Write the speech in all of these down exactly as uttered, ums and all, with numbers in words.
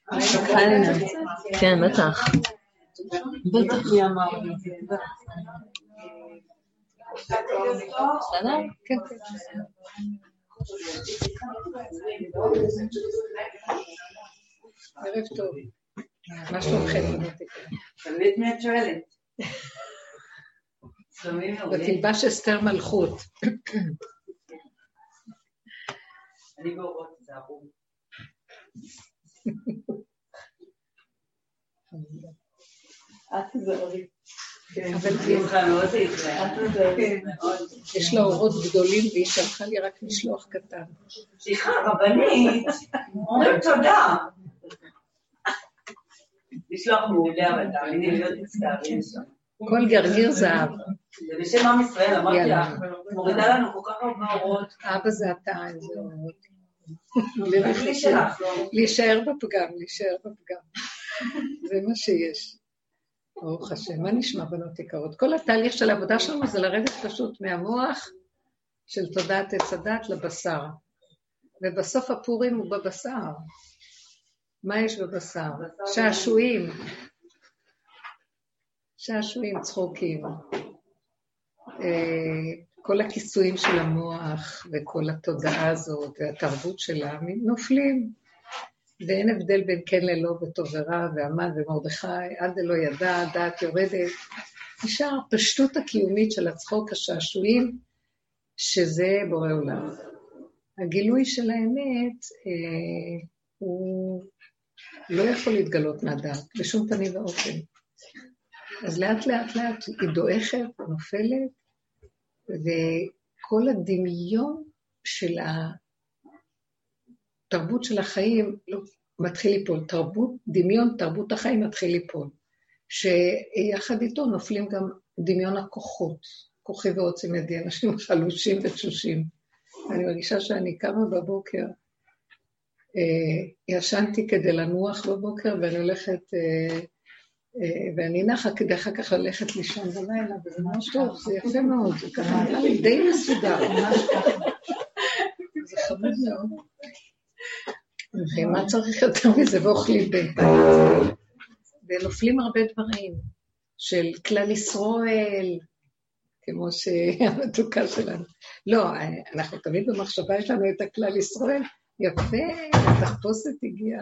כן, בטח. בטח. מי אמר לי? בסדר? כן, כן. ערב טוב. מה שלומכם? תלמית מי את שואלת? ותלבש אסתר מלכות. אני באורות צהרום. את תזהרי. אבל תזכה מאוד להתראה. יש לה אורות גדולים והיא שלחה לי רק משלוח קטן. סליחה, רבנית, אומרים תודה. משלוח מעולה, אבל תאמיני להיות מצטערים שם. כל גרגיר זהב. זה בשם עם ישראל, אמרתי לך, מורידה לנו כל כך הרבה אורות. אבא זה אתה, איזה אורות. להישאר בפגם, להישאר בפגם. זה מה שיש. ברוך השם, מה נשמע בנות יקרות? כל התהליך של העבודה שלנו זה לרדת פשוט מהמוח של תודעת עץ הדת לבשר. ובסוף הפורים הוא בבשר. מה יש בבשר? שעשועים. שעשועים, צחוקים. כל הכיסויים של המוח וכל התודעה הזאת והתרבות שלה נופלים. ואין הבדל בין כן ללא וטוב ורע והמן ומרדכי, עד דלא ידע, דעת יורדת. נשאר הפשטות הקיומית של הצחוק השעשועים, שזה בורא עולם. הגילוי של האמת אה, הוא לא יכול להתגלות מהדעת, בשום פנים ואופן. אז לאט לאט לאט היא דועכת, נופלת, וכל הדמיון של התרבות של החיים לא, מתחיל ליפול. תרבות, דמיון תרבות החיים מתחיל ליפול. שיחד איתו נופלים גם דמיון הכוחות, כוחי ועוצם ידי, אנשים חלושים ותשושים. אני מרגישה שאני קמה בבוקר, אה, ישנתי כדי לנוח בבוקר, ואני הולכת, אה, אה, ואני נחה כדי אחר כך ללכת לישון בלילה, וזה ממש טוב, זה יפה מאוד, זה ככה נראה לי די מסודר, ממש ככה. זה חמוד מאוד. ומה צריך יותר מזה, ואוכלים בית. ונופלים הרבה דברים, של כלל ישראל, כמו שהמתוקה שלנו. לא, אנחנו תמיד במחשבה יש לנו את הכלל ישראל, יפה, התחפושת הגיעה.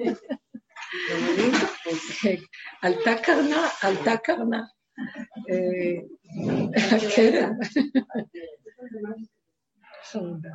עלתה קרנה, עלתה קרנה. כן. חמודה.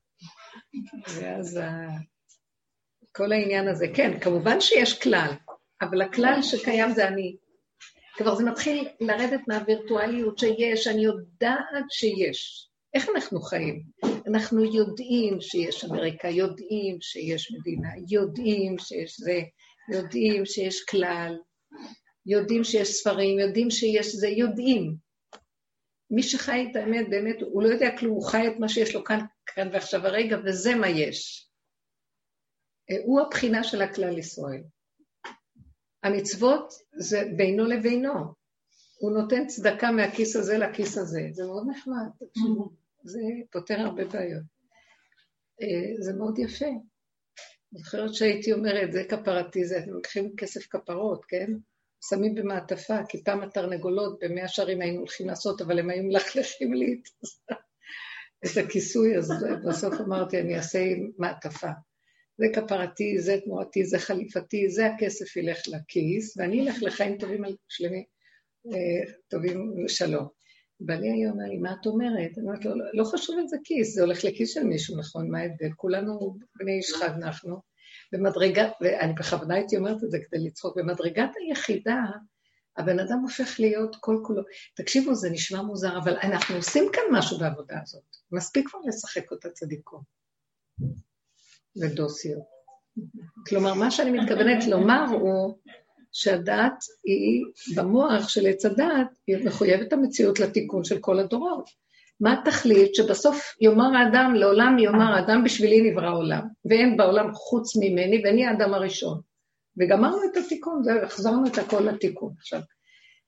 ואז כל העניין הזה, כן, כמובן שיש כלל, אבל הכלל שקיים זה אני. כבר זה מתחיל לרדת מהווירטואליות שיש, אני יודעת שיש. איך אנחנו חיים? אנחנו יודעים שיש אמריקה, יודעים שיש מדינה, יודעים שיש זה, יודעים שיש כלל, יודעים שיש ספרים, יודעים שיש זה, יודעים. מי שחי את האמת באמת, הוא לא יודע כלום, הוא חי את מה שיש לו כאן, כאן ועכשיו הרגע, וזה מה יש. הוא הבחינה של הכלל ישראל. המצוות זה בינו לבינו. הוא נותן צדקה מהכיס הזה לכיס הזה. זה מאוד נחמד, תקשיבו. זה פותר הרבה בעיות. זה מאוד יפה. אני חושבת שהייתי אומרת, זה כפרתי, זה, אתם לוקחים כסף כפרות, כן? שמים במעטפה, כי פעם התרנגולות במאה שערים היינו הולכים לעשות, אבל הם היו מלכלכים לי את הכיסוי, אז בסוף אמרתי, אני אעשה מעטפה. זה כפרתי, זה תנועתי, זה חליפתי, זה הכסף ילך לכיס, ואני אלך לחיים טובים שלמים, טובים שלום. בעלי היה אומר לי, מה את אומרת? אני אומרת לו, לא, לא חשוב את זה כיס, זה הולך לכיס של מישהו, נכון, מה ההבדל? כולנו בני איש חד אנחנו, במדרגת, ואני בכוונה הייתי אומרת את זה כדי לצחוק, במדרגת היחידה, הבן אדם הופך להיות כל כולו, תקשיבו, זה נשמע מוזר, אבל אנחנו עושים כאן משהו בעבודה הזאת, מספיק כבר לשחק אותה צדיקו. ודוסיות. כלומר, מה שאני מתכוונת לומר הוא שהדעת היא, במוח של עץ הדעת, היא מחויבת המציאות לתיקון של כל הדורות. מה התכלית שבסוף יאמר האדם, לעולם יאמר האדם בשבילי נברא עולם, ואין בעולם חוץ ממני, ואני האדם הראשון. וגמרנו את התיקון, החזרנו את הכל לתיקון. עכשיו,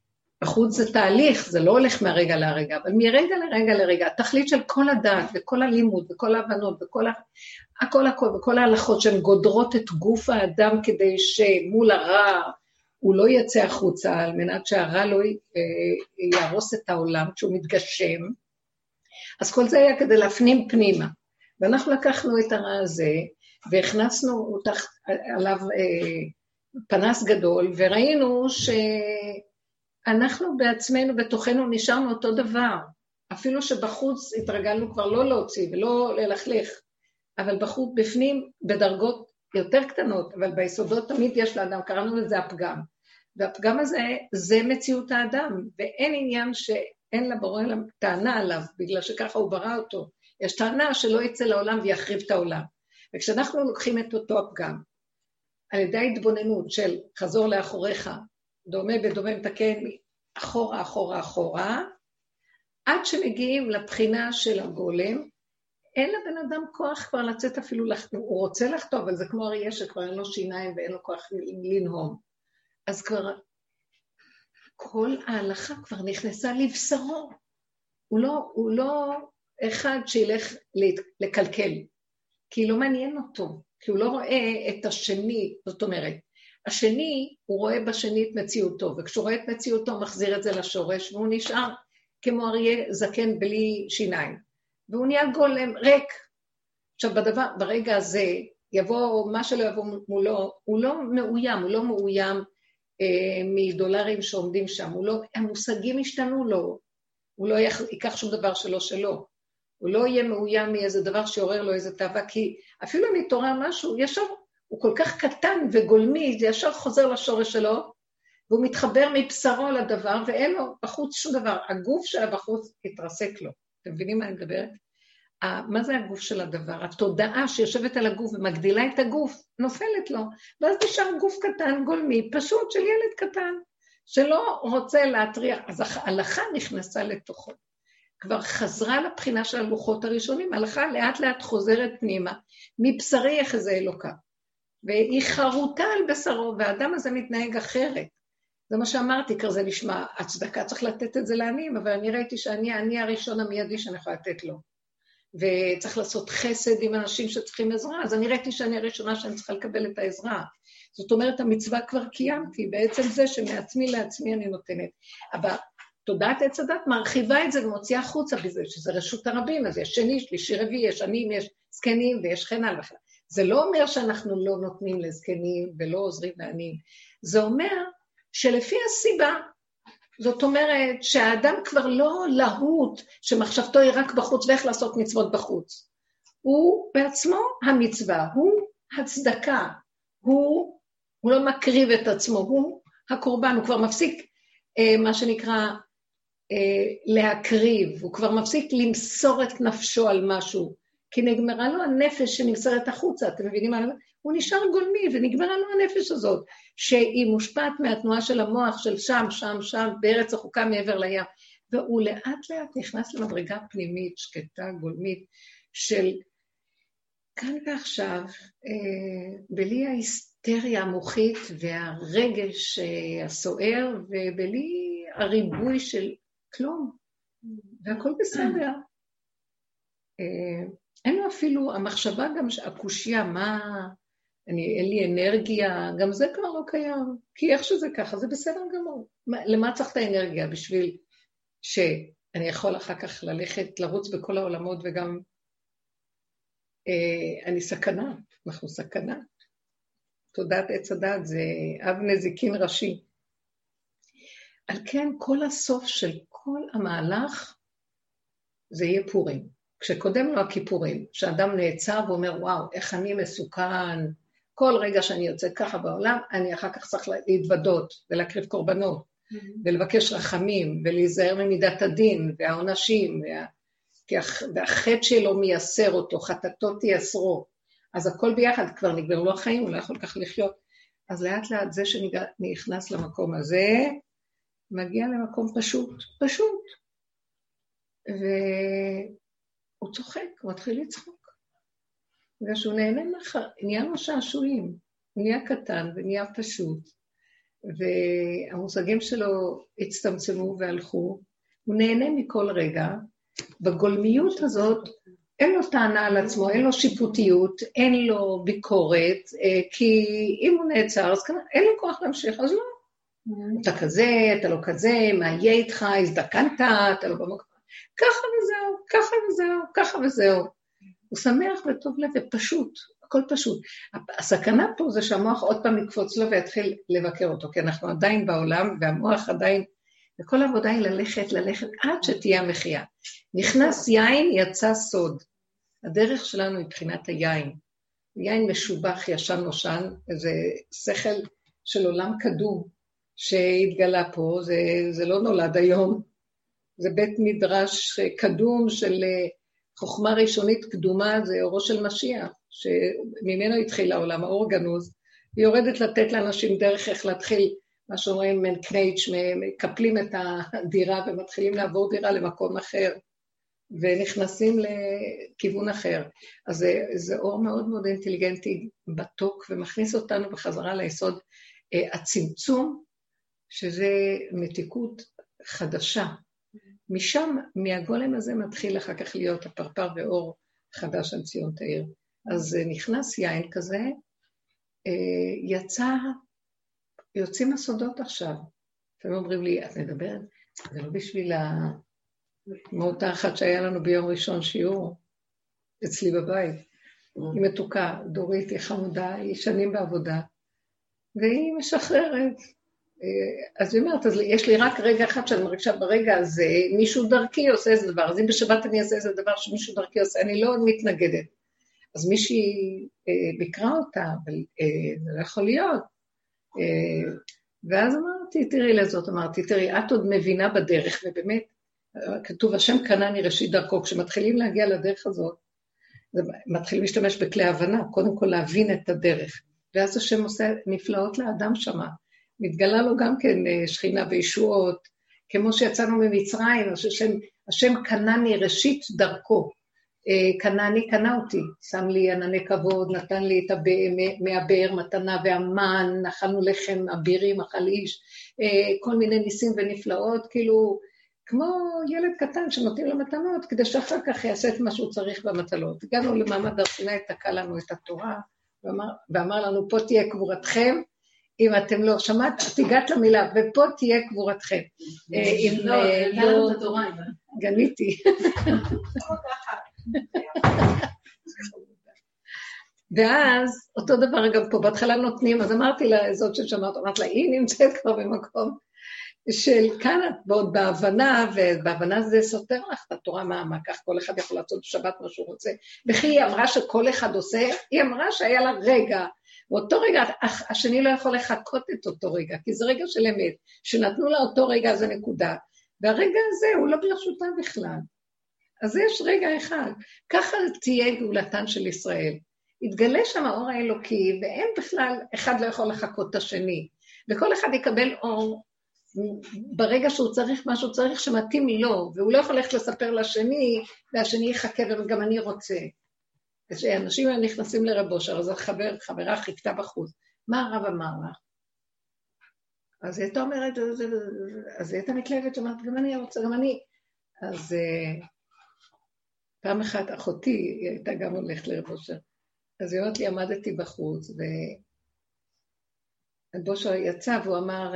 בחוץ זה תהליך, זה לא הולך מהרגע לרגע, אבל מרגע לרגע לרגע, התכלית של כל הדעת וכל הלימוד וכל ההבנות וכל ה... הכל הכל וכל ההלכות שהן גודרות את גוף האדם כדי שמול הרע הוא לא יצא החוצה, על מנת שהרע לא יהרוס את העולם כשהוא מתגשם, אז כל זה היה כדי להפנים פנימה. ואנחנו לקחנו את הרע הזה והכנסנו אותך עליו אה, פנס גדול, וראינו ש... אנחנו בעצמנו, בתוכנו, נשארנו אותו דבר. אפילו שבחוץ התרגלנו כבר לא להוציא ולא ללכלך, אבל בחוץ, בפנים, בדרגות יותר קטנות, אבל ביסודות תמיד יש לאדם, קראנו לזה הפגם. והפגם הזה, זה מציאות האדם, ואין עניין שאין לבורא טענה עליו, בגלל שככה הוא ברא אותו. יש טענה שלא יצא לעולם ויחריב את העולם. וכשאנחנו לוקחים את אותו הפגם, על ידי התבוננות של חזור לאחוריך, דומה בדומה מתקן אחורה, אחורה, אחורה, עד שמגיעים לבחינה של הגולם, אין לבן אדם כוח כבר לצאת אפילו, לח... הוא רוצה לחטוא, אבל זה כמו אריה שכבר אין לו שיניים ואין לו כוח לנהום. אז כבר כל ההלכה כבר נכנסה לבשרו. הוא לא, הוא לא אחד שילך לקלקל, כי לא מעניין אותו, כי הוא לא רואה את השני, זאת אומרת, השני, הוא רואה בשני את מציאותו, וכשהוא רואה את מציאותו, מחזיר את זה לשורש, והוא נשאר כמו אריה זקן בלי שיניים. והוא נהיה גולם ריק. עכשיו, בדבר, ברגע הזה, יבוא, מה שלא יבוא מולו, הוא לא מאוים, הוא לא מאוים אה, מדולרים שעומדים שם, הוא לא, המושגים השתנו לו, הוא לא ייקח שום דבר שלו שלו, הוא לא יהיה מאוים מאיזה דבר שיעורר לו איזה תאווה, כי אפילו אם יתעורר משהו, ישר, הוא כל כך קטן וגולמי, זה ישר חוזר לשורש שלו, והוא מתחבר מבשרו לדבר, ואין לו בחוץ שום דבר. הגוף שלה בחוץ התרסק לו. אתם מבינים מה אני מדברת? מה זה הגוף של הדבר? התודעה שיושבת על הגוף ומגדילה את הגוף, נופלת לו, ואז נשאר גוף קטן, גולמי, פשוט של ילד קטן, שלא רוצה להטריח. אז ההלכה נכנסה לתוכו. כבר חזרה לבחינה של הלוחות הראשונים, ההלכה לאט לאט חוזרת פנימה, מבשרי יחזה אלוקה. והיא חרוטה על בשרו, והאדם הזה מתנהג אחרת. זה מה שאמרתי, כי זה נשמע, הצדקה צריך לתת את זה לעניים, אבל אני ראיתי שאני העני הראשון המיידי שאני יכולה לתת לו. וצריך לעשות חסד עם אנשים שצריכים עזרה, אז אני ראיתי שאני הראשונה שאני צריכה לקבל את העזרה. זאת אומרת, המצווה כבר קיימתי, בעצם זה שמעצמי לעצמי אני נותנת. אבל תודעת עץ הדת מרחיבה את זה ומוציאה חוצה בזה, שזה רשות הרבים, אז יש שני, שלישי, רביעי, יש עניים, יש זקנים ויש חן הלאה. זה לא אומר שאנחנו לא נותנים לזקנים ולא עוזרים לעניים. זה אומר שלפי הסיבה, זאת אומרת שהאדם כבר לא להוט, שמחשבתו היא רק בחוץ ואיך לעשות מצוות בחוץ. הוא בעצמו המצווה, הוא הצדקה, הוא, הוא לא מקריב את עצמו, הוא הקורבן, הוא כבר מפסיק אה, מה שנקרא אה, להקריב, הוא כבר מפסיק למסור את נפשו על משהו, כי נגמרה לו הנפש שנמסרת החוצה, אתם מבינים מה? הוא נשאר גולמי ונגמרה לו הנפש הזאת, שהיא מושפעת מהתנועה של המוח של שם, שם, שם, בארץ החוקה מעבר לים, והוא לאט לאט נכנס למדרגה פנימית, שקטה, גולמית, של כאן ועכשיו, אה, בלי ההיסטריה המוחית והרגש אה, הסוער, ובלי הריבוי של כלום, והכל בסדר. אה, אין לו אפילו, המחשבה גם, הקושיה, מה, אני, אין לי אנרגיה, גם זה כבר לא קיים, כי איך שזה ככה, זה בסדר גמור. מה, למה צריך את האנרגיה? בשביל שאני יכול אחר כך ללכת, לרוץ בכל העולמות, וגם אה, אני סכנה, אנחנו סכנה. תודעת עץ הדת, זה אב נזיקין ראשי. על כן, כל הסוף של כל המהלך, זה יהיה פורים. כשקודם לו הכיפורים, שאדם נעצר ואומר, וואו, איך אני מסוכן, כל רגע שאני יוצא ככה בעולם, אני אחר כך צריך להתוודות ולהקריב קורבנות, mm-hmm. ולבקש רחמים, ולהיזהר ממידת הדין, והעונשים, וה... והחטא שלו מייסר אותו, חטאתו תייסרו, אז הכל ביחד, כבר נגבר לו החיים, הוא לא יכול כך לחיות. אז לאט לאט זה שנכנס למקום הזה, מגיע למקום פשוט, פשוט. ו... הוא צוחק, הוא מתחיל לצחוק. בגלל שהוא נהנה מאחר, נהיה לו שעשועים, הוא נהיה קטן ונהיה פשוט. והמושגים שלו הצטמצמו והלכו, הוא נהנה מכל רגע, בגולמיות הזאת אין לו טענה על עצמו, אין לו שיפוטיות, אין לו ביקורת, כי אם הוא נעצר, אז כנראה, אין לו כוח להמשיך, אז לא. אתה כזה, אתה לא כזה, מה יהיה איתך, הזדקנת, אתה לא במקום. ככה וזהו, ככה וזהו, ככה וזהו. הוא שמח וטוב לב ופשוט, הכל פשוט. הסכנה פה זה שהמוח עוד פעם יקפוץ לו ויתחיל לבקר אותו, כי אנחנו עדיין בעולם, והמוח עדיין, וכל העבודה היא ללכת, ללכת, עד שתהיה המחיה. נכנס יין, יצא סוד. הדרך שלנו היא מבחינת היין. יין משובח, ישן נושן, איזה שכל של עולם קדום, שהתגלה פה, זה, זה לא נולד היום. זה בית מדרש קדום של חוכמה ראשונית קדומה, זה אורו של משיח, שממנו התחיל העולם, האור גנוז, היא יורדת לתת לאנשים דרך איך להתחיל, מה שאומרים, מנקנייץ', מקפלים את הדירה ומתחילים לעבור דירה למקום אחר, ונכנסים לכיוון אחר. אז זה, זה אור מאוד מאוד אינטליגנטי, בתוק, ומכניס אותנו בחזרה ליסוד הצמצום, שזה מתיקות חדשה. משם, מהגולם הזה מתחיל אחר כך להיות הפרפר ואור חדש על ציון תאיר. אז נכנס יין כזה, יצא, יוצאים הסודות עכשיו. אתם אומרים לי, את מדברת? זה לא בשביל המותה אחת שהיה לנו ביום ראשון שיעור, אצלי בבית. היא מתוקה, דורית, היא חמודה, היא שנים בעבודה, והיא משחררת. אז היא אומרת, אז יש לי רק רגע אחד שאני מרגישה ברגע הזה, מישהו דרכי עושה איזה דבר, אז אם בשבת אני אעשה איזה דבר שמישהו דרכי עושה, אני לא מתנגדת. אז מישהי אה, ביקרה אותה, אבל אה, זה לא יכול להיות. אה, ואז אמרתי, תראי לזאת, אמרתי, תראי, את עוד מבינה בדרך, ובאמת, כתוב, השם קנני ראשית דרכו, כשמתחילים להגיע לדרך הזאת, מתחילים להשתמש בכלי הבנה, קודם כל להבין את הדרך, ואז השם עושה נפלאות לאדם שמה, מתגלה לו גם כן שכינה וישועות, כמו שיצאנו ממצרים, השם, השם קנני ראשית דרכו, קנני קנה אותי, שם לי ענני כבוד, נתן לי את מהבאר מתנה והמן, נחלנו לחם, אבירים, אכל איש, כל מיני ניסים ונפלאות, כאילו, כמו ילד קטן שנותנים לו מתנות, כדי שאחר כך יעשה את מה שהוא צריך במטלות. הגענו למעמד הר סיני, תקע לנו את התורה, ואמר, ואמר לנו, פה תהיה קבורתכם, אם אתם לא, שמעת, תיגעת למילה, ופה תהיה קבורתכם. אם לא, גניתי. ואז, אותו דבר גם פה, בהתחלה נותנים, אז אמרתי לה, זאת ששמעת, אמרת לה, היא נמצאת כבר במקום של כאן, ועוד בהבנה, ובהבנה זה סותר לך את התורה, מה, מה, כך כל אחד יכול לעשות בשבת מה שהוא רוצה, וכי היא אמרה שכל אחד עושה, היא אמרה שהיה לה רגע, ואותו רגע, השני לא יכול לחכות את אותו רגע, כי זה רגע של אמת, שנתנו לה אותו רגע, זה נקודה, והרגע הזה הוא לא ברשותה בכלל. אז יש רגע אחד, ככה תהיה גאולתן של ישראל. יתגלה שם האור האלוקי, ואין בכלל, אחד לא יכול לחכות את השני, וכל אחד יקבל אור, ברגע שהוא צריך מה שהוא צריך שמתאים לו, והוא לא יכול ללכת לספר לשני, והשני יחכה וגם אני רוצה. כשאנשים נכנסים לרב אושר, אז החבר, חברה חיכתה בחוץ. מה הרב אמר לך? אז היא הייתה אומרת, אז היא הייתה מתלהבת, שאומרת, גם אני רוצה, גם אני. אז פעם אחת אחותי, היא הייתה גם הולכת לרב אושר. אז היא אומרת לי, עמדתי בחוץ, ורב אושר יצא, והוא אמר,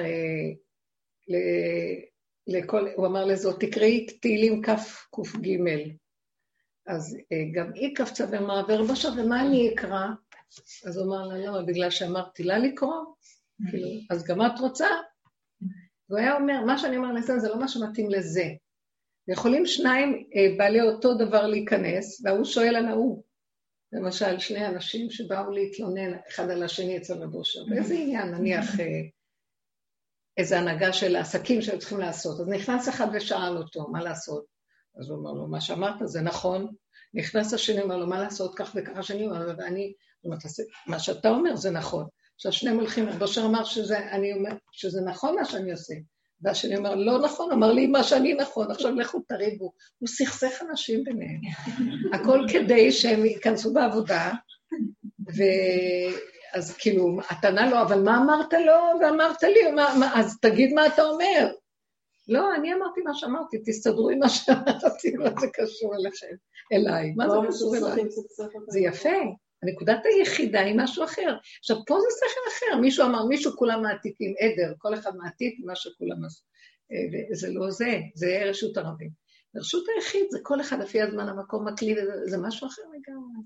לכל, הוא אמר לזאת, תקראי תהילים כף קוף ג' אז גם היא קפצה ואמרה, ורב אושר, ומה אני אקרא? אז הוא אמר לה, לא, בגלל שאמרתי לה לקרוא, כאילו, אז גם את רוצה? והוא היה אומר, מה שאני אומר לזה, זה לא מה שמתאים לזה. יכולים שניים בעלי אותו דבר להיכנס, והוא שואל על ההוא. למשל, שני אנשים שבאו להתלונן אחד על השני אצל רב אושר, באיזה עניין, נניח, איזו הנהגה של העסקים שהם צריכים לעשות. אז נכנס אחד ושאל אותו, מה לעשות? אז הוא אומר לו, מה שאמרת זה נכון. נכנס השני, אומר לו, מה לעשות? כך וככה שני, ואני, מה שאתה אומר זה נכון. עכשיו שניהם הולכים, רב אושר אמר שזה, אני אומר, שזה נכון מה שאני עושה. והשני אומר, לא נכון, אמר לי מה שאני נכון, עכשיו לכו תריבו. הוא סכסך אנשים ביניהם. הכל כדי שהם ייכנסו בעבודה, אז כאילו, אתה ענה לו, אבל מה אמרת לו ואמרת לי? מה, מה, אז תגיד מה אתה אומר. לא, אני אמרתי מה שאמרתי, תסתדרו עם מה שאמרתי, מה זה קשור אליכם, אליי. מה זה קשור אליי? זה יפה. הנקודת היחידה היא משהו אחר. עכשיו, פה זה שכל אחר. מישהו אמר, מישהו כולם מעתיקים, עדר, כל אחד מעתיק מה שכולם עשו. זה לא זה, זה רשות הרבים. רשות היחיד זה כל אחד לפי הזמן המקום מקליד, זה משהו אחר לגמרי.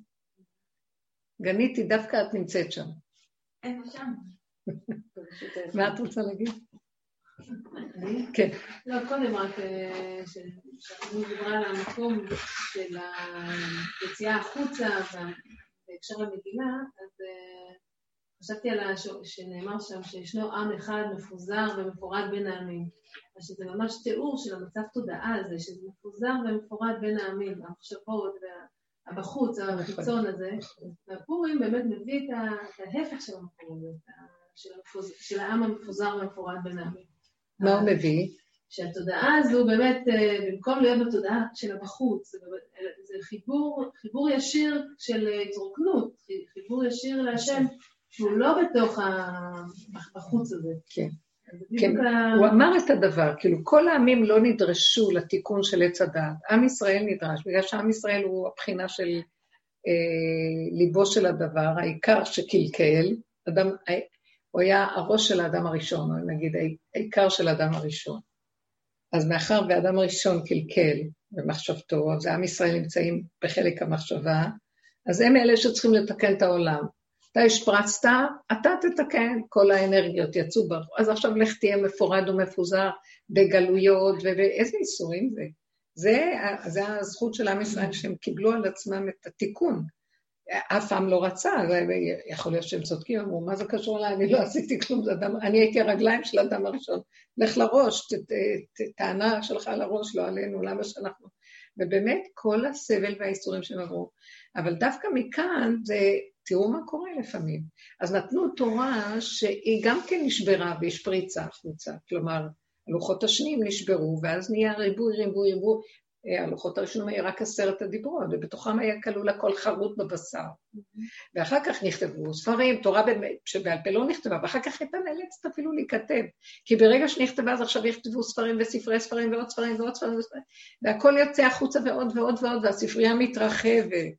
גניתי, דווקא את נמצאת שם. אין שם. מה את רוצה להגיד? כן. לא, קודם רק שאני דיברה על המקום של היציאה החוצה בהקשר למדינה, אז חשבתי על שנאמר שם שישנו עם אחד מפוזר ומפורד בין העמים. אז שזה ממש תיאור של המצב תודעה הזה, שזה מפוזר ומפורד בין העמים, המחשבות והבחוץ, החיצון הזה. והפורים באמת מביא את ההפך של המקום הזה, של העם המפוזר ומפורד בין העמים. מה הוא מביא? שהתודעה הזו באמת, במקום להיות בתודעה של הבחוץ, זה חיבור, חיבור ישיר של התרוקנות, חיבור ישיר להשם, שהוא לא בתוך החוץ הזה. כן, כן. הוא אמר את הדבר, כאילו כל העמים לא נדרשו לתיקון של עץ הדעת, עם ישראל נדרש, בגלל שעם ישראל הוא הבחינה של ליבו של הדבר, העיקר שקלקל, אדם... הוא היה הראש של האדם הראשון, או נגיד, העיקר של האדם הראשון. אז מאחר והאדם הראשון קלקל במחשבתו, אז עם ישראל נמצאים בחלק המחשבה, אז הם אלה שצריכים לתקן את העולם. אתה השפרצת, אתה תתקן, כל האנרגיות יצאו ברוך. אז עכשיו לך תהיה מפורד ומפוזר בגלויות, ואיזה איסורים זה? זה, זה הזכות של עם ישראל, שהם קיבלו על עצמם את התיקון. אף פעם לא רצה, יכול להיות שהם צודקים, אמרו, מה זה קשור אליי? אני לא עשיתי כלום, אני הייתי הרגליים של האדם הראשון, לך לראש, טענה שלך על הראש, לא עלינו, למה שאנחנו... ובאמת כל הסבל והאיסורים שהם עברו, אבל דווקא מכאן זה, תראו מה קורה לפעמים, אז נתנו תורה שהיא גם כן נשברה והשפריצה החוצה, כלומר, הלוחות השניים נשברו, ואז נהיה ריבוי, ריבוי, ריבוי, הלוחות הראשונים היה רק עשרת הדיברות, ובתוכם היה כלול הכל חרוט בבשר. ואחר כך נכתבו ספרים, תורה שבעל פה לא נכתבה, ואחר כך הייתה נאלצת אפילו להיכתב, כי ברגע שנכתבה אז עכשיו יכתבו ספרים וספרי ספרים ועוד ספרים ועוד ספרים, והכל יוצא החוצה ועוד ועוד ועוד, והספרייה מתרחבת.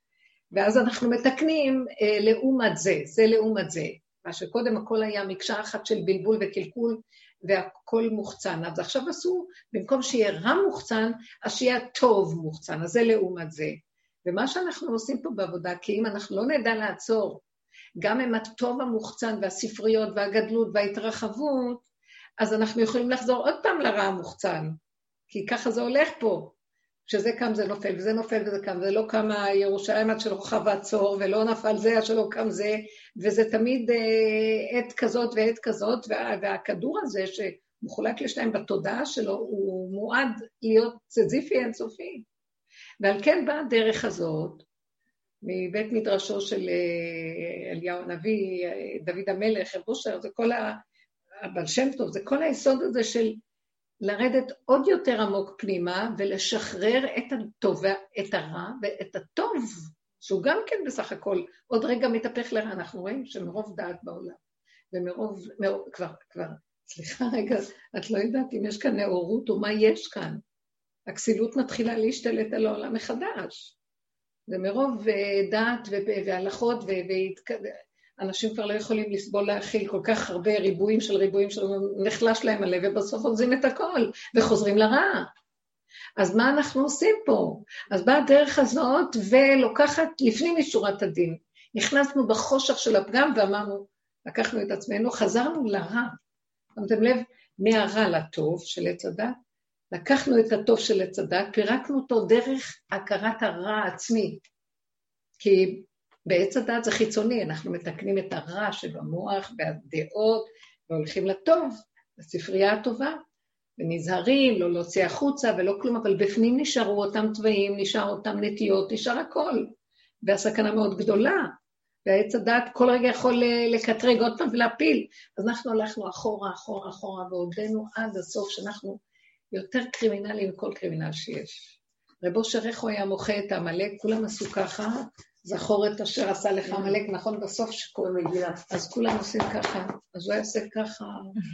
ואז אנחנו מתקנים לעומת זה, זה לעומת זה. מה שקודם הכל היה מקשה אחת של בלבול וקלקול, והכל מוחצן, אז עכשיו עשו, במקום שיהיה רע מוחצן, אז שיהיה טוב מוחצן, אז זה לעומת זה. ומה שאנחנו עושים פה בעבודה, כי אם אנחנו לא נדע לעצור, גם עם הטוב המוחצן והספריות והגדלות וההתרחבות, אז אנחנו יכולים לחזור עוד פעם לרע המוחצן, כי ככה זה הולך פה, שזה קם זה נופל, וזה נופל וזה קם, זה לא קם ירושלים עד שלא חווה צור, ולא נפל זה עד שלא קם זה, וזה תמיד אה, עת כזאת ועת כזאת, וה, והכדור הזה שמחולק לשתיים בתודעה שלו, הוא מועד להיות סזיפי אינסופי. ועל כן באה הדרך הזאת, מבית מדרשו של אה, אליהו הנביא, אה, דוד המלך, אבושר, זה כל ה... אבל שם טוב, זה כל היסוד הזה של לרדת עוד יותר עמוק פנימה, ולשחרר את הטוב, את הרע ואת הטוב, שהוא גם כן בסך הכל, עוד רגע מתהפך לרע, אנחנו רואים שמרוב דעת בעולם, ומרוב, מרוב, כבר, כבר, סליחה רגע, את לא יודעת אם יש כאן נאורות או מה יש כאן, הכסילות מתחילה להשתלט על העולם מחדש, ומרוב דעת והלכות והתקדמת, אנשים כבר לא יכולים לסבול להכיל כל כך הרבה ריבועים של ריבועים של נחלש להם הלב, ובסוף עוזים את הכל, וחוזרים לרע. אז מה אנחנו עושים פה? אז באה הדרך הזאת, ולוקחת לפנים משורת הדין. נכנסנו בחושך של הפגם, ואמרנו, לקחנו את עצמנו, חזרנו לרע. שמתם לב, מהרע לטוב של עץ הדת, לקחנו את הטוב של עץ הדת, פירקנו אותו דרך הכרת הרע העצמי. כי בעץ הדת זה חיצוני, אנחנו מתקנים את הרע שבמוח והדעות, והולכים לטוב, לספרייה הטובה, ונזהרים, לא להוציא החוצה ולא כלום, אבל בפנים נשארו אותם טבעים, נשאר אותם נטיות, נשאר הכל, והסכנה מאוד גדולה, והעץ הדת כל רגע יכול לקטרג עוד פעם ולהפיל, אז אנחנו הלכנו אחורה, אחורה, אחורה, ועודנו עד הסוף שאנחנו יותר קרימינלים מכל קרימינל שיש. רבו שרחו היה מוחה את המלא, כולם עשו ככה, זכור את אשר עשה לך עמלק, נכון, בסוף שקוראים מגילה. אז כולם עושים ככה, אז הוא יעשה ככה.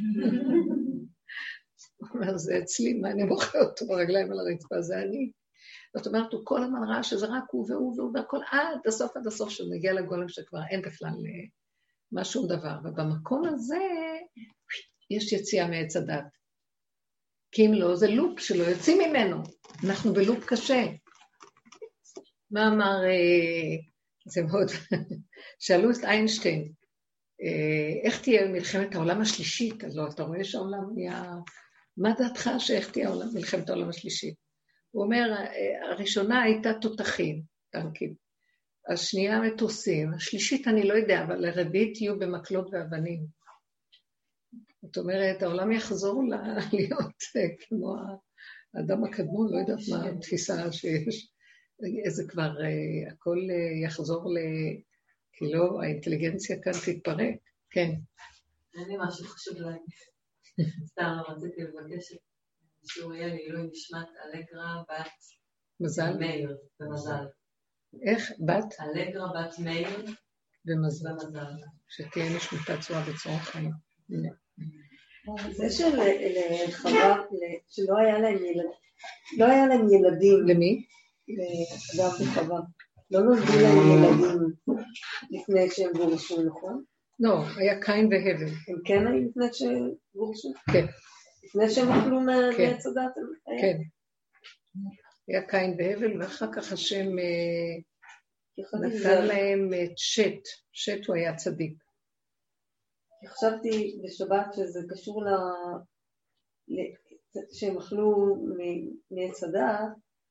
אז אצלי, מה אני מוכר אותו ברגליים על הרצפה, זה אני. זאת אומרת, הוא כל הזמן ראה שזה רק הוא והוא והוא והכל, עד הסוף עד הסוף שהוא מגיע לגולם שכבר אין בכלל משהו דבר. ובמקום הזה יש יציאה מעץ הדת. כי אם לא, זה לופ שלא יוצאים ממנו. אנחנו בלופ קשה. מה אמר, זה מאוד, שאלו את איינשטיין, איך תהיה מלחמת העולם השלישית? אז לא, אתה רואה שהעולם נהיה, מה דעתך שאיך תהיה מלחמת העולם השלישית? הוא אומר, הראשונה הייתה תותחים, טנקים, השנייה מטוסים, השלישית אני לא יודע, אבל הרביעית יהיו במקלות ואבנים. זאת אומרת, העולם יחזור להיות כמו האדם הקדמון, לא יודעת מה התפיסה שיש. זה כבר, הכל יחזור ל... כי לא, האינטליגנציה כאן תתפרק. כן. אין לי משהו חשוב להגיד. סתם, רציתי לבקש שיעור יהיה לעילוי נשמת אלגרה בת מזל? מאיר, במזל. איך? בת? אלגרה בת מאיר במזל. במזל. שתהיה נשמתה צורה בצורה חיים. זה של חווה, שלא היה להם ילדים. לא היה להם ילדים. למי? לאדם וחווה. לא נולדו להם ילדים לפני שהם גורשו, נכון? לא, היה קין והבל. הם כן היו לפני שהם גורשו? כן. לפני שהם אכלו מעץ הדת? כן. היה קין והבל, ואחר כך השם נתן להם את שט. שט הוא היה צדיק. חשבתי בשבת שזה קשור ל... שהם אכלו מעץ הדת,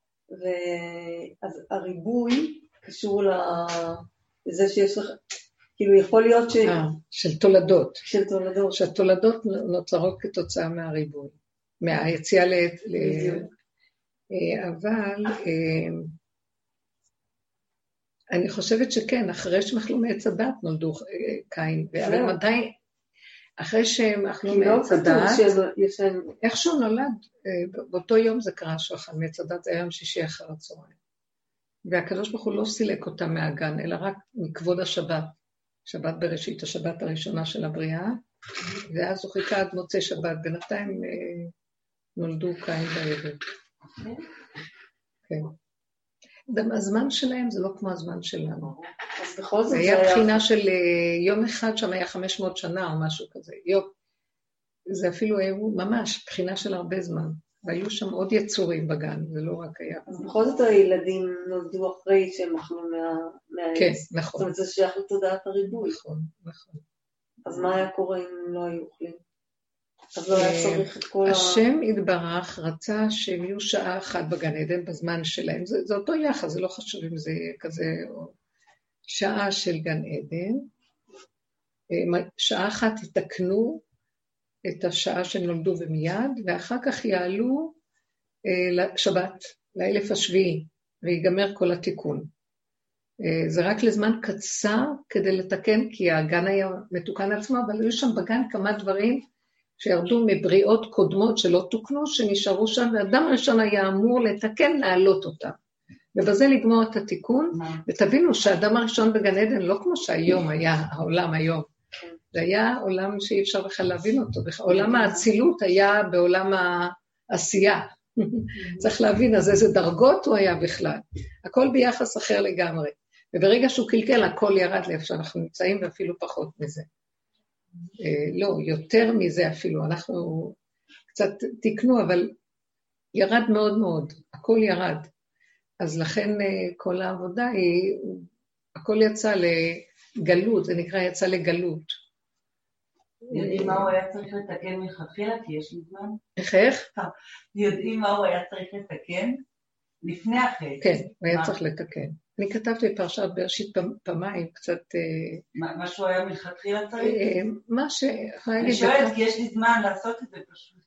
ואז הריבוי קשור לזה שיש לך, כאילו יכול להיות ש... של תולדות. של תולדות. שהתולדות נוצרות כתוצאה מהריבוי, מהיציאה ל... אבל אני חושבת שכן, אחרי שהם אכלו מעץ הדת נולדו קין, אבל מתי... אחרי שהם אכלו מעץ הדת, איכשהו נולד, באותו יום זה קרה שהוא אכל מעץ הדת, זה היה יום שישי אחר הצהריים. והקדוש ברוך הוא לא סילק אותם מהגן, אלא רק מכבוד השבת, שבת בראשית, השבת הראשונה של הבריאה, ואז הוא חיכה עד מוצא שבת, בינתיים נולדו קין והבל. כן. הזמן שלהם זה לא כמו הזמן שלנו. אז בכל זאת זה היה בחינה של יום אחד, שם היה חמש מאות שנה או משהו כזה. יום. זה אפילו היה ממש בחינה של הרבה זמן. והיו שם עוד יצורים בגן, זה לא רק היה. אז בכל זאת הילדים נולדו אחרי שהם אכלו מהעץ. כן, נכון. זאת אומרת, זה שייך לתודעת הריבוי. נכון, נכון. אז מה היה קורה אם לא היו אוכלים? אז לא היה צריך את כל ה... השם יתברך רצה שיהיו שעה אחת בגן עדן בזמן שלהם. זה, זה אותו יחד, זה לא חשוב אם זה כזה... שעה של גן עדן, שעה אחת יתקנו את השעה שהם נולדו ומיד, ואחר כך יעלו לשבת, לאלף השביעי, ויגמר כל התיקון. זה רק לזמן קצר כדי לתקן, כי הגן היה מתוקן עצמו, אבל היו שם בגן כמה דברים שירדו מבריאות קודמות שלא תוקנו, שנשארו שם, והאדם הראשון היה אמור לתקן, להעלות אותם. ובזה לגמור את התיקון, ותבינו שהאדם הראשון בגן עדן, לא כמו שהיום היה העולם היום, זה היה עולם שאי אפשר בכלל להבין אותו, עולם האצילות היה בעולם העשייה, צריך להבין, אז איזה דרגות הוא היה בכלל, הכל ביחס אחר לגמרי, וברגע שהוא קלקל, הכל ירד לאיפה שאנחנו נמצאים, ואפילו פחות מזה. לא, יותר מזה אפילו, אנחנו קצת תקנו, אבל ירד מאוד מאוד, הכל ירד. אז לכן כל העבודה היא, הכל יצא לגלות, זה נקרא יצא לגלות. יודעים מה הוא היה צריך לתקן מלכתחילה, כי יש לי זמן? איך איך? יודעים מה הוא היה צריך לתקן? לפני החטא. כן, הוא היה צריך לתקן. אני כתבתי פרשת בראשית פעמיים, קצת... מה שהוא היה מלכתחילה צריך? מה ש... אני שואלת, כי יש לי זמן לעשות את זה פשוט.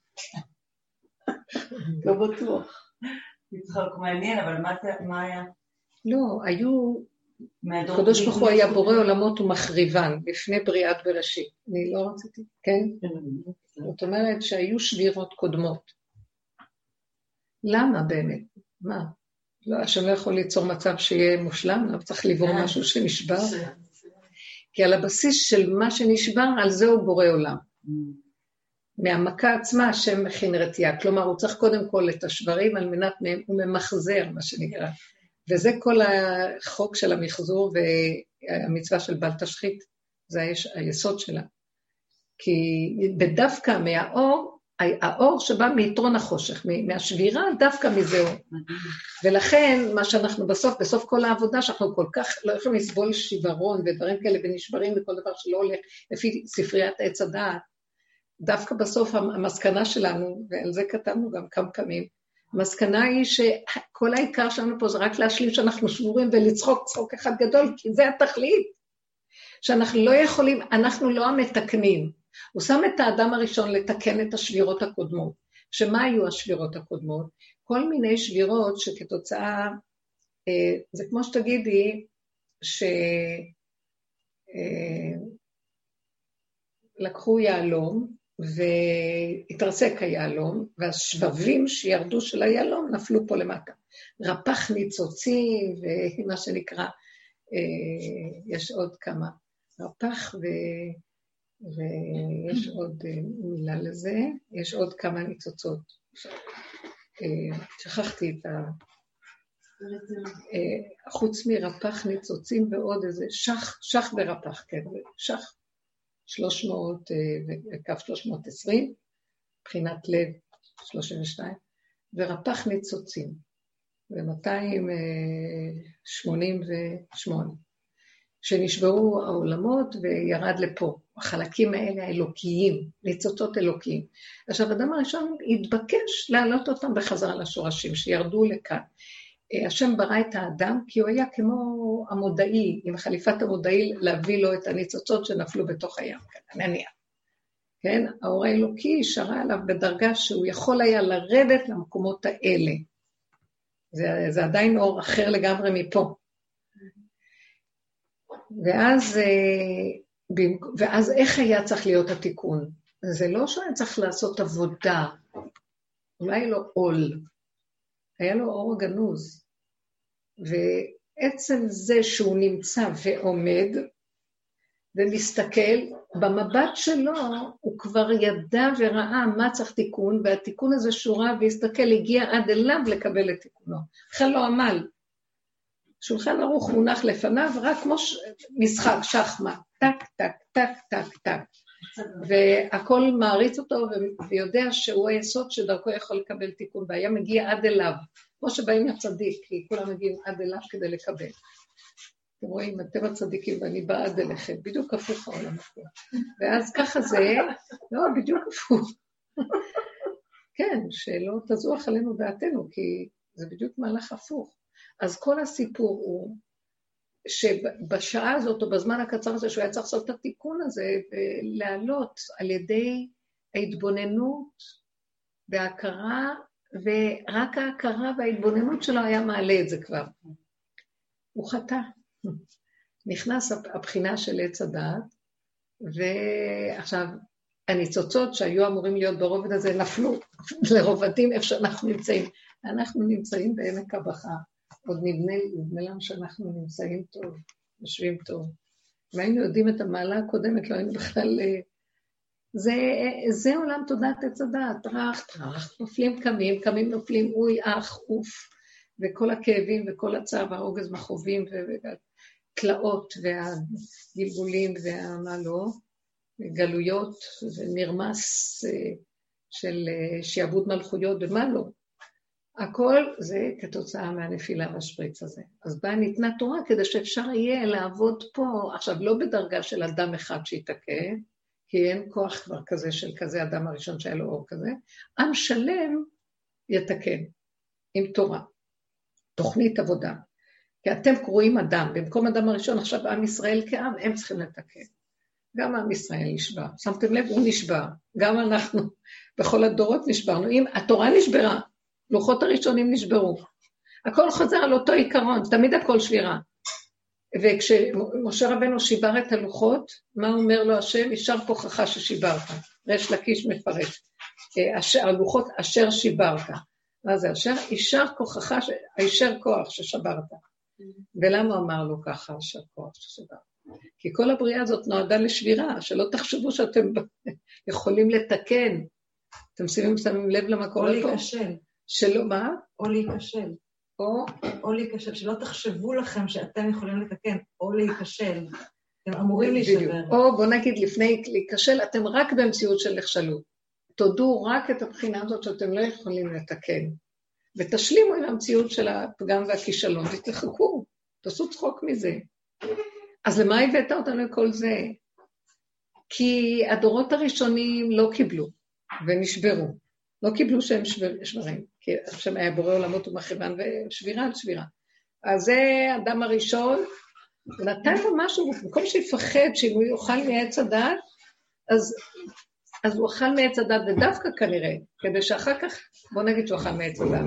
לא בטוח. לצחוק מעניין, אבל מה היה? לא, היו... קדוש ברוך הוא היה בורא עולמות ומחריבן, לפני בריאת בראשית. אני לא רציתי, כן? זאת אומרת שהיו שבירות קודמות. למה באמת? מה? לא, השם לא יכול ליצור מצב שיהיה מושלם, אבל צריך לברוא משהו שנשבר. כי על הבסיס של מה שנשבר, על זה הוא בורא עולם. מהמכה עצמה השם מכין רתיעה, כלומר הוא צריך קודם כל את השברים על מנת מהם, הוא ממחזר מה שנקרא. וזה כל החוק של המחזור והמצווה של בל תשחית, זה היסוד שלה. כי בדווקא מהאור, האור שבא מיתרון החושך, מהשבירה דווקא מזהו. ולכן מה שאנחנו בסוף, בסוף כל העבודה שאנחנו כל כך לא יכולים לסבול שברון ודברים כאלה ונשברים וכל דבר שלא הולך לפי ספריית עץ הדעת, דווקא בסוף המסקנה שלנו, ועל זה כתבנו גם כמה פעמים, המסקנה היא שכל העיקר שלנו פה זה רק להשלים שאנחנו שבורים ולצחוק צחוק אחד גדול, כי זה התכלית. שאנחנו לא יכולים, אנחנו לא המתקנים. הוא שם את האדם הראשון לתקן את השבירות הקודמות. שמה היו השבירות הקודמות? כל מיני שבירות שכתוצאה, זה כמו שתגידי, שלקחו יעלום, והתרסק היעלום, והשבבים שירדו של היעלום נפלו פה למטה. רפ"ח ניצוצים, ומה שנקרא, יש עוד כמה, רפ"ח ו... ויש עוד מילה לזה, יש עוד כמה ניצוצות. שכחתי את ה... חוץ מרפ"ח ניצוצים ועוד איזה שח, שח ורפ"ח, כן, שח. שלוש מאות וקו שלוש מאות ועשרים, מבחינת לב שלושים ושתיים, ורפ"ח ניצוצים, ו-מאתיים שמונים ושמונה, שנשברו העולמות וירד לפה, החלקים האלה האלוקיים, ניצוצות אלוקיים. עכשיו, אדם הראשון התבקש להעלות אותם בחזרה לשורשים, שירדו לכאן. השם ברא את האדם, כי הוא היה כמו המודעי, עם חליפת המודעי, להביא לו את הניצוצות שנפלו בתוך הים, כאן, נניח. כן? האור האלוקי שרה עליו בדרגה שהוא יכול היה לרדת למקומות האלה. זה, זה עדיין אור אחר לגמרי מפה. ואז, ואז איך היה צריך להיות התיקון? זה לא שהיה צריך לעשות עבודה, אולי לא עול, היה לו אור גנוז, ועצם זה שהוא נמצא ועומד, ומסתכל, במבט שלו הוא כבר ידע וראה מה צריך תיקון, והתיקון הזה שורה והסתכל, הגיע עד אליו לקבל את תיקונו. בכלל לא עמל. שולחן ערוך מונח לפניו, רק כמו ש... משחק, שחמט, טק, טק, טק, טק, טק. והכל מעריץ אותו ויודע שהוא היסוד שדרכו יכול לקבל תיקון, והיה מגיע עד אליו, כמו שבאים לצדיק, כי כולם מגיעים עד אליו כדי לקבל. אתם רואים, אתם הצדיקים ואני באה עד אליכם, בדיוק הפוך העולם הפוך. ואז ככה זה, לא, בדיוק הפוך. כן, שלא תזוח עלינו דעתנו, כי זה בדיוק מהלך הפוך. אז כל הסיפור הוא, שבשעה הזאת, או בזמן הקצר הזה, שהוא היה צריך לעשות את התיקון הזה, ולהעלות על ידי ההתבוננות וההכרה, ורק ההכרה וההתבוננות שלו היה מעלה את זה כבר. הוא חטא. נכנס הבחינה של עץ הדעת, ועכשיו הניצוצות שהיו אמורים להיות ברובד הזה נפלו לרובדים איפה שאנחנו נמצאים. אנחנו נמצאים בעמק הבכה. עוד נבנה, נבנה לנו שאנחנו נמצאים טוב, יושבים טוב. והיינו יודעים את המעלה הקודמת, לא היינו בכלל... זה, זה עולם תודעת עץ הדעת, טרח, טרח, נופלים קמים, קמים נופלים, אוי, אח, אוף, וכל הכאבים וכל הצער והרוגז מחובים, והתלאות והגלגולים והמה לא, גלויות ונרמס של שיעבוד מלכויות ומה לא. הכל זה כתוצאה מהנפילה והשפריץ הזה. אז באה ניתנה תורה כדי שאפשר יהיה לעבוד פה, עכשיו לא בדרגה של אדם אחד שיתקן, כי אין כוח כבר כזה של כזה אדם הראשון שהיה לו אור כזה, עם שלם יתקן עם תורה, תוכנית עבודה. כי אתם קרואים אדם, במקום אדם הראשון עכשיו עם ישראל כעם, הם צריכים לתקן. גם עם ישראל נשבר, שמתם לב, הוא נשבר, גם אנחנו בכל הדורות נשברנו, אם התורה נשברה, לוחות הראשונים נשברו. הכל חוזר על אותו עיקרון, תמיד הכל שבירה. וכשמשה רבנו שיבר את הלוחות, מה אומר לו השם? ישר כוחך ששיברת. רש לקיש מפרש. הלוחות אשר שיברת. מה זה, אישר כוחך, אישר כוח ששברת. ולמה אמר לו ככה, אישר כוח ששברת? כי כל הבריאה הזאת נועדה לשבירה, שלא תחשבו שאתם יכולים לתקן. אתם שמים, שמים לב למקום או לפה? או להיכשל. שלא, מה? או להיכשל. או? או להיכשל, שלא תחשבו לכם שאתם יכולים לתקן, או להיכשל. אתם אמורים להישבר. או בוא נגיד, לפני להיכשל, אתם רק במציאות של נכשלות. תודו רק את הבחינה הזאת שאתם לא יכולים לתקן. ותשלימו עם המציאות של הפגם והכישלון, ותחכו, תעשו צחוק מזה. אז למה הבאת אותנו לכל זה? כי הדורות הראשונים לא קיבלו, ונשברו. לא קיבלו שהם שבר, שברים, כי שם היה בורא עולמות ומחירן ושבירה על שבירה. אז זה אדם הראשון, ונתן לו משהו, במקום שיפחד שאם הוא יאכל מעץ הדת, אז, אז הוא אכל מעץ הדת, ודווקא כנראה, כדי שאחר כך, בוא נגיד שהוא אכל מעץ הדת.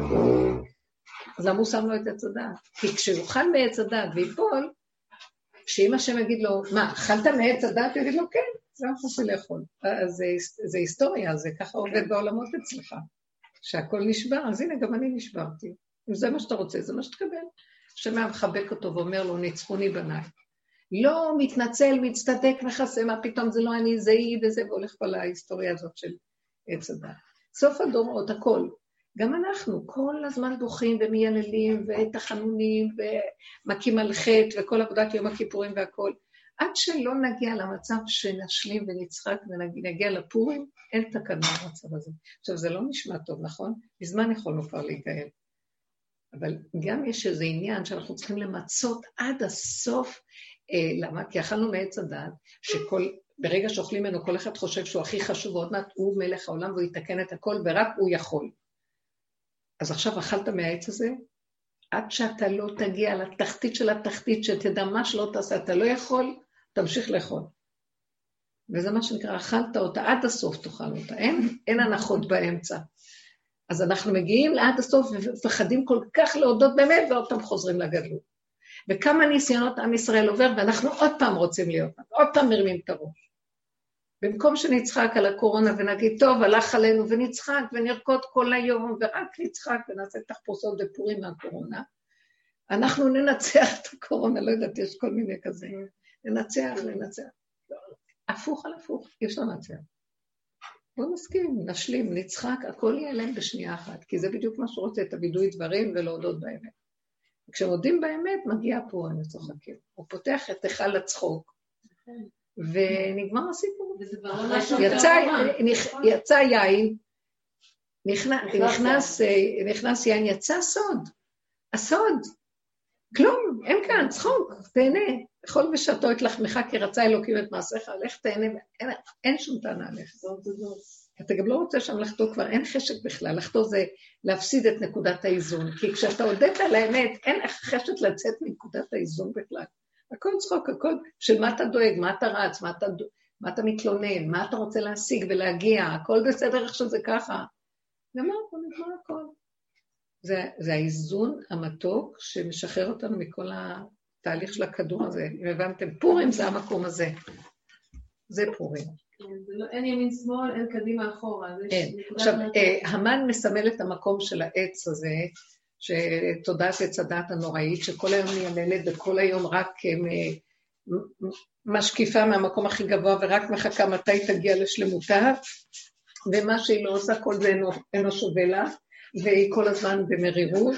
אז למה הוא שם לו את עץ הדת? כי כשהוא אכל מעץ הדת ויפול, שאם השם יגיד לו, מה, אכלת מעץ הדת? הוא יגיד לו, כן, זה לא חושב לאכול. אז זה, זה היסטוריה, זה ככה עובד בעולמות אצלך. שהכל נשבר, אז הנה, גם אני נשברתי. אם זה מה שאתה רוצה, זה מה שתקבל. השם מחבק אותו ואומר לו, ניצחוני בניי. לא מתנצל, מצטדק, מכסה, מה פתאום זה לא אני, זה היא וזה, והולך פה להיסטוריה הזאת של עץ הדת. סוף הדורות, הכל. גם אנחנו כל הזמן בוכים ומייללים ותחנונים ומקים על חטא וכל עבודת יום הכיפורים והכל. עד שלא נגיע למצב שנשלים ונצחק ונגיע לפורים, אין תקנה במצב הזה. עכשיו זה לא נשמע טוב, נכון? בזמן יכולנו כבר להיגאל. אבל גם יש איזה עניין שאנחנו צריכים למצות עד הסוף, אה, למה? כי אכלנו מעץ הדת, שכל, ברגע שאוכלים ממנו כל אחד חושב שהוא הכי חשוב, ועוד מעט הוא מלך העולם והוא יתקן את הכל ורק הוא יכול. אז עכשיו אכלת מהעץ הזה, עד שאתה לא תגיע לתחתית של התחתית, שתדע מה שלא תעשה, אתה לא יכול, תמשיך לאכול. וזה מה שנקרא, אכלת אותה, עד הסוף תאכל אותה, אין, אין הנחות באמצע. אז אנחנו מגיעים לעד הסוף ופחדים כל כך להודות באמת, ועוד פעם חוזרים לגדלות. וכמה ניסיונות עם ישראל עובר, ואנחנו עוד פעם רוצים להיות, עוד פעם מרמים את הראש. במקום שנצחק על הקורונה ונגיד, טוב, הלך עלינו ונצחק ונרקוד כל היום, ורק נצחק ונעשה תחפושות ופורים מהקורונה, אנחנו ננצח את הקורונה, לא יודעת, יש כל מיני כזה, ננצח, ננצח. הפוך על הפוך, יש לנצח. בואו נסכים, נשלים, נצחק, הכל ייעלם בשנייה אחת, כי זה בדיוק מה שרוצה, את הבידוי דברים ולהודות באמת. כשמודים באמת, מגיע פורים וצוחקים. הוא פותח את היכל הצחוק. ונגמר הסיפור. יצא יין, נכנס יין, יצא סוד. הסוד. כלום, אין כאן, צחוק, תהנה. אכול בשעתו את לחמך כי רצה אלוקים את מעשיך, לך תהנה, אין שום טענה עליך. אתה גם לא רוצה שם לחתור כבר, אין חשק בכלל. לחתור זה להפסיד את נקודת האיזון, כי כשאתה הודית על האמת, אין חשק לצאת מנקודת האיזון בכלל. הכל צחוק, הכל, של מה אתה דואג, מה אתה רץ, מה אתה, מה אתה מתלונן, מה אתה רוצה להשיג ולהגיע, הכל בסדר איך שזה ככה. גמר, נגמר הכל. זה, זה האיזון המתוק שמשחרר אותנו מכל התהליך של הכדור הזה. אם הבנתם, פורים זה המקום הזה. זה פורים. אין ימין שמאל, אין קדימה אחורה. אין. עכשיו, המן מסמל את המקום של העץ הזה, שתודעת עץ הדעת הנוראית, שכל היום מייללת וכל היום רק משקיפה מהמקום הכי גבוה, ורק מחכה מתי תגיע לשלמותה, ומה שהיא לא עושה, כל זה אינו שווה לה, והיא כל הזמן במרירות,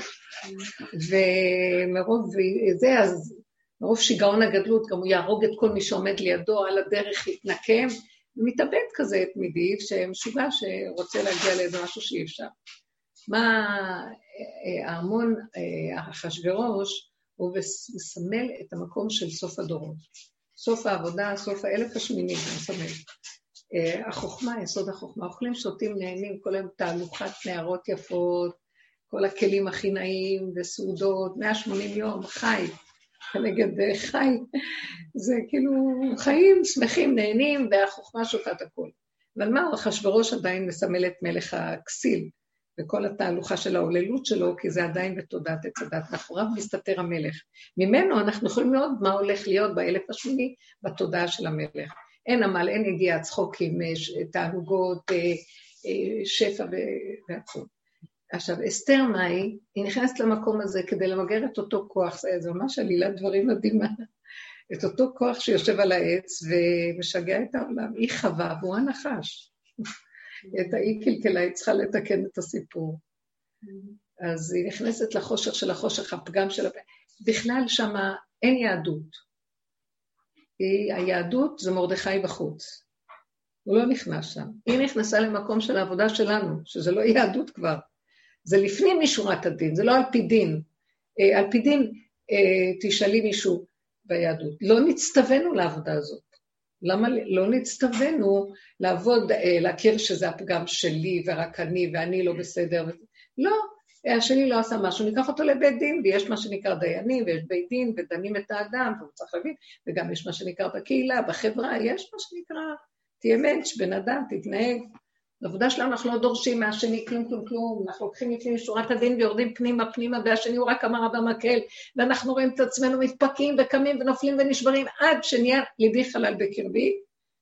ומרוב זה, אז מרוב שיגעון הגדלות, גם הוא יהרוג את כל מי שעומד לידו, על הדרך יתנקם, ומתאבד כזה תמידי, שמשוגע שרוצה להגיע לאיזה משהו שאי אפשר. מה ההמון אחשוורוש, הוא מסמל את המקום של סוף הדורות. סוף העבודה, סוף האלף השמיני, הוא מסמל. החוכמה, יסוד החוכמה, אוכלים, שותים, נהנים, כל היום תהלוכת נערות יפות, כל הכלים הכי נעים וסעודות, מאה ושמונים יום, חי, כנגד חי, זה כאילו חיים, שמחים, נהנים, והחוכמה שופט הכל. אבל מה, אחשוורוש עדיין מסמל את מלך הכסיל, וכל התהלוכה של העוללות שלו, כי זה עדיין בתודעת עץ הדת, מאחוריו מסתתר המלך. ממנו אנחנו יכולים לראות מה הולך להיות באלף השמיני, בתודעה של המלך. אין עמל, אין הגיע צחוקים, תענוגות, שפע והכל. עכשיו, אסתר מה היא? היא נכנסת למקום הזה כדי למגר את אותו כוח, זה ממש עלילת דברים מדהימה, את אותו כוח שיושב על העץ ומשגע את העולם. היא חווה, והוא הנחש. את האי קלקלה, היא צריכה לתקן את הסיפור. אז היא נכנסת לחושך של החושך, הפגם של הפגם. בכלל שמה אין יהדות. היא, היהדות זה מרדכי בחוץ. הוא לא נכנס שם. היא נכנסה למקום של העבודה שלנו, שזה לא יהדות כבר. זה לפנים משורת הדין, זה לא על פי דין. על פי דין תשאלי מישהו ביהדות. לא נצטווינו לעבודה הזאת. למה לא נצטווינו לעבוד, להכיר שזה הפגם שלי ורק אני ואני לא בסדר? לא, השני לא עשה משהו, ניקח אותו לבית דין, ויש מה שנקרא דיינים, ויש בית דין, ודנים את האדם, והוא צריך להבין, וגם יש מה שנקרא בקהילה, בחברה, יש מה שנקרא, תהיה מנש, בן אדם, תתנהג. בעבודה שלנו אנחנו לא דורשים מהשני כלום כלום כלום, אנחנו לוקחים לפנים שורת הדין ויורדים פנימה פנימה, והשני הוא רק המרה במקל, ואנחנו רואים את עצמנו מתפקים וקמים ונופלים ונשברים, עד שנהיה ליבי חלל בקרבי,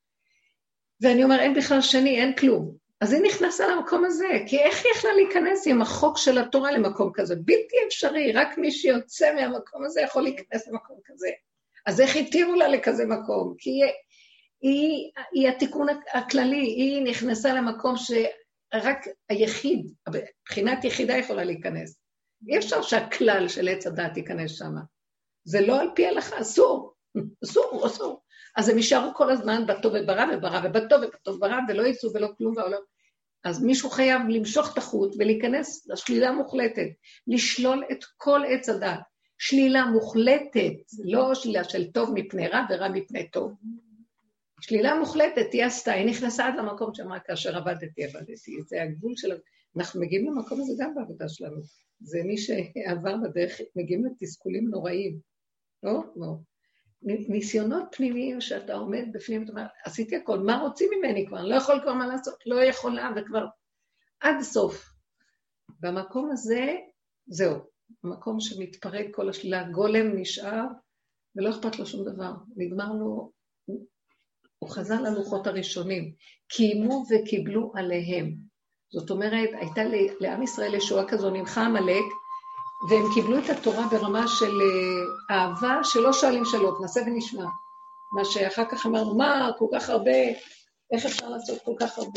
ואני אומר, אין בכלל שני, אין כלום. אז היא נכנסה למקום הזה, כי איך היא יכלה להיכנס עם החוק של התורה למקום כזה? בלתי אפשרי, רק מי שיוצא מהמקום הזה יכול להיכנס למקום כזה. אז איך התירו לה לכזה מקום? כי היא, היא, היא התיקון הכללי, היא נכנסה למקום שרק היחיד, בחינת יחידה יכולה להיכנס. אי אפשר שהכלל של עץ הדת ייכנס שם. זה לא על פי הלכה, אסור, אסור, אסור. אז הם יישארו כל הזמן בטוב וברע וברע ובטוב ובטוב וברע, ולא ייצאו ולא כלום והעולם. אז מישהו חייב למשוך את החוט ולהיכנס לשלילה מוחלטת, לשלול את כל עץ הדת. שלילה מוחלטת, לא שלילה של טוב מפני רע ורע מפני טוב. שלילה מוחלטת, היא עשתה, היא נכנסה עד למקום שאמרה, כאשר עבדתי, עבדתי. זה הגבול של... אנחנו מגיעים למקום הזה גם בעבודה שלנו. זה מי שעבר בדרך, מגיעים לתסכולים נוראים. לא? לא. ניסיונות פנימיים שאתה עומד בפנים, אתה אומר, עשיתי הכל, מה רוצים ממני כבר? לא יכול כבר מה לעשות, לא יכולה, וכבר עד סוף. במקום הזה, זהו, המקום שמתפרק כל השלילה, גולם נשאר, ולא אכפת לו שום דבר. נגמר לו, הוא חזר ללוחות הראשונים, קיימו וקיבלו עליהם. זאת אומרת, הייתה לעם ישראל ישועה כזו, נמחה המלאק, והם קיבלו את התורה ברמה של אהבה, שלא שואלים שאלות, נעשה ונשמע. מה שאחר כך אמרנו, מה, כל כך הרבה, איך אפשר לעשות כל כך הרבה?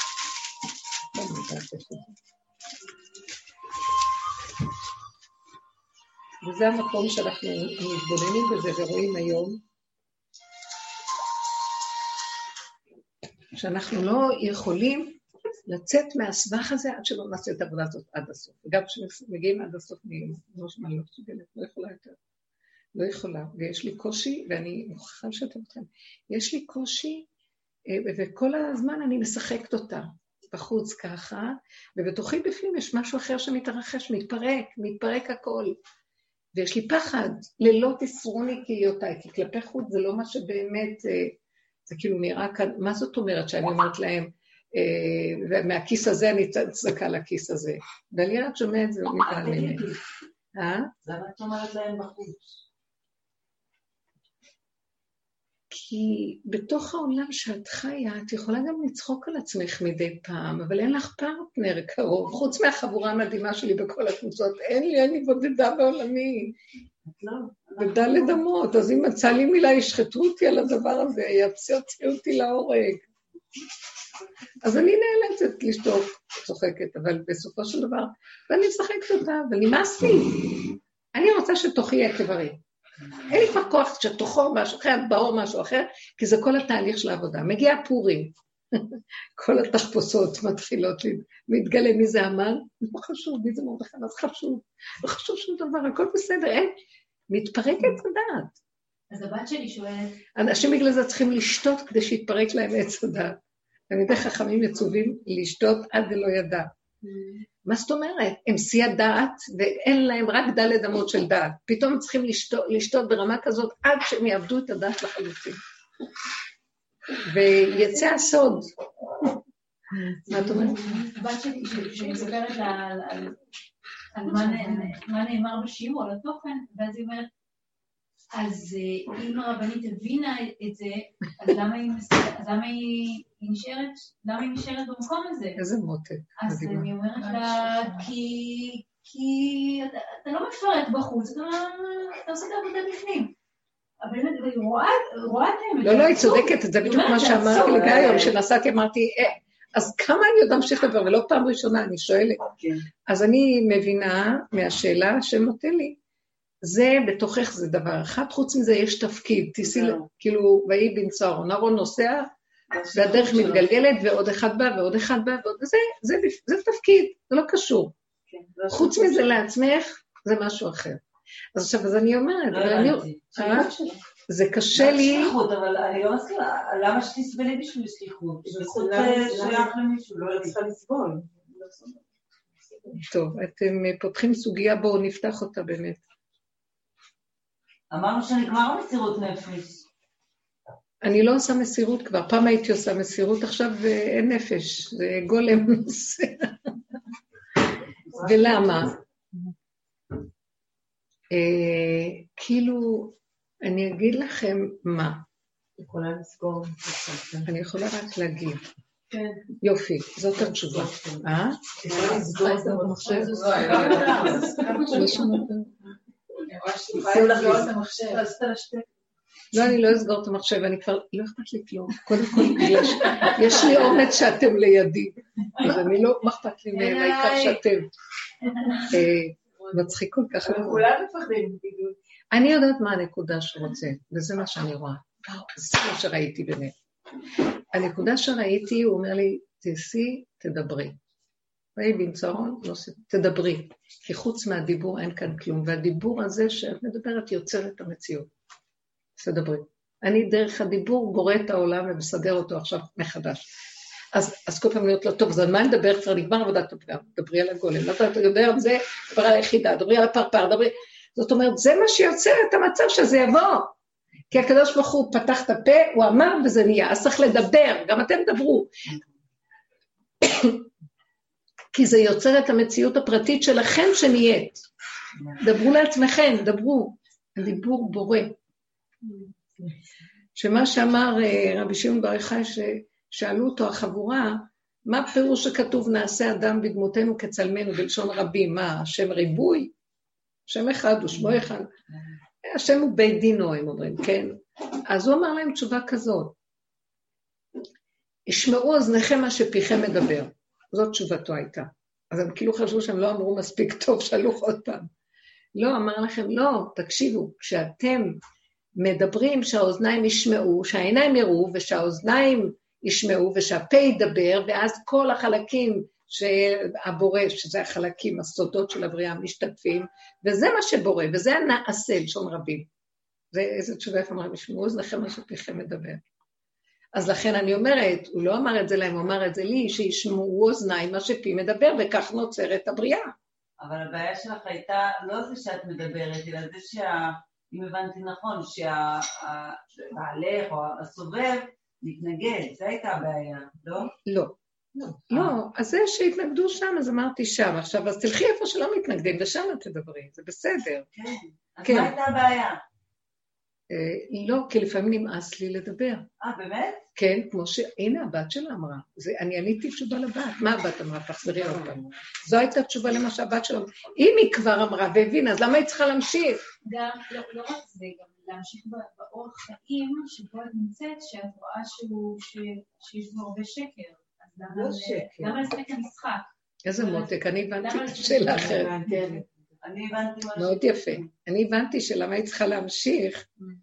וזה המקום שאנחנו מתבוננים בזה ורואים היום, שאנחנו לא יכולים לצאת מהסבך הזה עד שלא נעשה את העבודה הזאת עד הסוף. וגם כשמגיעים עד הסוף, אני לא שמע, לא מסוגלת, לא יכולה יותר. לא יכולה. ויש לי קושי, ואני מוכרחה לשתף אתכם, יש לי קושי, וכל הזמן אני משחקת אותה, בחוץ ככה, ובתוכי בפנים יש משהו אחר שמתרחש, מתפרק, מתפרק הכל. ויש לי פחד, ללא תסרוני כאיותיי, כי כלפי חוץ זה לא מה שבאמת, זה כאילו נראה כאן, מה זאת אומרת שאני אומרת להם, ומהכיס הזה אני צדקה לכיס הזה. ואני רק שומע את זה ומתעלמת. אה? למה את אומרת להם בחוץ? כי בתוך העולם שאת חיה, את יכולה גם לצחוק על עצמך מדי פעם, אבל אין לך פרטנר קרוב, חוץ מהחבורה המדהימה שלי בכל הקבוצות, אין לי, אני בודדה בעולמי. בדל לדמות, אז אם מצא לי מילה, ישחטו אותי על הדבר הזה, יוציאו אותי להורג. אז אני נאלצת לשתוק, צוחקת, אבל בסופו של דבר, ואני משחקת אותה, ונמאס לי. אני רוצה שתוכי יהיה תברי. אין לי כבר כוח שתוכו משהו אחר, באור משהו אחר, כי זה כל התהליך של העבודה. מגיע פורים, כל התחפושות מתחילות להתגלה מי זה אמן, לא חשוב, מי זה מרדכי, אז חשוב, לא חשוב שום דבר, הכל בסדר, אין, מתפרקת הדעת. אז הבת שלי שואלת... אנשים בגלל זה צריכים לשתות כדי שיתפרק להם עץ הדעת. תלמידי חכמים מצווים לשתות עד ולא ידע. מה זאת אומרת? הם שיא הדעת, ואין להם רק דלת אמות של דעת. פתאום הם צריכים לשתות, לשתות ברמה כזאת, עד שהם יעבדו את הדעת לחלוטין. ויצא הסוד. מה את אומרת? הבת שלי, שהיא מספרת על מה נאמר בשיעור, על התוכן, ואז היא אומרת, אז אם הרבנית הבינה את זה, אז למה היא נשארת, למה היא נשארת במקום הזה? איזה מותק. אז אני אומרת לה, כי אתה לא מפרט בחוץ, אתה עושה את העבודה בפנים. אבל היא רואה את האמת. לא, לא, היא צודקת, זה בדיוק מה שאמרתי לגבי היום, שנסעתי, אמרתי, אז כמה אני עוד אמשיך לדבר, ולא פעם ראשונה, אני שואלת. אז אני מבינה מהשאלה שנותן לי, זה בתוכך זה דבר אחד, חוץ מזה יש תפקיד, תיסי, כאילו, ואי בנצרון, ארון נוסע, והדרך מתגלגלת, ועוד אחד בא, ועוד אחד בא, ועוד זה, זה, זה תפקיד, זה לא קשור. חוץ מזה לעצמך, זה משהו אחר. אז עכשיו, אז אני אומרת, זה קשה לי... שליחות, אבל אני לא מסכימה, למה שתסבלי בשביל שליחות? שליחות שייך למישהו, לא צריכה לסבול. טוב, אתם פותחים סוגיה, בואו נפתח אותה באמת. אמרנו שנגמר מסירות נפש. אני לא עושה מסירות כבר, פעם הייתי עושה מסירות, עכשיו אין נפש, זה גולם נושא. ולמה? כאילו, אני אגיד לכם מה. יכולה לסגור. אני יכולה רק להגיד. יופי, זאת התשובה. אה? יכולה לסגור את המחשב. לא, אני לא אסגור את המחשב, אני כבר לא אכפת לי כלום. קודם כל, יש לי אומץ שאתם לידי, אז אני לא, מה אכפת לי מהם, העיקר שאתם. מצחיק כל כך. כולם מפחדים. אני יודעת מה הנקודה שרוצה, וזה מה שאני רואה. זה מה שראיתי באמת. הנקודה שראיתי, הוא אומר לי, תעשי, תדברי. ואי בנצרון, תדברי. כי חוץ מהדיבור אין כאן כלום, והדיבור הזה שאת מדברת יוצר את המציאות. תדברי. אני דרך הדיבור בורא את העולם ומסדר אותו עכשיו מחדש. אז, אז כל פעם להיות לא טוב, אז על מה נדבר? כבר נגמר עבודת הפגם, דברי על הגולם, לא אתה יודע על זה, דבר על היחידה, דברי על הפרפר, דברי, זאת אומרת, זה מה שיוצר את המצב שזה יבוא, כי הקדוש ברוך הוא פתח את הפה, הוא אמר וזה נהיה, אז צריך לדבר, גם אתם דברו, כי זה יוצר את המציאות הפרטית שלכם שנהיית, דברו לעצמכם, דברו, הדיבור בורא, שמה שאמר רבי שמעון בר יוחאי ש... שאלו אותו החבורה, מה פירוש שכתוב נעשה אדם בדמותנו כצלמנו בלשון רבים, מה, השם ריבוי? השם אחד הוא שמו אחד. השם הוא בית דינו, הם אומרים, כן? אז הוא אמר להם תשובה כזאת, ישמעו אוזניכם מה שפיכם מדבר. זאת תשובתו הייתה. אז הם כאילו חשבו שהם לא אמרו מספיק טוב, שאלו עוד פעם. לא, אמר לכם, לא, תקשיבו, כשאתם מדברים שהאוזניים ישמעו, שהעיניים יראו ושהאוזניים ישמעו ושהפה ידבר, ואז כל החלקים שהבורא, שזה החלקים, הסודות של הבריאה, משתתפים, וזה מה שבורא, וזה הנעשה, לשון רבים. זה איזה תשובה איפה אמרם, ישמעו אוזניכם מה שפיכם מדבר. אז לכן אני אומרת, הוא לא אמר את זה להם, הוא אמר את זה לי, שישמעו אוזניים מה שפי מדבר, וכך נוצרת הבריאה. אבל הבעיה שלך הייתה לא זה שאת מדברת, אלא זה שה... אם הבנתי נכון, שהבעלך או הסובב מתנגד, זה הייתה הבעיה, לא? לא. לא, אז זה שהתנגדו שם, אז אמרתי שם, עכשיו, אז תלכי איפה שלא מתנגדים, ושם תדברי, זה בסדר. כן, אז מה הייתה הבעיה? לא, כי לפעמים נמאס לי לדבר. אה, באמת? כן, כמו ש... הנה, הבת שלה אמרה. אני עניתי תשובה לבת. מה הבת אמרה? תחזרי עוד פעם. זו הייתה תשובה למה שהבת שלה אמרה. אם היא כבר אמרה והבינה, אז למה היא צריכה להמשיך? גם, לא רק זה, גם להמשיך באורח חיים שבו את נמצאת, שאת רואה שיש בו הרבה שקר. לא שקר. למה לספק את המשחק? איזה מותק, אני הבנתי את השאלה אחרת. אני הבנתי משהו. מאוד יפה. אני הבנתי שלמה היא צריכה להמשיך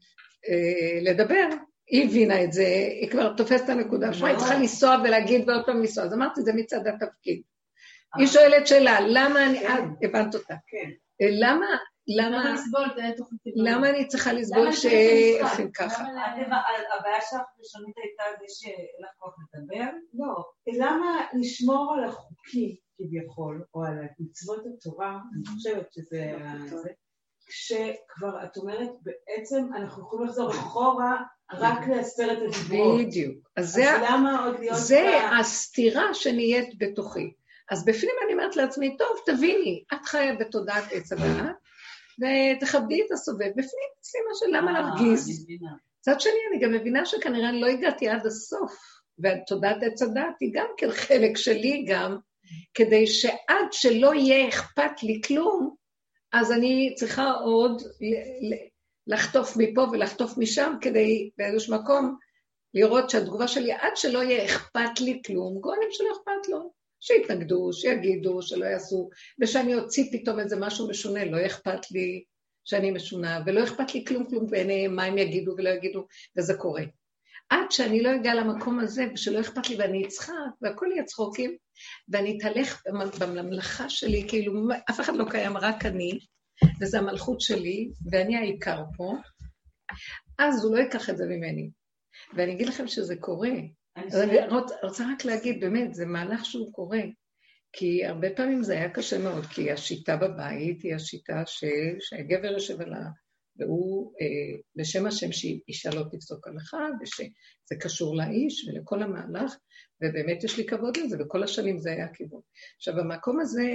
לדבר. היא הבינה את זה, היא כבר תופסת את הנקודה. שמה היא צריכה לנסוע ולהגיד ועוד פעם לנסוע. אז אמרתי, זה מצד התפקיד. היא שואלת שאלה, למה אני... אה, הבנת אותה. למה... למה... למה אני צריכה לסבול שעושים ככה? הבעיה שלך ראשונית הייתה זה שאין לך כוח לדבר? לא. למה לשמור על החוקים כביכול, או על מצוות התורה, אני חושבת שזה... כשכבר את אומרת, בעצם אנחנו יכולים לחזור אחורה רק לעשרת הדיברות. בדיוק. אז זה הסתירה שנהיית בתוכי. אז בפנים אני אומרת לעצמי, טוב, תביני, את חיה בתודעת עץ הדעת, ותכבדי את הסובב, בפנים, אצלי משהו, למה להרגיז? צד שני, אני גם מבינה שכנראה אני לא הגעתי עד הסוף, ותודעת עץ הדעת היא גם כן חלק שלי גם, כדי שעד שלא יהיה אכפת לי כלום, אז אני צריכה עוד לחטוף מפה ולחטוף משם, כדי באיזשהו מקום לראות שהתגובה שלי, עד שלא יהיה אכפת לי כלום, גונים שלא אכפת לו, שיתנגדו, שיגידו, שלא יעשו, ושאני אוציא פתאום איזה משהו משונה, לא אכפת לי שאני משונה, ולא אכפת לי כלום כלום בעיניהם, מה הם יגידו ולא יגידו, וזה קורה. עד שאני לא אגע למקום הזה, ושלא אכפת לי, ואני אצחק, והכל יהיה צחוקים, ואני אתהלך בממלכה שלי, כאילו אף אחד לא קיים, רק אני, וזה המלכות שלי, ואני העיקר פה, אז הוא לא ייקח את זה ממני. ואני אגיד לכם שזה קורה. אני רוצה רק להגיד, באמת, זה מהלך שהוא קורה, כי הרבה פעמים זה היה קשה מאוד, כי השיטה בבית היא השיטה שהגבר יושב עליו, והוא אה, בשם השם שאישה לא תפסוק על אחד, ושזה קשור לאיש ולכל המהלך, ובאמת יש לי כבוד לזה, וכל השנים זה היה הכיוון. עכשיו, במקום הזה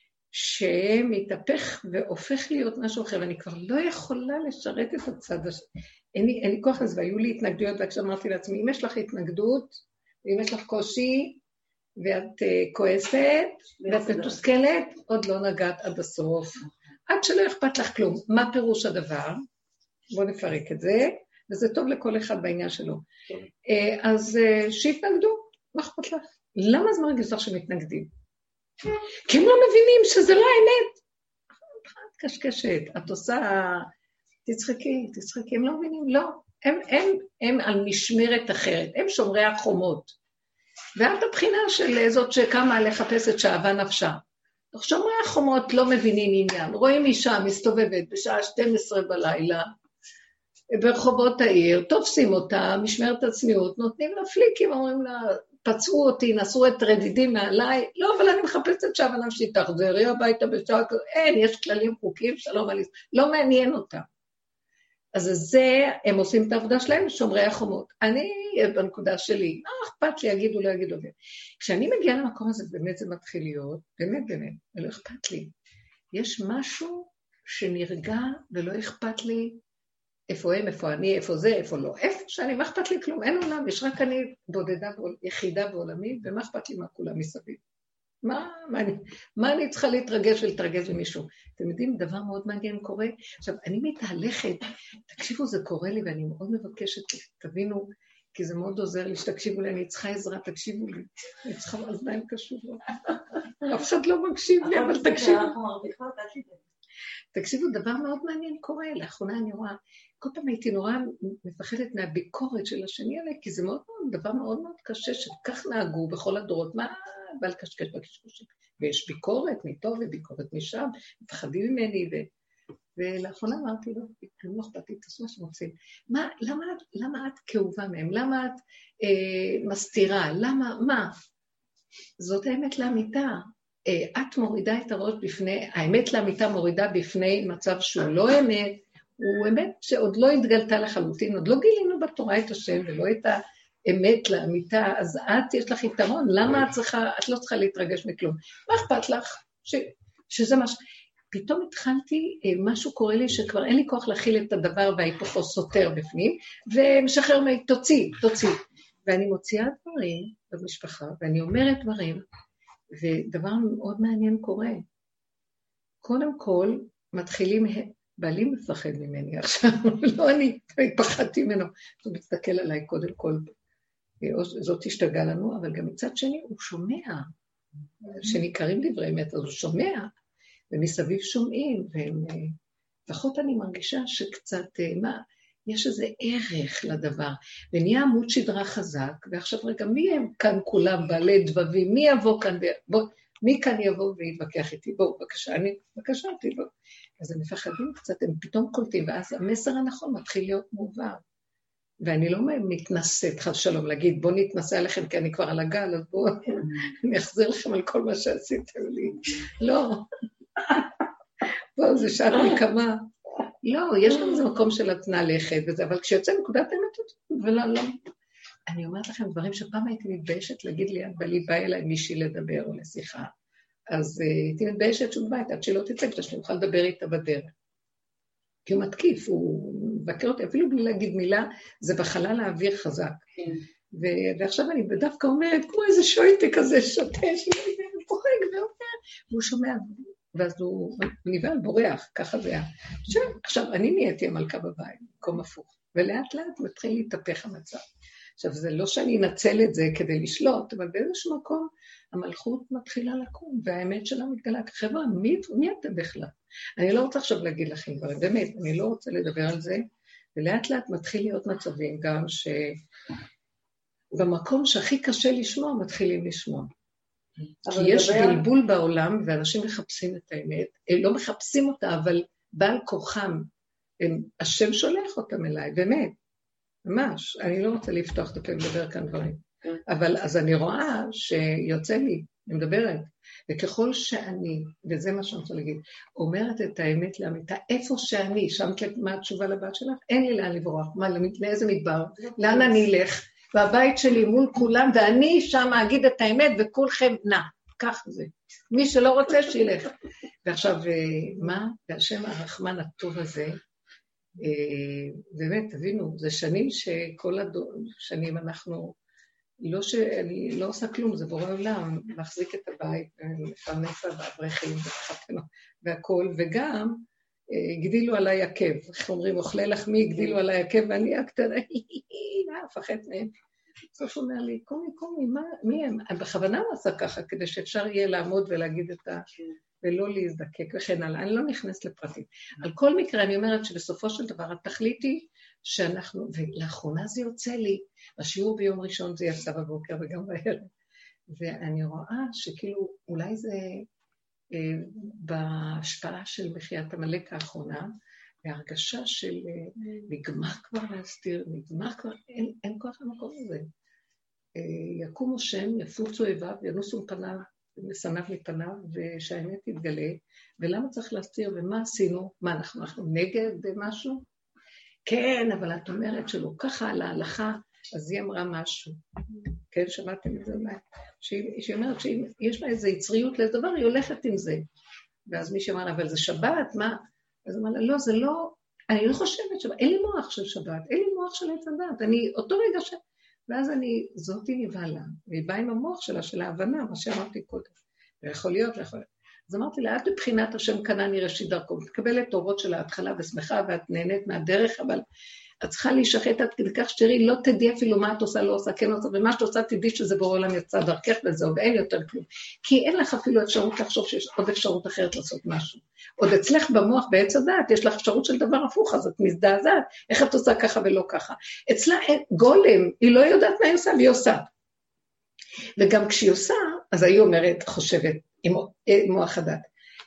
שמתהפך והופך להיות משהו אחר, ואני כבר לא יכולה לשרת את הצד השני, אין לי, אין לי כוח לזה, והיו לי התנגדויות, וכשאמרתי לעצמי, אם יש לך התנגדות, ואם יש לך קושי, ואת uh, כועסת, ואת מתוסכלת, עוד לא נגעת עד הסוף. עד שלא אכפת לך כלום. מה פירוש הדבר? בואו נפרק את זה, וזה טוב לכל אחד בעניין שלו. Uh, אז uh, שיתנגדו, מה אכפת לך? למה זה מרגיש לך שמתנגדים? כי הם לא מבינים שזה לא האמת. את קשקשת, את עושה... תצחקי, תצחקי, הם לא מבינים, לא. הם, הם, הם על משמרת אחרת, הם שומרי החומות. ואת הבחינה של זאת שקמה לחפש את שאהבה נפשה. שומרי החומות לא מבינים עניין, רואים אישה מסתובבת בשעה שתים עשרה בלילה, ברחובות העיר, תופסים אותה, משמרת הצניעות, נותנים לה פליקים, אומרים לה, פצעו אותי, נסו את רדידים מעליי, לא, אבל אני מחפשת שאהבה נפשי, תחזרי הביתה בשעה כזאת, אין, יש כללים חוקים, שלום עליס, לא מעניין אותה. אז זה, הם עושים את העבודה שלהם, שומרי החומות. אני, בנקודה שלי, מה אכפת לי, יגידו, לא יגידו. כשאני מגיעה למקום הזה, באמת זה מתחיל להיות, באמת, באמת, ולא אכפת לי. יש משהו שנרגע ולא אכפת לי, איפה הם, איפה אני, איפה זה, איפה לא. איפה שאני, מה אכפת לי כלום? אין עולם, יש רק אני בודדה, יחידה בעולמי, ומה אכפת לי מה כולם מסביב. מה, מה, אני, מה אני צריכה להתרגש ולהתרגש למישהו? אתם יודעים, דבר מאוד מעניין קורה. עכשיו, אני מתהלכת, תקשיבו, זה קורה לי, ואני מאוד מבקשת, תבינו, כי זה מאוד עוזר לי, שתקשיבו לי, אני צריכה עזרה, תקשיבו לי, אני צריכה אוזניים קשובות. אף אחד לא מקשיב לי, אבל תקשיבו. תקשיבו, דבר מאוד מעניין קורה, לאחרונה אני רואה, כל פעם הייתי נורא מפחדת מהביקורת של השני עליי, כי זה מאוד מאוד, דבר מאוד מאוד קשה, שכך נהגו בכל הדורות, מה, ועל קשקש בקשקושים, ויש ביקורת מטוב וביקורת משם, מפחדים ממני, ו... ולאחרונה אמרתי לו, אני לא אכפת לי, תעשו מה שמוצאים, מה, למה, למה את כאובה מהם, למה את אה, מסתירה, למה, מה? זאת האמת לאמיתה, אה, את מורידה את הראש בפני, האמת לאמיתה מורידה בפני מצב שהוא לא אמת, הוא אמת שעוד לא התגלתה לחלוטין, עוד לא גילינו בתורה את השם ולא את האמת לאמיתה, אז את יש לך יתרון, למה את צריכה, את לא צריכה להתרגש מכלום, מה אכפת לך? ש, שזה מה ש... פתאום התחלתי, משהו קורה לי שכבר אין לי כוח להכיל את הדבר וההיפוכו סותר בפנים, ומשחרר מי, תוציא, תוציא. ואני מוציאה דברים במשפחה, ואני אומרת דברים, ודבר מאוד מעניין קורה. קודם כל, מתחילים, בעלי מפחד ממני עכשיו, לא אני, פחדתי ממנו, הוא מסתכל עליי קודם כל, זאת תשתגע לנו, אבל גם מצד שני הוא שומע, שניכרים דברי אמת, אז הוא שומע, ומסביב שומעים, ולפחות אני מרגישה שקצת, מה, יש איזה ערך לדבר, ונהיה עמוד שדרה חזק, ועכשיו רגע, מי הם כאן כולם בעלי דבבים, מי יבוא כאן, בוא, מי כאן יבוא ויתווכח איתי, בואו, בבקשה, אני, בבקשה, תבוא. אז הם מפחדים קצת, הם פתאום קולטים, ואז המסר הנכון מתחיל להיות מובן. ואני לא מתנסית, חד שלום, להגיד, בוא נתנסה עליכם, כי אני כבר על הגל, אז בואו, אני אחזיר לכם על כל מה שעשיתם לי. לא. בואו, זה שעת נקמה. לא, יש גם איזה מקום של התנאה לכת וזה, אבל כשיוצא נקודת אמת, ולא, לא. אני אומרת לכם דברים שפעם הייתי מתביישת להגיד לי, בלי בא אליי מישהי לדבר או לשיחה. אז הייתי מתביישת שום בית, עד שלא תצא, כשאני אוכל לדבר איתה בדרך. כי הוא מתקיף, הוא מבקר אותי, אפילו בלי להגיד מילה, זה בחלל האוויר חזק. ו- ועכשיו אני דווקא אומרת, כמו איזה שויטי כזה שוטה, שפוחק ואומר, והוא שומע, ואז הוא נבהל, בורח, ככה זה היה. עכשיו, עכשיו, אני נהייתי המלכה בבית, מקום הפוך, ולאט לאט מתחיל להתהפך המצב. עכשיו, זה לא שאני אנצל את זה כדי לשלוט, אבל באיזשהו מקום המלכות מתחילה לקום, והאמת שלה מתגלה. חבר'ה, מי, מי אתם בכלל? אני לא רוצה עכשיו להגיד לכם דברים, באמת, אני לא רוצה לדבר על זה, ולאט לאט מתחיל להיות מצבים גם שבמקום שהכי קשה לשמוע, מתחילים לשמוע. כי יש בלבול בעולם, ואנשים מחפשים את האמת, הם לא מחפשים אותה, אבל בעל כוחם, הם, השם שולח אותם אליי, באמת, ממש, אני לא רוצה לפתוח את הפה ולדבר כאן דברים, אבל אז אני רואה שיוצא לי, אני מדברת, וככל שאני, וזה מה שאני רוצה להגיד, אומרת את האמת לאמיתה, איפה שאני, שמת מה התשובה לבת שלך? אין לי לאן לברוח, מה, לאיזה מדבר, לאן אני אלך, והבית שלי מול כולם, ואני שם אגיד את האמת, וכולכם נע, כך זה. מי שלא רוצה שילך. ועכשיו, מה? והשם הרחמן הטוב הזה, באמת, תבינו, זה שנים שכל השנים אנחנו, לא שאני לא עושה כלום, זה בורא עולם, מחזיק את הבית, מפרנס והברכים, והכל, וגם הגדילו עליי עקב, איך אומרים, אוכלי לחמי, הגדילו עליי עקב, ואני הקטנה, פחד מהם. סוף אומר לי, קומי, קומי, מה, מי הם? בכוונה הוא עשה ככה, כדי שאפשר יהיה לעמוד ולהגיד את ה... ולא להזדקק וכן הלאה. אני לא נכנס לפרטים. על כל מקרה, אני אומרת שבסופו של דבר, התכלית היא שאנחנו, ולאחרונה זה יוצא לי, בשיעור ביום ראשון זה יצא בבוקר וגם בערב, ואני רואה שכאילו, אולי זה אה, בהשפעה של מחיית המלאק האחרונה, והרגשה של אה, נגמר כבר להסתיר, נגמר כבר, אין, אין כוח למקום הזה. אה, יקומו שם, יפוצו איביו, ינוסו פניו, מסניו מפניו, ושהאמת תתגלה, ולמה צריך להסתיר, ומה עשינו? מה, אנחנו, אנחנו נגד משהו? כן, אבל את אומרת שלא ככה על ההלכה, אז היא אמרה משהו. כן, שמעתם את זה אולי? שהיא, שהיא אומרת שיש לה איזו יצריות לאיזה דבר, היא הולכת עם זה. ואז מי שאמר לה, אבל זה שבת, מה? אז אמרה לה, לא, זה לא, אני לא חושבת שבת, אין לי מוח של שבת, אין לי מוח של עץ הדת, אני אותו רגע ש... ואז אני, זאתי נבהלה, והיא באה עם המוח שלה, של ההבנה, מה שאמרתי קודם. ויכול להיות, ויכול להיות. אז אמרתי לה, את מבחינת השם קנני ראשית דרכו, תקבלת תורות של ההתחלה ושמחה, ואת נהנית מהדרך, אבל את צריכה להישחט עד כדי כך שתראי, לא תדעי אפילו מה את עושה, לא עושה, כן עושה, ומה שאת עושה תדעי שזה בורא עולם יצא דרכך וזהו, ואין יותר כלום. כי אין לך אפילו אפשרות לחשוב שיש עוד אפשרות אחרת לעשות משהו. עוד אצלך במוח בעץ הדעת, יש לך אפשרות של דבר הפוך, אז את מזדעזעת, איך את עושה ככה ולא ככה. אצלה גולם, היא לא יודעת מה היא עושה, והיא עושה. וגם כשהיא עושה, אז היא אומרת, חושבת, עם מוח הדת,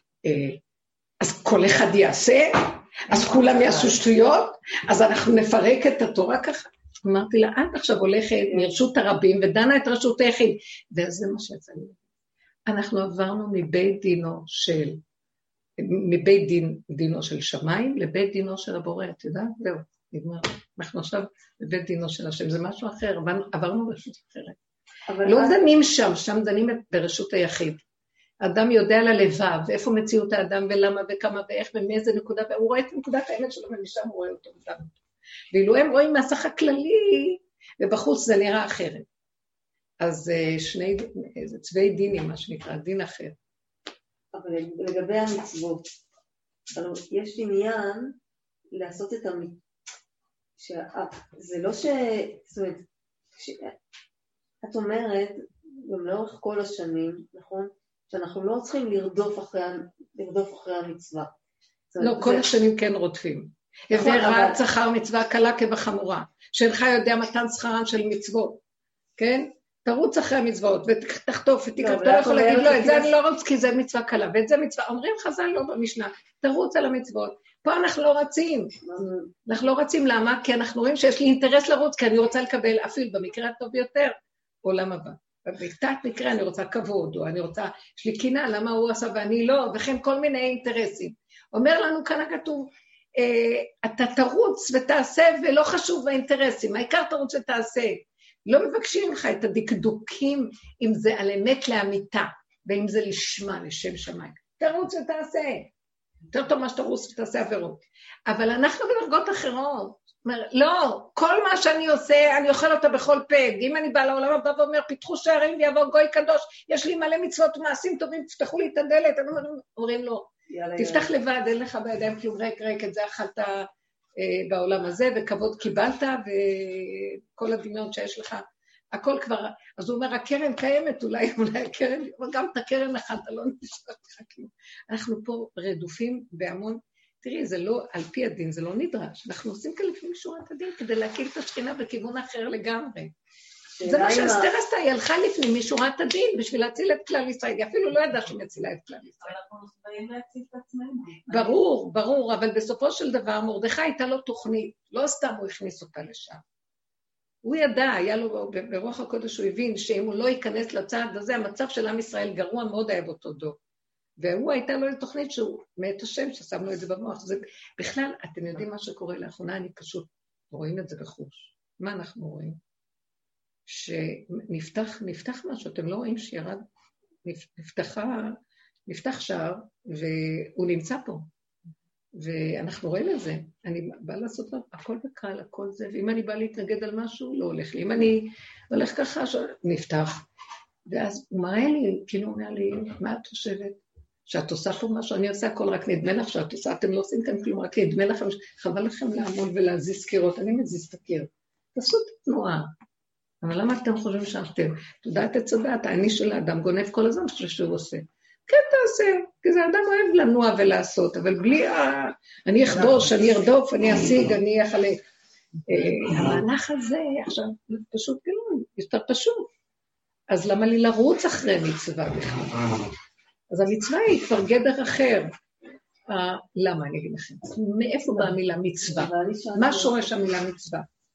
אז כל אחד יעשה, אז כולם יעשו שטויות, אז אנחנו נפרק את התורה ככה. אמרתי לה, את עכשיו הולכת מרשות הרבים, ודנה את רשות היחיד, ואז זה מה שיצא לי. אנחנו עברנו מבית דינו של, מבית דין, דינו של שמיים, לבית דינו של הבורא, את יודעת? זהו, נגמר. אנחנו עכשיו בבית דינו של השם, זה משהו אחר, עברנו רשות אחרת. לא דנים שם, שם דנים ברשות היחיד. האדם יודע ללבב, ואיפה מציאות האדם, ולמה, וכמה, ואיך, ומאיזה נקודה, והוא רואה את נקודת האמת שלו, ומשם הוא רואה אותו, ודם אותו. ואילו הם רואים מהסך הכללי, ובחוץ זה נראה אחרת. אז שני, זה צווי דינים, מה שנקרא, דין אחר. אבל לגבי המצוות, יש עניין לעשות את המצוות, זה לא ש... זאת אומרת, את אומרת, גם לאורך כל השנים, נכון? שאנחנו לא צריכים לרדוף אחרי, לרדוף אחרי המצווה. לא, כל השנים כן רודפים. הווה רע שכר מצווה קלה כבחמורה, שאינך יודע מתן שכרן של מצוות, כן? תרוץ אחרי המצוות, ותחטוף, ותקרב, אתה לא יכול להגיד, לא, את זה אני לא רוצה, כי זה מצווה קלה, ואת זה מצווה, אומרים חז"ל לא במשנה, תרוץ על המצוות. פה אנחנו לא רצים, אנחנו לא רצים, למה? כי אנחנו רואים שיש לי אינטרס לרוץ, כי אני רוצה לקבל אפילו במקרה הטוב ביותר, עולם הבא. ובתת מקרה אני רוצה כבוד, או אני רוצה, יש לי קינה, למה הוא עשה ואני לא, וכן כל מיני אינטרסים. אומר לנו כאן הכתוב, אתה תרוץ ותעשה ולא חשוב האינטרסים, העיקר תרוץ ותעשה. לא מבקשים לך את הדקדוקים, אם זה על אמת לאמיתה, ואם זה לשמה, לשם שמיים. תרוץ ותעשה. יותר טוב מה שתרוס ותעשה עבירות. אבל אנחנו בדרגות אחרות. אומר, לא, כל מה שאני עושה, אני אוכל אותה בכל פה. אם אני באה לעולם הבא ואומר, פיתחו שערים ויבוא גוי קדוש, יש לי מלא מצוות ומעשים טובים, תפתחו לי את הדלת. אומרים לו, תפתח לבד, אין לך בידיים כלום, ריק ריק, את זה אכלת אה, בעולם הזה, וכבוד קיבלת, וכל הדמיון שיש לך, הכל כבר, אז הוא אומר, הקרן קיימת, אולי, אולי הקרן, אבל גם את הקרן אכלת, לא נשאר לך כלום. אנחנו פה רדופים בהמון, תראי, זה לא, על פי הדין, זה לא נדרש, אנחנו עושים כאן לפנים שורת הדין, כדי להקיל את השכינה בכיוון אחר לגמרי. זה מה שאסתר עשתה, היא הלכה לפנים משורת הדין, בשביל להציל את כלל ישראל, היא אפילו לא ידעה שהיא מצילה את כלל ישראל. אבל אנחנו באים להציל את עצמנו. ברור, ברור, אבל בסופו של דבר, מרדכי הייתה לו תוכנית, לא סתם הוא הכניס אותה לשם. הוא ידע, היה לו, ברוח הקודש הוא הבין, שאם הוא לא ייכנס לצעד הזה, המצב של עם ישראל גרוע מאוד היה באותו דור. והוא הייתה לו תוכנית שהוא מת השם, ששמנו את זה במוח. זה, בכלל, אתם יודעים מה שקורה לאחרונה, אני פשוט רואים את זה בחוש. מה אנחנו רואים? שנפתח, נפתח משהו, אתם לא רואים שירד, נפתחה, נפתח שער, והוא נמצא פה. ואנחנו רואים את זה. אני באה לעשות לו, הכל בקל, הכל זה, ואם אני באה להתנגד על משהו, לא הולך לי. אם אני הולך ככה, נפתח. ואז הוא מראה לי, כאילו אומר לי, מה את חושבת? שאת עושה פה משהו, אני עושה הכל, רק נדמה לך שאת עושה, אתם לא עושים כאן כלום, רק נדמה לכם, חבל לכם לעמוד ולהזיז קירות, אני מזיז את הקיר. תעשו את התנועה. אבל למה אתם חושבים שאתם, תודעת את צדעת, העני של האדם גונב כל הזמן חושב שהוא עושה. כן תעשה, כי זה אדם אוהב לנוע ולעשות, אבל בלי ה... אני אכבוש, אני ארדוף, אני אשיג, אני אחלק. המהלך הזה עכשיו פשוט גלוי, יותר פשוט. אז למה לי לרוץ אחרי מצווה בכלל? אז המצווה היא כבר גדר אחר. למה אני אגיד לכם? מאיפה באה המילה מצווה? מה שורש המילה מצווה?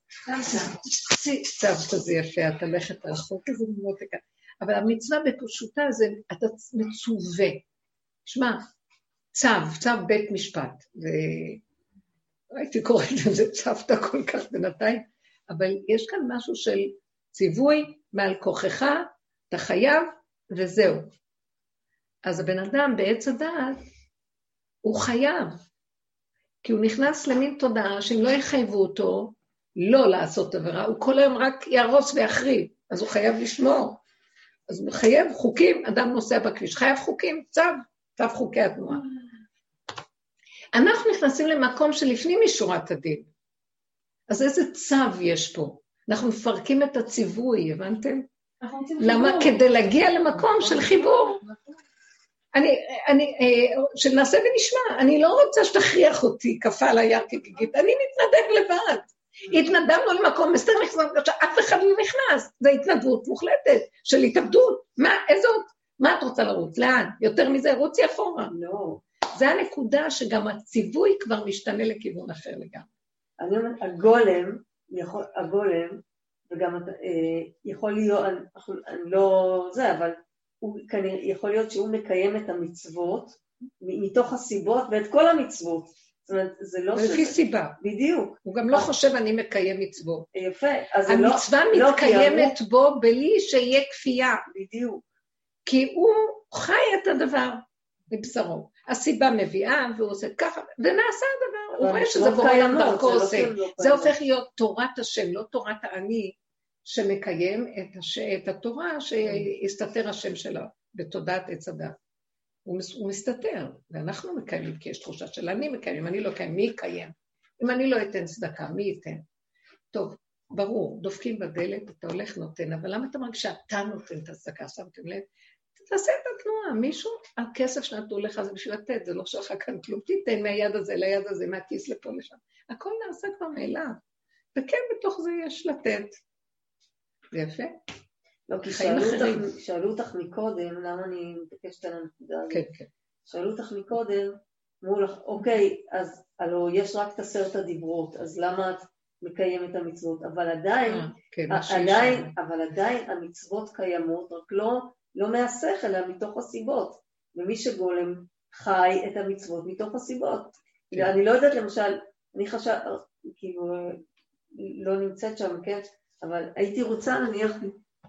צו כזה יפה, את הלכת על החוק כזה ממותקה. אבל המצווה בפשוטה זה, אתה מצווה. שמע, צו, צו בית משפט. והייתי קוראת לזה צוות כל כך בינתיים, אבל יש כאן משהו של ציווי מעל כוחך, אתה חייב, וזהו. אז הבן אדם בעץ הדעת, הוא חייב, כי הוא נכנס למין תודעה שאם לא יחייבו אותו, לא לעשות עבירה, הוא כל היום רק יהרוס ויחריב, אז הוא חייב לשמור. אז הוא חייב חוקים, אדם נוסע בכביש, חייב חוקים, צו, צו חוקי התנועה. אנחנו נכנסים למקום שלפנים משורת הדין. אז איזה צו יש פה? אנחנו מפרקים את הציווי, הבנתם? למה? כדי להגיע למקום של חיבור. אני, אני, שנעשה ונשמע, אני לא רוצה שתכריח אותי, כפה על היד כגיגית, אני מתנדב לבד. התנדבנו למקום, מסתר נכנס, אף אחד לא נכנס, זה התנדבות מוחלטת של התאבדות. מה, איזו, מה את רוצה לרוץ? לאן? יותר מזה, רוצי אחורה. לא. זה הנקודה שגם הציווי כבר משתנה לכיוון אחר לגמרי. אני אומרת, הגולם, יכול, הגולם, וגם אה, יכול להיות, אני, אני לא זה, אבל הוא כנראה, יכול להיות שהוא מקיים את המצוות, מתוך הסיבות ואת כל המצוות. זאת אומרת, זה לא... לפי סיבה. בדיוק. הוא גם לא חושב אני מקיים מצוות. יפה. אז זה לא... המצווה מתקיימת בו בלי שיהיה כפייה. בדיוק. כי הוא חי את הדבר מבשרו. הסיבה מביאה והוא עושה ככה, ונעשה הדבר. הוא רואה שזה בורא עולם דרכו עושה. זה הופך להיות תורת השם, לא תורת העני, שמקיים את התורה שיסתתר השם שלו בתודעת עץ הדת. הוא מסתתר, ואנחנו מקיימים, כי יש תחושה של אני מקיים, אני לא קיים, מי יקיים? אם אני לא אתן צדקה, מי ייתן? טוב, ברור, דופקים בדלת, אתה הולך נותן, אבל למה אתה מרגיש שאתה נותן את הצדקה? שמתם לב? תעשה את התנועה, מישהו, הכסף שנתנו לך זה בשביל לתת, זה לא שלך כאן כלום, תיתן מהיד הזה ליד הזה, מהכיס לפה לשם. הכל נעשה כבר מאליו, וכן בתוך זה יש לתת. זה יפה? לא, כי שאלו אותך, שאלו אותך מקודם, למה אני מתעקשת על הנקודה הזאת? כן, כן. שאלו אותך מקודם, אמרו לך, אוקיי, אז הלוא יש רק את עשרת הדיברות, אז למה את מקיימת המצוות? אבל עדיין, אה, כן, עדיין, אבל עדיין המצוות קיימות, רק לא, לא מהשכל, אלא מתוך הסיבות. ומי שגולם חי את המצוות מתוך הסיבות. כן. אני לא יודעת, למשל, אני חשב, כאילו, לא נמצאת שם, כן? אבל הייתי רוצה, נניח,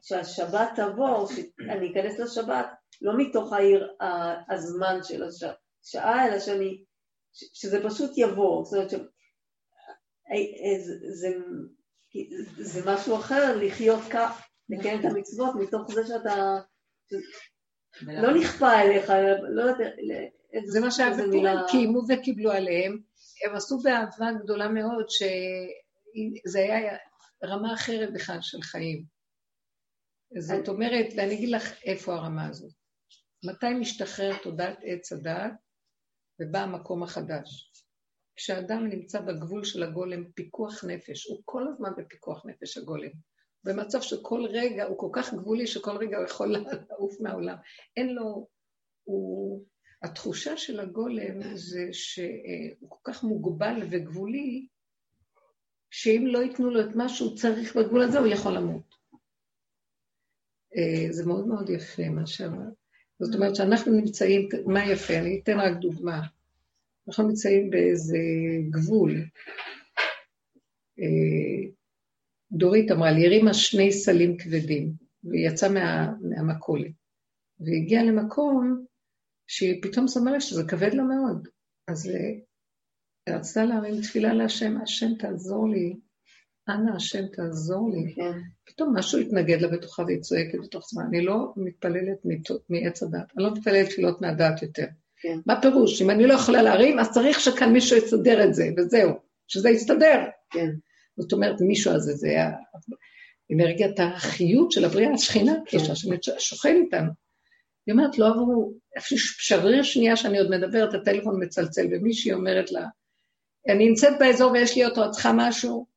שהשבת תבוא, שאני אכנס לשבת, לא מתוך העיר הזמן של השבת, שעה, אלא שאני, שזה פשוט יבוא, זאת אומרת, זה, זה, זה משהו אחר לחיות כך, לקיים את המצוות מתוך זה שאתה, לא נכפה עליך, לא יודע, זה מה שהבתים קיימו וקיבלו עליהם, הם עשו באהבה גדולה מאוד, שזה היה רמה אחרת בכלל של חיים. זאת אומרת, ואני אגיד לך איפה הרמה הזאת. מתי משתחרר תודעת עץ הדעת, ובא המקום החדש. כשאדם נמצא בגבול של הגולם, פיקוח נפש, הוא כל הזמן בפיקוח נפש הגולם. במצב שכל רגע, הוא כל כך גבולי, שכל רגע הוא יכול לעוף מהעולם. אין לו, הוא... התחושה של הגולם זה שהוא כל כך מוגבל וגבולי, שאם לא ייתנו לו את מה שהוא צריך בגבול הזה, הוא יכול למות. זה מאוד מאוד יפה מה שאמר. זאת אומרת שאנחנו נמצאים, מה יפה? אני אתן רק דוגמה. אנחנו נמצאים באיזה גבול. דורית אמרה לי, הרימה שני סלים כבדים, והיא יצאה מה, מהמקולת. והגיעה למקום שהיא פתאום שמה לה שזה כבד לה מאוד. אז היא רצתה להרים תפילה להשם, השם תעזור לי, אנא השם תעזור לי. כן. פתאום משהו התנגד לה בתוכה והיא צועקת בתוך זמן. אני לא מתפללת מעץ הדת, אני לא מתפללת תפילות מהדת יותר. כן. מה פירוש? אם אני לא יכולה להרים, אז צריך שכאן מישהו יסדר את זה, וזהו, שזה יסתדר. כן. זאת אומרת, מישהו הזה, זה האנרגיית החיות של הבריאה, השכינה, קדושה, ששוכן איתנו. היא אומרת, לא עברו, שבריר שנייה שאני עוד מדברת, הטלפון מצלצל, ומישהי אומרת לה, אני נמצאת באזור ויש לי אותו, את צריכה משהו?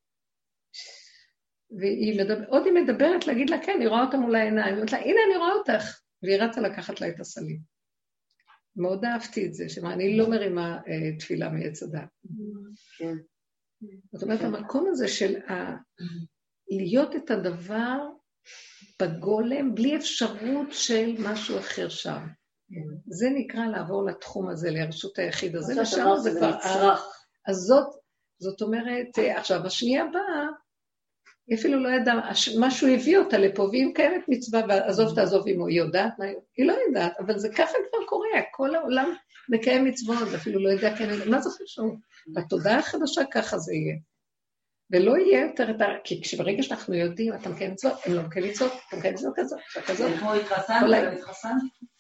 והיא מדברת, עוד היא מדברת להגיד לה, כן, אני רואה אותה מול העיניים, היא אומרת לה, הנה אני רואה אותך, והיא רצה לקחת לה את הסלים. מאוד אהבתי את זה, שמה, אני לא מרימה אה, תפילה מעץ הדת. כן. זאת אומרת, המקום הזה של ה... להיות את הדבר בגולם, בלי אפשרות של משהו אחר שם. זה נקרא לעבור לתחום הזה, לרשות היחיד הזה, ושם זה כבר... אז זאת, זאת אומרת, עכשיו, השנייה באה, היא אפילו לא ידעה, משהו הביא אותה לפה, ואם קיימת מצווה, ועזוב תעזוב אם היא יודעת, היא לא יודעת, אבל זה ככה כבר קורה, כל העולם מקיים מצוות, אפילו לא יודע, מה זה חשוב? בתודעה החדשה ככה זה יהיה. ולא יהיה יותר את ה... כי כשברגע שאנחנו יודעים, אתה מקיים מצוות, הם לא מקיים מצוות, אתה מקיים מצוות כזאת, כזאת. כמו התחסן, לא התחסן?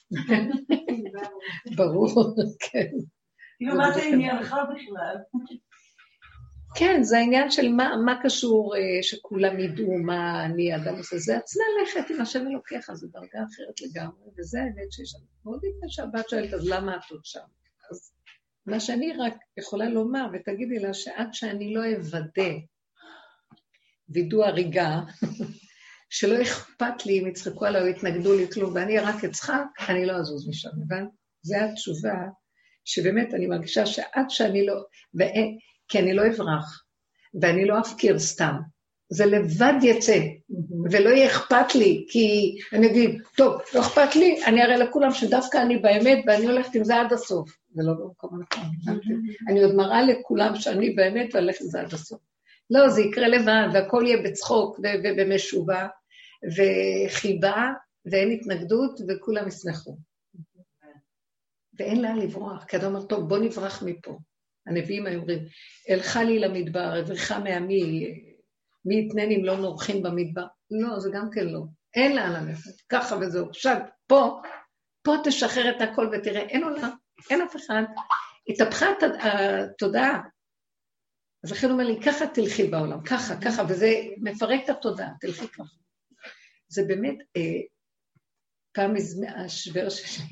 ברור, כן. כאילו מה זה עניינך בכלל? כן, זה העניין של מה, מה קשור שכולם ידעו מה אני אדם עושה. זה עצמה לכת עם השם אלוקיך, זה דרגה אחרת לגמרי, וזה האמת שיש שם. מאוד יפה שהבת שואלת, אז למה את עוד שם? אז מה שאני רק יכולה לומר, ותגידי לה שעד שאני לא אוודא וידוא הריגה, שלא אכפת לי אם יצחקו עליו, יתנגדו לי כלום, ואני רק אצחק, אני לא אזוז משם, הבנת? זו התשובה, שבאמת אני מרגישה שעד שאני לא, ואין, כי אני לא אברח, ואני לא אפקיר סתם, זה לבד יצא, ולא יהיה אכפת לי, כי אני אגיד, טוב, לא אכפת לי, אני אראה לכולם שדווקא אני באמת, ואני הולכת עם זה עד הסוף, זה לא במקום הנכון, אני עוד מראה לכולם שאני באמת והלכת עם זה עד הסוף. לא, זה יקרה לבד, והכל יהיה בצחוק ובמשובה, וחיבה, ואין התנגדות, וכולם ישמחו. ואין לה לברוח, כי אדם אומר, טוב, בוא נברח מפה. הנביאים אומרים, אלכה לי למדבר, אברחה מעמי, מי יתנן אם לא נורחים במדבר? לא, זה גם כן לא. אין לה ללכת, ככה וזהו. עכשיו, פה, פה תשחרר את הכל ותראה, אין עולם, אין אף אחד. התהפכה התודעה. אז לכן הוא אומר לי, ככה תלכי בעולם, ככה, ככה, וזה מפרק את התודעה, תלכי ככה. זה באמת, אה, פעם השבר שלי,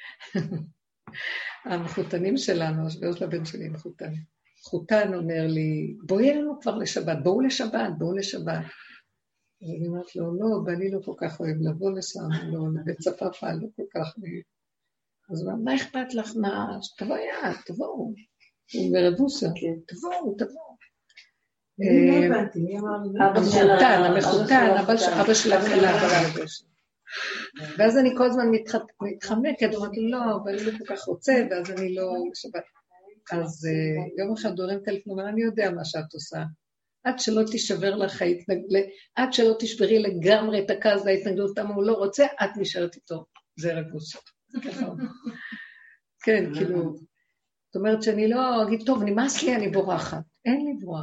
המחותנים שלנו, השבר של הבן שלי, מחותן. חותן אומר לי, בואי לנו כבר לשבת, בואו לשבת, בואו לשבת. ואני אומרת לו, לא, ואני לא כל כך אוהב לבוא לשם, לא, בצפפה, לא כל כך אוהב. אז הוא אומר, מה אכפת לך, מה, תבוא יד, תבואו. הוא אומר, רבוסה, תבואו, תבואו. אני לא הבנתי, מי אמר לי? המחותן, המחותן, אבא של הכלה. ואז אני כל הזמן מתחמקת, אומרת לי, לא, ואני לא כל כך רוצה, ואז אני לא לשבת. אז יום אחד דורם טלפון, אומר, אני יודע מה שאת עושה. עד שלא תשבר לך, עד שלא תשברי לגמרי את הכעס וההתנגדות, הוא לא רוצה, את נשארת איתו. זה רגוס. כן, כאילו, זאת אומרת שאני לא אגיד, טוב, נמאס לי, אני בורחת. אין לי ברוח.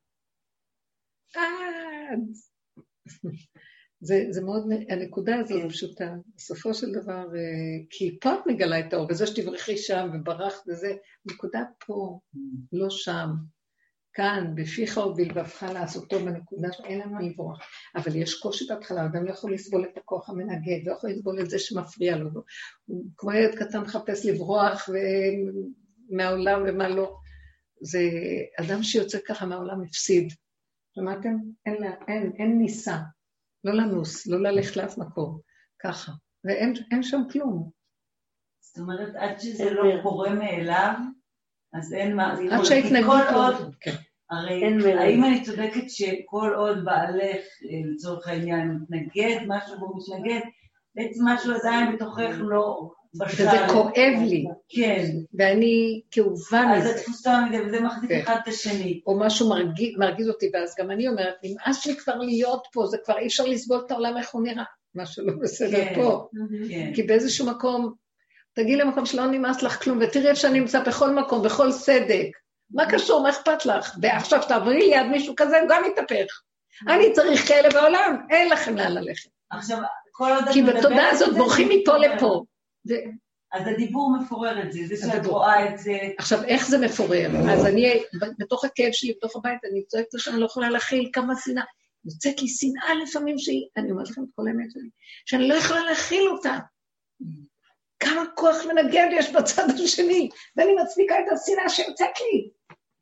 זה, זה מאוד, הנקודה הזאת פשוטה. בסופו של דבר, כי פה את מגלה את האור, וזה שתברכי שם וברחת וזה, נקודה פה, לא שם. כאן, בפיך ובלבבך לעשותו בנקודה שאין לנו לברוח. אבל יש קושי בהתחלה, אדם לא יכול לסבול את הכוח המנגד, לא יכול לסבול את זה שמפריע לו. הוא כמו ילד קטן מחפש לברוח מהעולם ומה לא. זה אדם שיוצא ככה מהעולם הפסיד. שמעתם? אין, אין, אין ניסה. לא לנוס, לא ללכת לאף מקום. ככה. ואין אין שם כלום. זאת אומרת, עד שזה לא קורה מאליו, אז אין מה... עד שההתנגדות לא... הרי האם אני צודקת שכל עוד בעלך, לצורך העניין, מתנגד, משהו בו מתנגד, בעצם משהו עדיין בתוכך לא... וזה כואב לי. כן. ואני כאובה מזה. אז את תפוסה מזה, וזה מחזיק אחד את השני. או משהו מרגיז אותי, ואז גם אני אומרת, נמאס לי כבר להיות פה, זה כבר אי אפשר לסבול את העולם איך הוא נראה. משהו לא בסדר פה. כי באיזשהו מקום, תגיעי למקום שלא נמאס לך כלום, ותראי איפה שאני נמצא בכל מקום, בכל סדק. מה קשור, מה אכפת לך? ועכשיו תעברי ליד מישהו כזה, הוא גם יתהפך. אני צריך כאלה בעולם, אין לכם לאן ללכת. עכשיו, כל עוד... כי בתודעה הזאת בורחים מפה לפה. אז הדיבור מפורר את זה, זה שאת רואה את זה... עכשיו, איך זה מפורר? אז אני, בתוך הכאב שלי, בתוך הבית, אני צועקת לשם, אני לא יכולה להכיל כמה שנאה. יוצאת לי שנאה לפעמים שהיא, אני אומרת לכם את כל האמת שלי, שאני לא יכולה להכיל אותה. כמה כוח מנגד יש בצד השני, ואני מצדיקה את השנאה שיוצאת לי.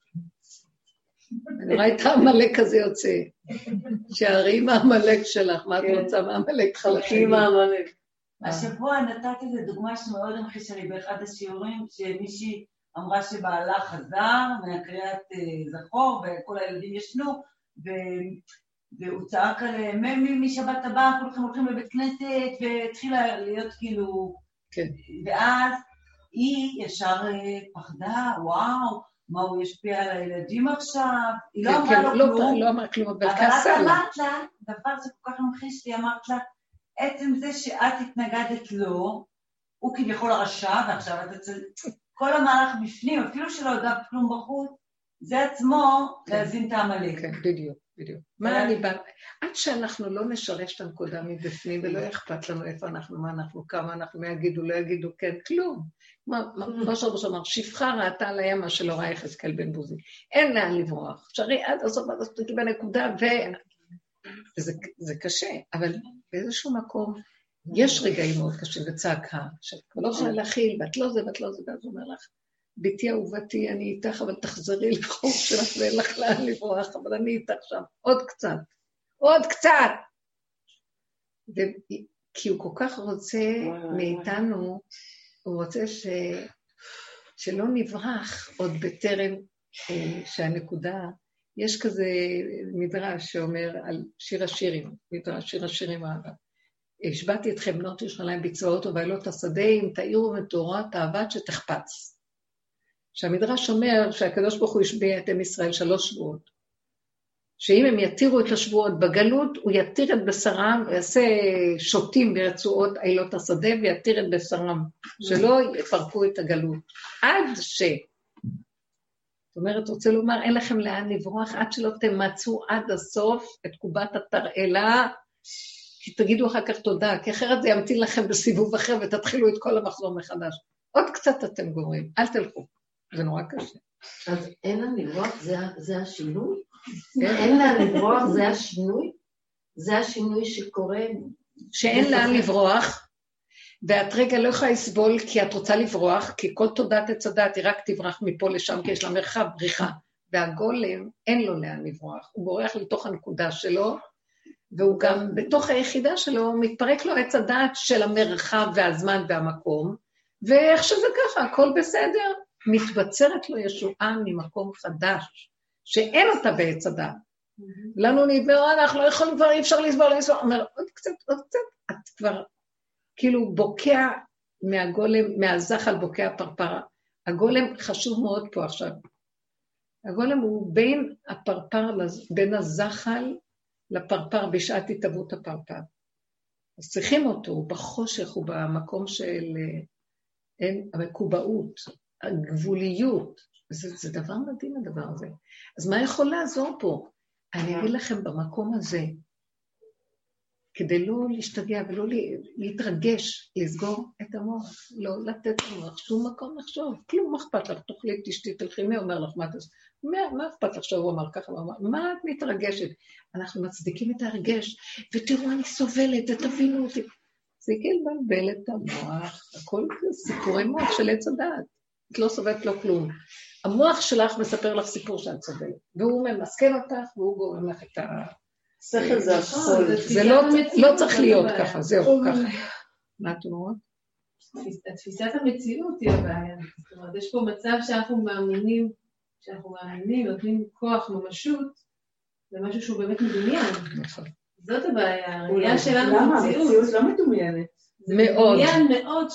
אני רואה את המלאק הזה יוצא. שערי עם המלאק שלך, מה את רוצה מהמלאק חלקי עם המלאק? השבוע נתת איזו דוגמה שמאוד המחישה לי באחד השיעורים, שמישהי אמרה שבעלה חזר מהקריאת זכור, וכל הילדים ישנו, והוא צעק עליהם, משבת הבאה, כולכם הולכים לבית כנסת, והתחילה להיות כאילו... ואז היא ישר פחדה, וואו, מה הוא ישפיע על הילדים עכשיו? היא לא אמרה לו כלום. לא אמרה כלום, אבל כעסה לה. אבל את אמרת לה, דבר שכל כך ממחיש לי, אמרת לה, עצם זה שאת התנגדת לו, הוא כביכול הרשע, ועכשיו את אצל כל המהלך בפנים, אפילו שלא יודע כלום בחוץ, זה עצמו להזין את העמלק. כן, בדיוק, בדיוק. מה אני בא... עד שאנחנו לא נשרש את הנקודה מבפנים, ולא אכפת לנו איפה אנחנו, מה אנחנו, כמה אנחנו, מה יגידו, לא יגידו, כן, כלום. מה שרבוש אמר, שפחה ראתה על הים מה שלא ראה יחזקאל בן בוזי. אין לאן לברוח. אפשרי עד הסוף, עד הסוף, בנקודה, ו... זה קשה, אבל באיזשהו מקום, יש רגעים מאוד קשים וצעקה, שאת לא יכולה להכיל, ואת לא זה, ואת לא זה, ואז אומר לך, ביתי אהובתי, אני איתך, אבל תחזרי לחוק שלך, ואין לך לאן לברוח, אבל אני איתך שם, עוד קצת, עוד קצת. כי הוא כל כך רוצה מאיתנו, הוא רוצה ש... שלא נברח עוד בטרם שהנקודה, יש כזה מדרש שאומר על שיר השירים, מדרש שיר השירים האהבה. השבעתי אתכם בנות ירושלים בצבאות ובעלות השדה, אם תאירו מתורת אהבת שתחפץ. שהמדרש אומר שהקדוש ברוך הוא השביע את עם ישראל שלוש שבועות. שאם הם יתירו את השבועות בגלות, הוא יתיר את בשרם, הוא יעשה שוטים ברצועות עילות השדה, ויתיר את בשרם, שלא יפרקו את הגלות. עד ש... זאת אומרת, רוצה לומר, אין לכם לאן לברוח, עד שלא תמצאו עד הסוף את קובת התרעלה, כי תגידו אחר כך תודה, כי אחרת זה ימתין לכם בסיבוב אחר, ותתחילו את כל המחזור מחדש. עוד קצת אתם גורמים, אל תלכו, זה נורא קשה. אז אין לאן לברוח, זה, זה השינוי? אין לאן לברוח, זה השינוי? זה השינוי שקורה? שאין לאן לברוח, ואת רגע לא יכולה לסבול כי את רוצה לברוח, כי כל תודעת הצדת היא רק תברח מפה לשם, כי יש לה מרחב בריחה. והגולם אין לו לאן לברוח, הוא בורח לתוך הנקודה שלו, והוא גם בתוך היחידה שלו מתפרק לו עץ הדעת של המרחב והזמן והמקום, ואיך שזה ככה, הכל בסדר, מתבצרת לו ישועה ממקום חדש, שאין אותה בעץ הדעת. לנו נדבר, אנחנו לא יכולים כבר, אי אפשר לסבול, לסבול, אומר, עוד קצת, עוד קצת, את כבר... כאילו בוקע מהגולם, מהזחל בוקע פרפרה. הגולם חשוב מאוד פה עכשיו. הגולם הוא בין הפרפר, בין הזחל לפרפר בשעת התאבות הפרפר. אז צריכים אותו, הוא בחושך, הוא במקום של אין, המקובעות, הגבוליות, זה, זה דבר מדהים הדבר הזה. אז מה יכול לעזור פה? אני אגיד לכם במקום הזה, כדי לא להשתגע ולא להתרגש, לסגור את המוח, לא לתת למוח שום מקום לחשוב, כלום, מה אכפת לך? תאכלי, תשתי, תלכי, מי אומר לך, מה תעשה? מה, מה אכפת לך שהוא אמר ככה? מה את מתרגשת? אנחנו מצדיקים את הרגש, ותראו, אני סובלת, ותבינו אותי. זה כלבלבל את המוח, הכל סיפורי מוח של עץ הדעת. את לא סובלת לו כלום. המוח שלך מספר לך סיפור שאת סובלת, והוא ממסכן אותך, והוא גורם לך את ה... שכל זה הכל. זה לא צריך להיות ככה, זהו, ככה. מה את אומרת? תפיסת המציאות היא הבעיה. זאת אומרת, יש פה מצב שאנחנו מאמינים, שאנחנו מאמינים, נותנים כוח ממשות, למשהו שהוא באמת מדומיין. זאת הבעיה, הראייה שלנו למה? במציאות. המציאות לא מדומיינת. מאוד. מדומיין מאוד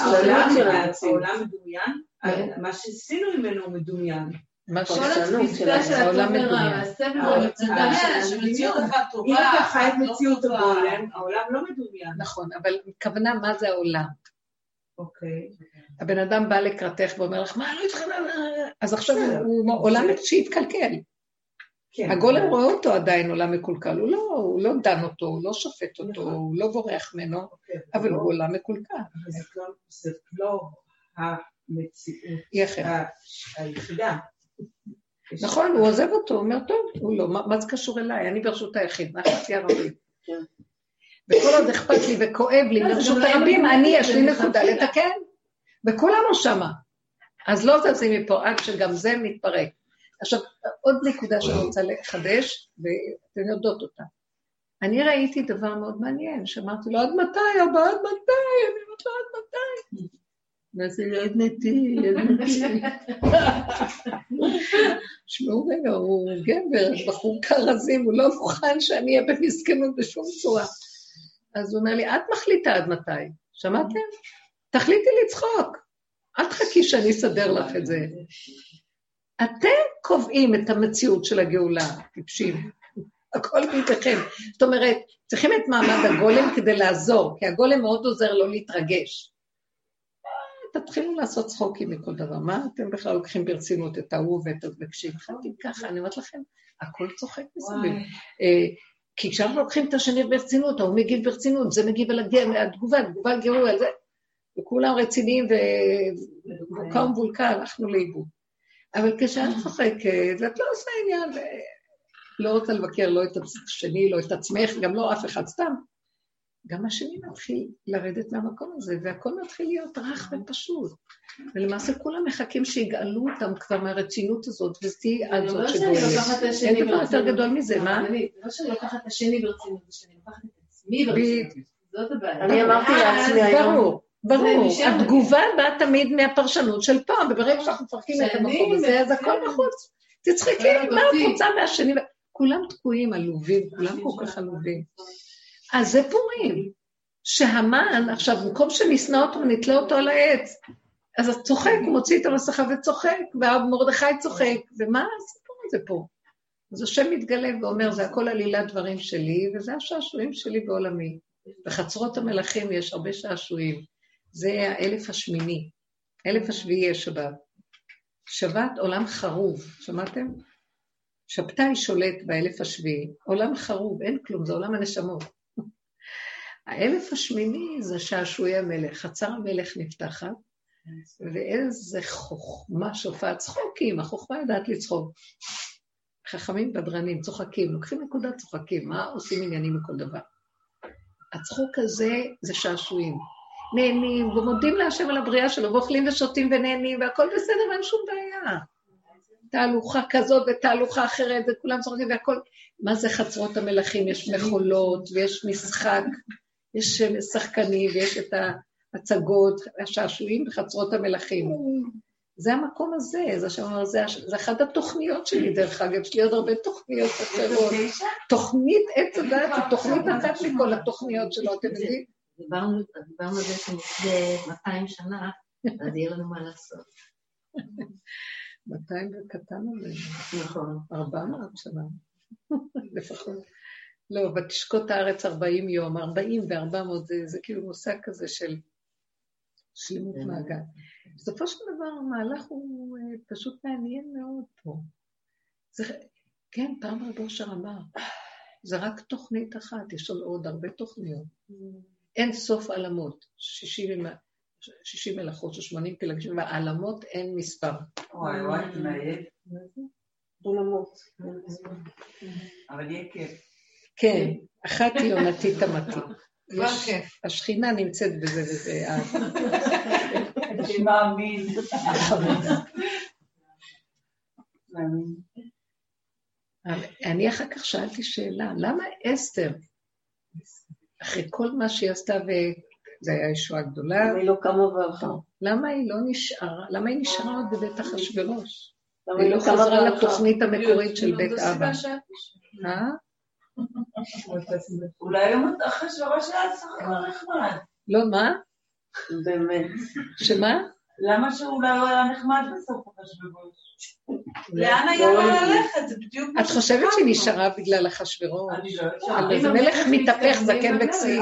העולם מדומיין, מה שעשינו ממנו מדומיין. מה כל שעשינו, התפיסה של העולם הטוב ורע, מדומיין. והסבל והמצוקה שמציאות אחת טובה, אם אתה חי את לא מציאות טובה. הגולם, העולם לא מדומיין. נכון, אבל כוונה מה זה העולם? אוקיי. הבן אדם בא לקראתך ואומר לך, מה, לא התחלה, אז עכשיו הוא עולם שהתקלקל. הגולם רואה אותו עדיין עולם מקולקל, הוא לא, הוא לא דן אותו, הוא לא שופט אותו, הוא לא בורח ממנו, אבל הוא עולם מקולקל. זה לא המציאות היחידה. נכון, הוא עוזב אותו, הוא אומר, טוב, הוא לא, מה זה קשור אליי? אני ברשות היחיד, מה חצי הרבים. וכל עוד אכפת לי וכואב לי, ברשות הרבים, אני יש לי נקודה לתקן, וכולנו שמה. אז לא תעשי מפה עד שגם זה מתפרק. עכשיו, עוד נקודה שאני רוצה לחדש, ואתן יודעות אותה. אני ראיתי דבר מאוד מעניין, שאמרתי לו, עד מתי, אבא, עד מתי, אני אומרת לו, עד מתי. ועשיתי לו, עד נתי, עד נתי. שמעו רגע, הוא גבר, בחור כרזים, הוא לא מוכן שאני אהיה במסכנות בשום צורה. אז הוא אומר לי, את מחליטה עד מתי? שמעתם? תחליטי לצחוק. אל תחכי שאני אסדר לך את זה. אתם קובעים את המציאות של הגאולה, טיפשים. הכל בידיכם. זאת אומרת, צריכים את מעמד הגולם כדי לעזור, כי הגולם מאוד עוזר לא להתרגש. תתחילו לעשות צחוקים מכל דבר. מה אתם בכלל לוקחים ברצינות את ההוא ואת הדבקשי? התחלתי ככה, אני אומרת לכם, הכל צוחק מסביב. כי כשאנחנו לוקחים את השני ברצינות, הוא מגיב ברצינות, זה מגיב על התגובה, התגובה על גירוי, על זה, וכולם רציניים ובוקה ומבולקה, הלכנו לאיבוד. אבל כשאת צוחקת, ואת לא עושה עניין, לא רוצה לבקר לא את השני, לא את עצמך, גם לא אף אחד סתם. גם השני מתחיל לרדת מהמקום הזה, והכל מתחיל להיות רך ופשוט. ולמעשה כולם מחכים שיגאלו אותם כבר מהרצינות הזאת, וזתהי עד זאת שגואלת. אין דבר יותר גדול מזה, מה? זה לא שאני לוקחת את השני ברצינות, זה שאני לוקחת את עצמי ברצינות. זאת הבעיה. אני אמרתי לעצמי היום. ברור, ברור. התגובה באה תמיד מהפרשנות של פעם, וברגע שאנחנו מפרקים את המקום הזה, אז הכל בחוץ. תצחקי, מה את רוצה מהשני? כולם תקועים, עלובים, כולם כל כך עלובים. אז זה פורים, שהמן, עכשיו, במקום שנשנא אותו ונתלה אותו על העץ, אז הוא צוחק, הוא מוציא את המסכה וצוחק, ומרדכי צוחק, ומה הסיפור הזה פה? אז השם מתגלה ואומר, זה הכל עלילת דברים שלי, וזה השעשועים שלי בעולמי. בחצרות המלאכים יש הרבה שעשועים, זה האלף השמיני, אלף השביעי יש שבת. שבת עולם חרוב, שמעתם? שבתאי שולט באלף השביעי, עולם חרוב, אין כלום, זה עולם הנשמות. האלף השמיני זה שעשועי המלך, חצר המלך נפתחת, ואיזה חוכמה שופעת צחוקים, החוכמה יודעת לצחוק. חכמים בדרנים, צוחקים, לוקחים נקודה צוחקים, מה עושים עניינים מכל דבר? הצחוק הזה זה שעשועים, נהנים ומודים להשם על הבריאה שלו, ואוכלים ושותים ונהנים, והכל בסדר, אין שום בעיה. תהלוכה כזאת ותהלוכה אחרת, וכולם צוחקים והכל. מה זה חצרות המלכים? יש מחולות, ויש משחק, יש שחקנים, ויש את ההצגות, השעשועים בחצרות המלכים. זה המקום הזה, זה, שאומר, זה, זה אחת התוכניות שלי, דרך אגב, יש לי עוד הרבה תוכניות אחרות. תוכנית עץ הדעת היא תוכנית אחת מכל התוכניות שלו, אתם יודעים? דיברנו על זה שנפגע מאתיים שנה, אז יהיה לנו מה לעשות. מאתיים וקטן עלינו. נכון. ארבע מאות שנה. לפחות. לא, ותשקוט הארץ ארבעים יום, ארבעים וארבע מאות, זה, זה כאילו מושג כזה של שלמות מעגל. בסופו של דבר, המהלך הוא פשוט מעניין מאוד פה. זה, כן, פעם רב אושר אמר, זה רק תוכנית אחת, יש עוד הרבה תוכניות. אין סוף עלמות, שישים מלאכות, שמונים פלגשים, והעלמות אין מספר. וואי וואי, זה מעייף. עולמות. אבל יהיה כיף. כן, אחת היא עונתית המתים. כבר כיף. השכינה נמצאת בזה וזה. שמאמין. אני אחר כך שאלתי שאלה, למה אסתר, אחרי כל מה שהיא עשתה, וזה היה ישועה גדולה, למה היא לא קמה והלכה? למה היא לא נשארה, למה היא נשארה עוד בבית אחשוורוש? היא לא חזרה לתוכנית המקורית של בית אבא. אה? אולי יום אחשוורוש היה סך הכל נחמד. לא, מה? באמת. שמה? למה שאולי הוא היה נחמד בסוף אחשוורוש? לאן היה לה ללכת? זה בדיוק... את חושבת שהיא נשארה בגלל אחשוורוש? אני לא יודעת. אבל מלך מתהפך זקן וכסיל.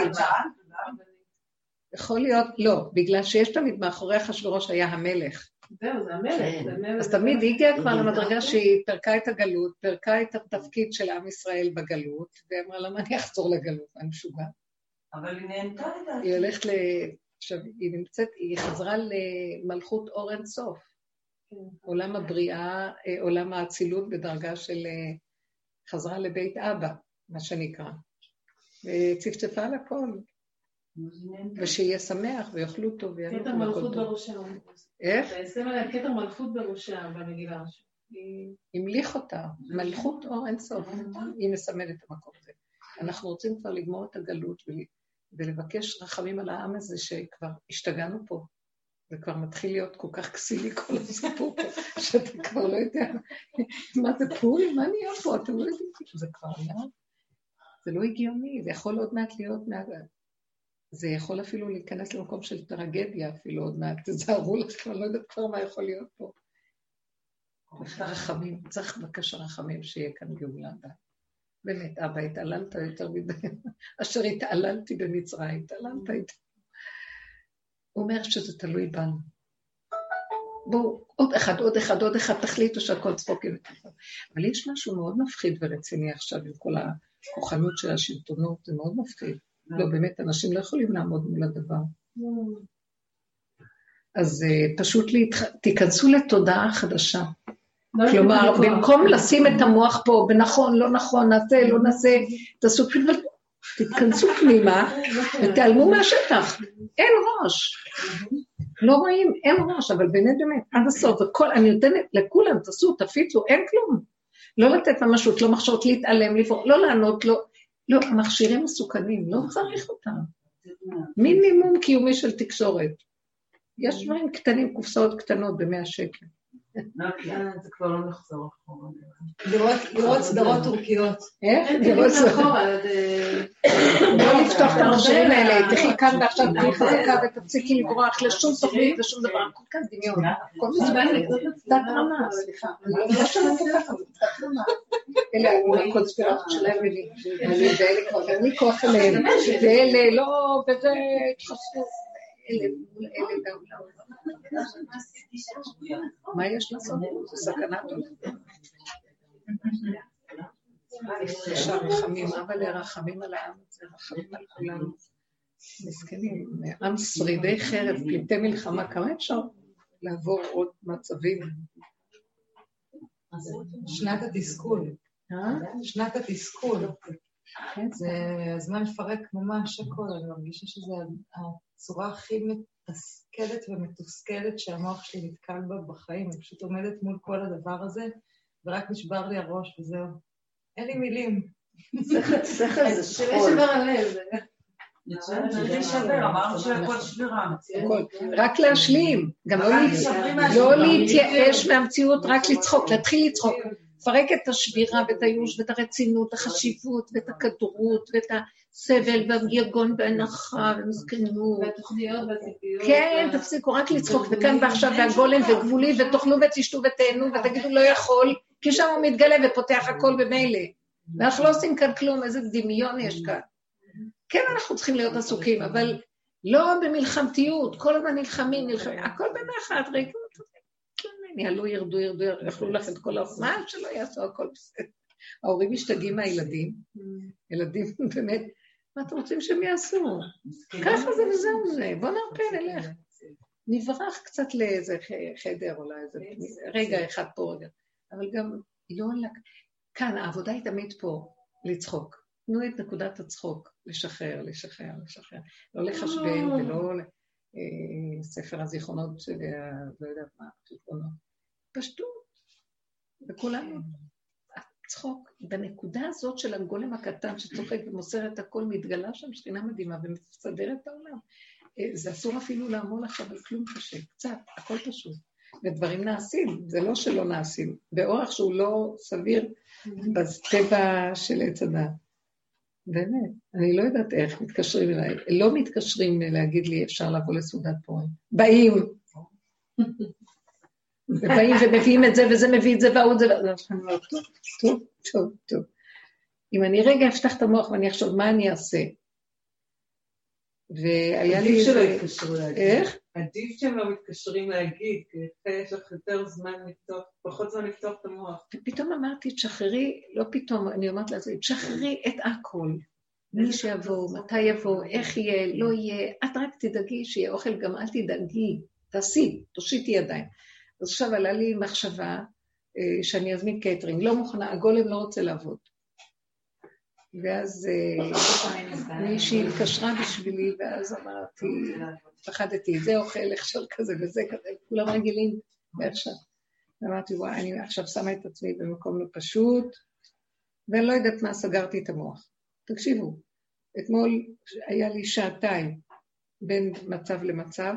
יכול להיות, לא, בגלל שיש תמיד מאחורי אחשוורוש היה המלך. זהו, זה המלך. אז תמיד היא הגיעה כבר למדרגה שהיא פרקה את הגלות, פרקה את התפקיד של עם ישראל בגלות, ואמרה למה אני אחזור לגלות, אני משוגע. אבל היא נהנתה לדעת. היא הולכת ל... עכשיו, היא נמצאת, היא חזרה למלכות אור אין סוף. עולם הבריאה, עולם האצילות בדרגה של חזרה לבית אבא, מה שנקרא. וצפצפה על הכל. ושיהיה שמח ויאכלו טוב ויאכלו כתר מלכות בראשה. איך? תעשם עליה כתר מלכות בראשה במגילה. המליך אותה, מלכות אור אין סוף. היא מסמלת את המקום הזה. אנחנו רוצים כבר לגמור את הגלות ולבקש רחמים על העם הזה שכבר השתגענו פה. זה כבר מתחיל להיות כל כך כסילי כל הסיפור פה, שאתה כבר לא יודע מה זה פורים, מה נהיה פה, אתם לא יודעים, זה כבר לא, זה לא הגיוני, זה יכול עוד מעט להיות, זה יכול אפילו להיכנס למקום של טרגדיה אפילו עוד מעט, תזהרו לך, אני לא יודעת כבר מה יכול להיות פה. רחמים, צריך בקש רחמים שיהיה כאן גאולה. באמת, אבא, התעללת יותר מדי, אשר התעללתי במצרים, התעללת איתה. הוא אומר שזה תלוי בנו. בואו, עוד אחד, עוד אחד, עוד אחד, תחליטו שהכל צחוקים. אבל יש משהו מאוד מפחיד ורציני עכשיו עם כל הכוחנות של השלטונות, זה מאוד מפחיד. לא, באמת, אנשים לא יכולים לעמוד מול הדבר. אז פשוט תיכנסו לתודעה חדשה. כלומר, במקום לשים את המוח פה, בנכון, לא נכון, נעשה, לא נעשה, תעשו פשוט, תתכנסו פנימה ותעלמו מהשטח. אין ראש. לא רואים, אין ראש, אבל באמת באמת, עד הסוף, וכל, אני נותנת לכולם, תעשו, תפיצו, אין כלום. לא לתת ממשות, לא מחשבות להתעלם, לפעול, לא לענות, לא, לא, המכשירים מסוכנים, לא צריך אותם. מינימום קיומי של תקשורת. יש דברים קטנים, קופסאות קטנות במאה שקל. זה כבר לא נחזור אחורה. לראות סדרות טורקיות. איך? לראות סדרות. לא לפתוח את המכשירים האלה, תחי כאן ועכשיו תהי חזקה ותפסיקי לברוח לשום תוכנית ושום דבר, כל כך דמיון. כל מזמן, תת רמה, סליחה. לא שמעת ככה, תת רמה. אלה הקונספירציות שלהם ואלה כבר, אין לי כוח אליהם. ואלה לא, וזה התחספו. אלה, אלה גם לא. מה יש לעשות? זה סכנה טובה. יש רחמים, אבל רחמים על העם, זה רחמים על כולנו. מסכנים, עם שרידי חרב, פליטי מלחמה, כמה אפשר לעבור עוד מצבים? שנת התסכול. שנת התסכול. זה הזמן לפרק ממש הכל, אני מרגישה שזה הצורה הכי מתסכלת ומתוסכלת שהמוח שלי נתקל בה בחיים, אני פשוט עומדת מול כל הדבר הזה, ורק נשבר לי הראש וזהו. אין לי מילים. שכל זה שכול. שבר הלב. זה שבר, אמרנו שהכל שבירה. רק להשלים, גם לא להתייאש מהמציאות, רק לצחוק, להתחיל לצחוק. לפרק את השבירה ואת היוש ואת הרצינות, החשיבות ואת הכדרות ואת הסבל והיגון והנחה ומסכנות. והתוכניות והציפיות. כן, תפסיקו רק לצחוק, וכאן ועכשיו והגולם וגבולי, ותאכלו ותשתו ותהנו ותגידו לא יכול, כי שם הוא מתגלה ופותח הכל במילא. ואנחנו לא עושים כאן כלום, איזה דמיון יש כאן. כן, אנחנו צריכים להיות עסוקים, אבל לא במלחמתיות, כל הזמן נלחמים, נלחמים, הכל בנחת, רגע, יעלו, ירדו, ירדו, יכלו לך את כל האופמה, שלא יעשו הכל בסדר. ההורים משתגעים מהילדים, ילדים באמת, מה אתם רוצים שהם יעשו? ככה זה וזהו זה, בוא נרפה, נלך. נברח קצת לאיזה חדר או לאיזה רגע אחד פה רגע, אבל גם לא, כאן העבודה היא תמיד פה, לצחוק. תנו את נקודת הצחוק, לשחרר, לשחרר, לשחרר. לא לחשבן ולא ספר הזיכרונות של, לא יודעת מה, זיכרונות. פשטות. וכולנו, הצחוק, בנקודה הזאת של הגולם הקטן שצוחק ומוסר את הכל, מתגלה שם שכינה מדהימה ומסדר את העולם. זה אסור אפילו לעמול עכשיו על כלום קשה, קצת, הכל פשוט. ודברים נעשים, זה לא שלא נעשים, באורח שהוא לא סביר בטבע של עץ הדעת. באמת, אני לא יודעת איך מתקשרים אליי, לא מתקשרים להגיד לי אפשר לבוא לסעודת פורים. באים, ובאים ומביאים את זה וזה מביא את זה והוא זה, טוב, טוב, טוב, טוב. אם אני רגע אפתח את המוח ואני אחשוב מה אני אעשה, והיה לי... עדיף שלא יתקשרו להגיד. איך? עדיף שהם לא מתקשרים להגיד, כי יש לך יותר זמן לפתוח, פחות זמן לפתוח את המוח. ופתאום אמרתי, תשחררי, לא פתאום, אני אומרת לעצמי, תשחררי את הכל. מי שיבוא, מתי יבוא, איך יהיה, לא יהיה, את רק תדאגי שיהיה אוכל, גם אל תדאגי, תעשי, תושיטי ידיים. אז עכשיו עלה לי מחשבה שאני אזמין קייטרינג, לא מוכנה, הגולם לא רוצה לעבוד. ואז מישהי התקשרה בשבילי, ואז אמרתי, פחדתי, זה אוכל, הכשר כזה וזה כזה, כולם רגילים, ועכשיו. אמרתי, וואי, אני עכשיו שמה את עצמי במקום לא פשוט, ואני לא יודעת מה, סגרתי את המוח. תקשיבו, אתמול היה לי שעתיים בין מצב למצב,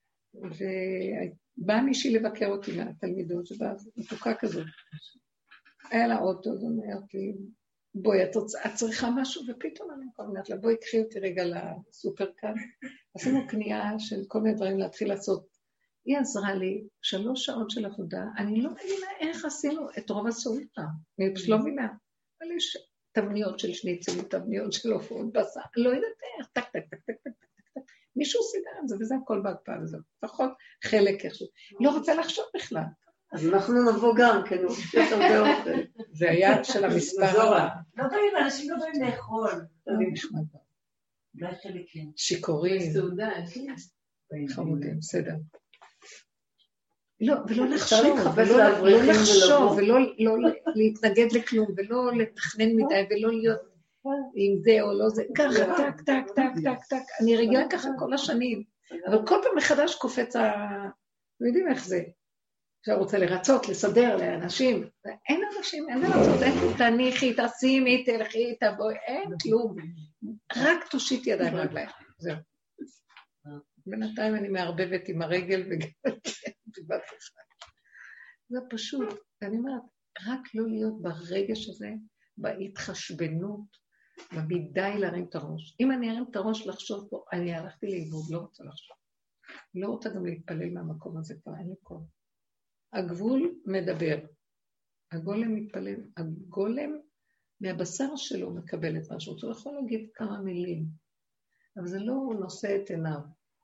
ובאה מישהי לבקר אותי מהתלמידות, שבאה מתוקה כזאת. היה לה אוטו, אז אמרתי, בואי, את, רוצ... את צריכה משהו, ופתאום אני אומרת לה, בואי, קחי אותי רגע לסופר כאן. עשינו קנייה של כל מיני דברים להתחיל לעשות. היא עזרה לי שלוש שעות של עבודה, אני לא מבינה איך עשינו את רוב הסעודה, אני פשוט לא מבינה. אבל יש תבניות של שניצלים, תבניות של עופות בשר, לא יודעת איך, טק, טק, טק, טק, טק, טק, טק. מישהו סידר את זה, וזה הכל בהקפאה וזה, לפחות חלק איכשהו. לא רוצה לחשוב בכלל. אז אנחנו נבוא גם, כן, יש הרבה אוכל. זה היה של המספר. לא באים, אנשים לא באים לאכול. אני נשמע בה. אולי חלקים. שיכורים. סעודה, חמודים, בסדר. לא, ולא לחשוב, ולא לחשוב, ולא להתנגד לכלום, ולא לתכנן מדי, ולא להיות עם זה או לא זה, ככה, טק, טק, טק, טק, טק, אני רגילה ככה כל השנים, אבל כל פעם מחדש קופץ ה... לא יודעים איך זה. עכשיו רוצה לרצות, לסדר לאנשים, אין אנשים, אין לרצות, אין תניחי, תשימי, תלכי, תבואי, אין כלום, רק תושיט ידיים רגליים, זהו. בינתיים אני מערבבת עם הרגל וגם בבת אחד. זה פשוט, אני אומרת, רק לא להיות ברגש הזה, בהתחשבנות, מדי להרים את הראש. אם אני ארים את הראש לחשוב פה, אני הלכתי לאיבוד, לא רוצה לחשוב. לא רוצה גם להתפלל מהמקום הזה כבר, אין לי כל. הגבול מדבר. הגולם מתפלל, הגולם מהבשר שלו מקבל את משהו. הוא יכול להגיד כמה מילים, אבל זה לא נושא את עיניו.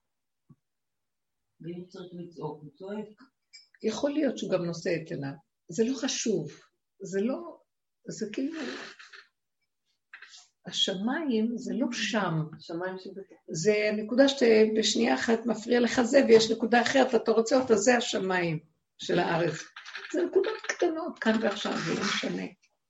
ואם צריך לצעוק, הוא צועק. יכול להיות שהוא גם נושא את עיניו. זה לא חשוב. זה לא, זה כאילו, השמיים זה לא שם. השמיים שבתוך. זה נקודה שבשנייה אחת מפריע לך זה, ויש נקודה אחרת, אתה רוצה אותה, זה השמיים של הארץ. זה נקודות קטנות, כאן ועכשיו, זה לא משנה.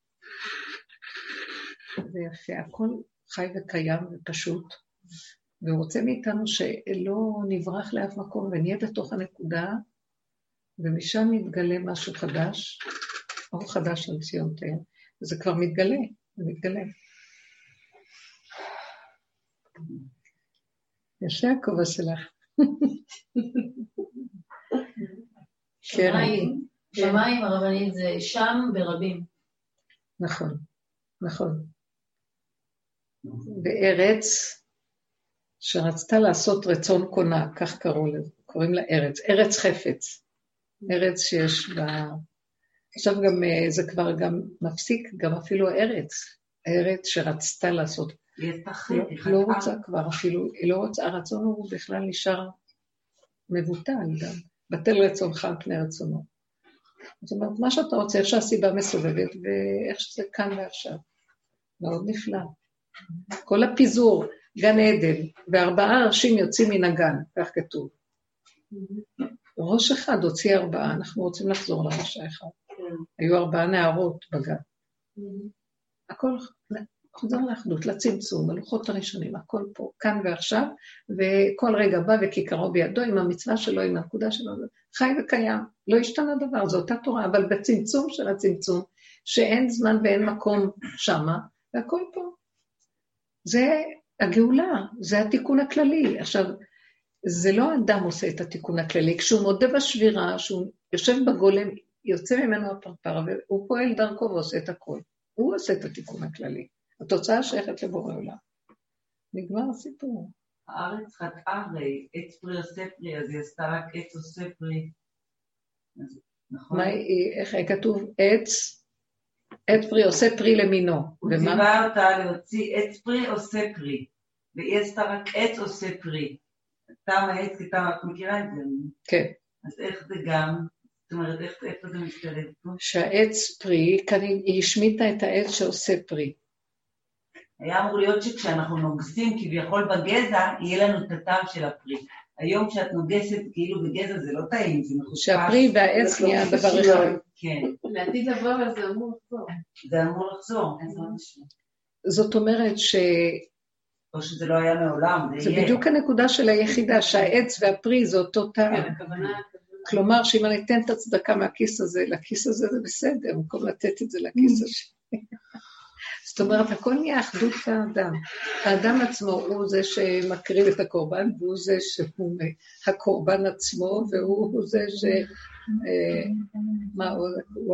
זה יפה, הכל חי וקיים ופשוט. והוא רוצה מאיתנו שלא נברח לאף מקום ונהיה בתוך הנקודה, ומשם מתגלה משהו חדש, אור חדש על ציון תאר, וזה כבר מתגלה, זה מתגלה. יפה הכובע שלך. שמיים, שמיים הרבנית זה שם ברבים. נכון, נכון. בארץ, שרצתה לעשות רצון קונה, כך קראו לזה, קוראים לה ארץ, ארץ חפץ, ארץ שיש בה, עכשיו גם זה כבר גם מפסיק, גם אפילו הארץ, הארץ שרצתה לעשות, לא רוצה כבר אפילו, היא לא רוצה, הרצון הוא בכלל נשאר מבוטל גם, בטל רצונך על פני רצונו. זאת אומרת, מה שאתה רוצה, איך שהסיבה מסובבת, ואיך שזה כאן ועכשיו. מאוד נפלא. כל הפיזור, גן עדן, וארבעה ראשים יוצאים מן הגן, כך כתוב. ראש אחד הוציא ארבעה, אנחנו רוצים לחזור לראש האחד. היו ארבעה נערות בגן. הכל חוזר לאחדות, לצמצום, הלוחות הראשונים, הכל פה, כאן ועכשיו, וכל רגע בא וכיכרו בידו עם המצווה שלו, עם הנקודה שלו, חי וקיים, לא השתנה דבר, זו אותה תורה, אבל בצמצום של הצמצום, שאין זמן ואין מקום שמה, והכל פה. זה הגאולה, זה התיקון הכללי. עכשיו, זה לא האדם עושה את התיקון הכללי, כשהוא מודה בשבירה, שהוא יושב בגולם, יוצא ממנו הפרפר, והוא פועל דרכו ועושה את הכל. הוא עושה את התיקון הכללי. התוצאה שייכת לבורא עולם. נגמר הסיפור. הארץ חטאה הרי, עץ פרי עושה פרי, אז היא עשתה רק עץ עושה פרי. נכון? מה, איך כתוב? עץ, עץ פרי עושה פרי למינו. הוא ציווה אותה להוציא עץ פרי עושה פרי, והיא עשתה רק עץ עושה פרי. טעם העץ, כי טעם, את מכירה את זה? כן. אז איך זה גם? זאת אומרת, איך, איך זה משתלב פה? שהעץ פרי, כאן היא השמיטה את העץ שעושה פרי. היה אמור להיות שכשאנחנו נוגסים כביכול בגזע, יהיה לנו את הטעם של הפרי. היום כשאת נוגסת כאילו בגזע זה לא טעים, זה מחושפש. שהפרי והעץ נהיה דבר אחד. כן. לעתיד לבוא, אבל זה אמור לחזור. זה אמור לחזור. זאת אומרת ש... או שזה לא היה מעולם, זה, זה יהיה. בדיוק הנקודה של היחידה, שהעץ והפרי זה אותו טעם. כן, הכוונה... כלומר, שאם אני אתן את הצדקה מהכיס הזה, לכיס הזה זה בסדר, במקום לתת את זה לכיס הזה. זאת אומרת, הכל נהיה אחדות האדם. האדם עצמו הוא זה שמקריב את הקורבן, והוא זה שהוא הקורבן עצמו, והוא זה ש... מה, הוא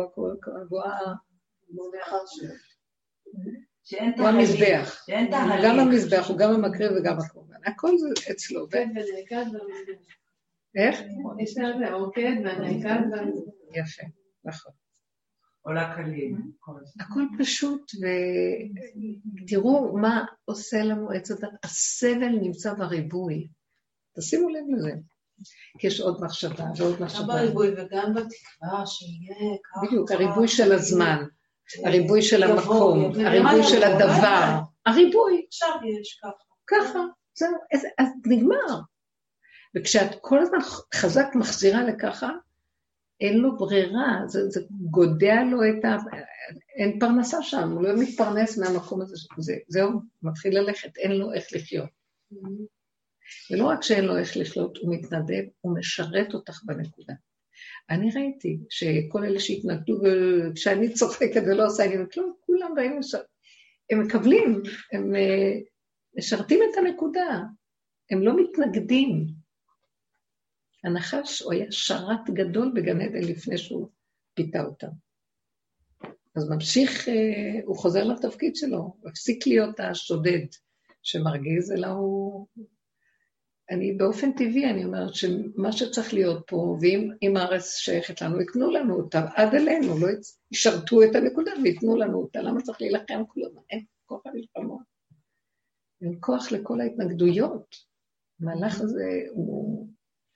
הוא המזבח. גם המזבח, הוא גם המקריב וגם הקורבן. הכל זה אצלו. כן, ונעקד במזבח. איך? יש לה זה, עוקד והנעקד במזבח. יפה, נכון. עולה קלים. הכל פשוט, ותראו מה עושה לנו את זה. הסבל נמצא בריבוי. תשימו לב לזה. כי יש עוד מחשבה ועוד מחשבה. גם בריבוי וגם בתקווה שיהיה ככה. בדיוק, הריבוי של הזמן, הריבוי של המקום, הריבוי של הדבר. הריבוי. עכשיו יש ככה. ככה, זהו, אז נגמר. וכשאת כל הזמן חזק מחזירה לככה, אין לו ברירה, זה, זה גודע לו את ה... אין פרנסה שם, הוא לא מתפרנס מהמקום הזה, זה, זהו, מתחיל ללכת, אין לו איך לחיות. ולא רק שאין לו איך לחיות, הוא מתנדב, הוא משרת אותך בנקודה. אני ראיתי שכל אלה שהתנגדו, וכשאני צוחקת ולא עושה, אני אומרת, לא, כולם באים לשרת, הם מקבלים, הם משרתים את הנקודה, הם לא מתנגדים. הנחש הוא היה שרת גדול בגן עדן לפני שהוא פיתה אותם. אז ממשיך, הוא חוזר לתפקיד שלו, הוא הפסיק להיות השודד שמרגיז, אלא הוא... אני באופן טבעי, אני אומרת שמה שצריך להיות פה, ואם הארץ שייכת לנו, יקנו לנו אותה עד אלינו, לא ישרתו את הנקודה ויתנו לנו אותה. למה צריך להילחם כלום? אין כוח המלחמות. אין כוח לכל ההתנגדויות. המהלך הזה הוא...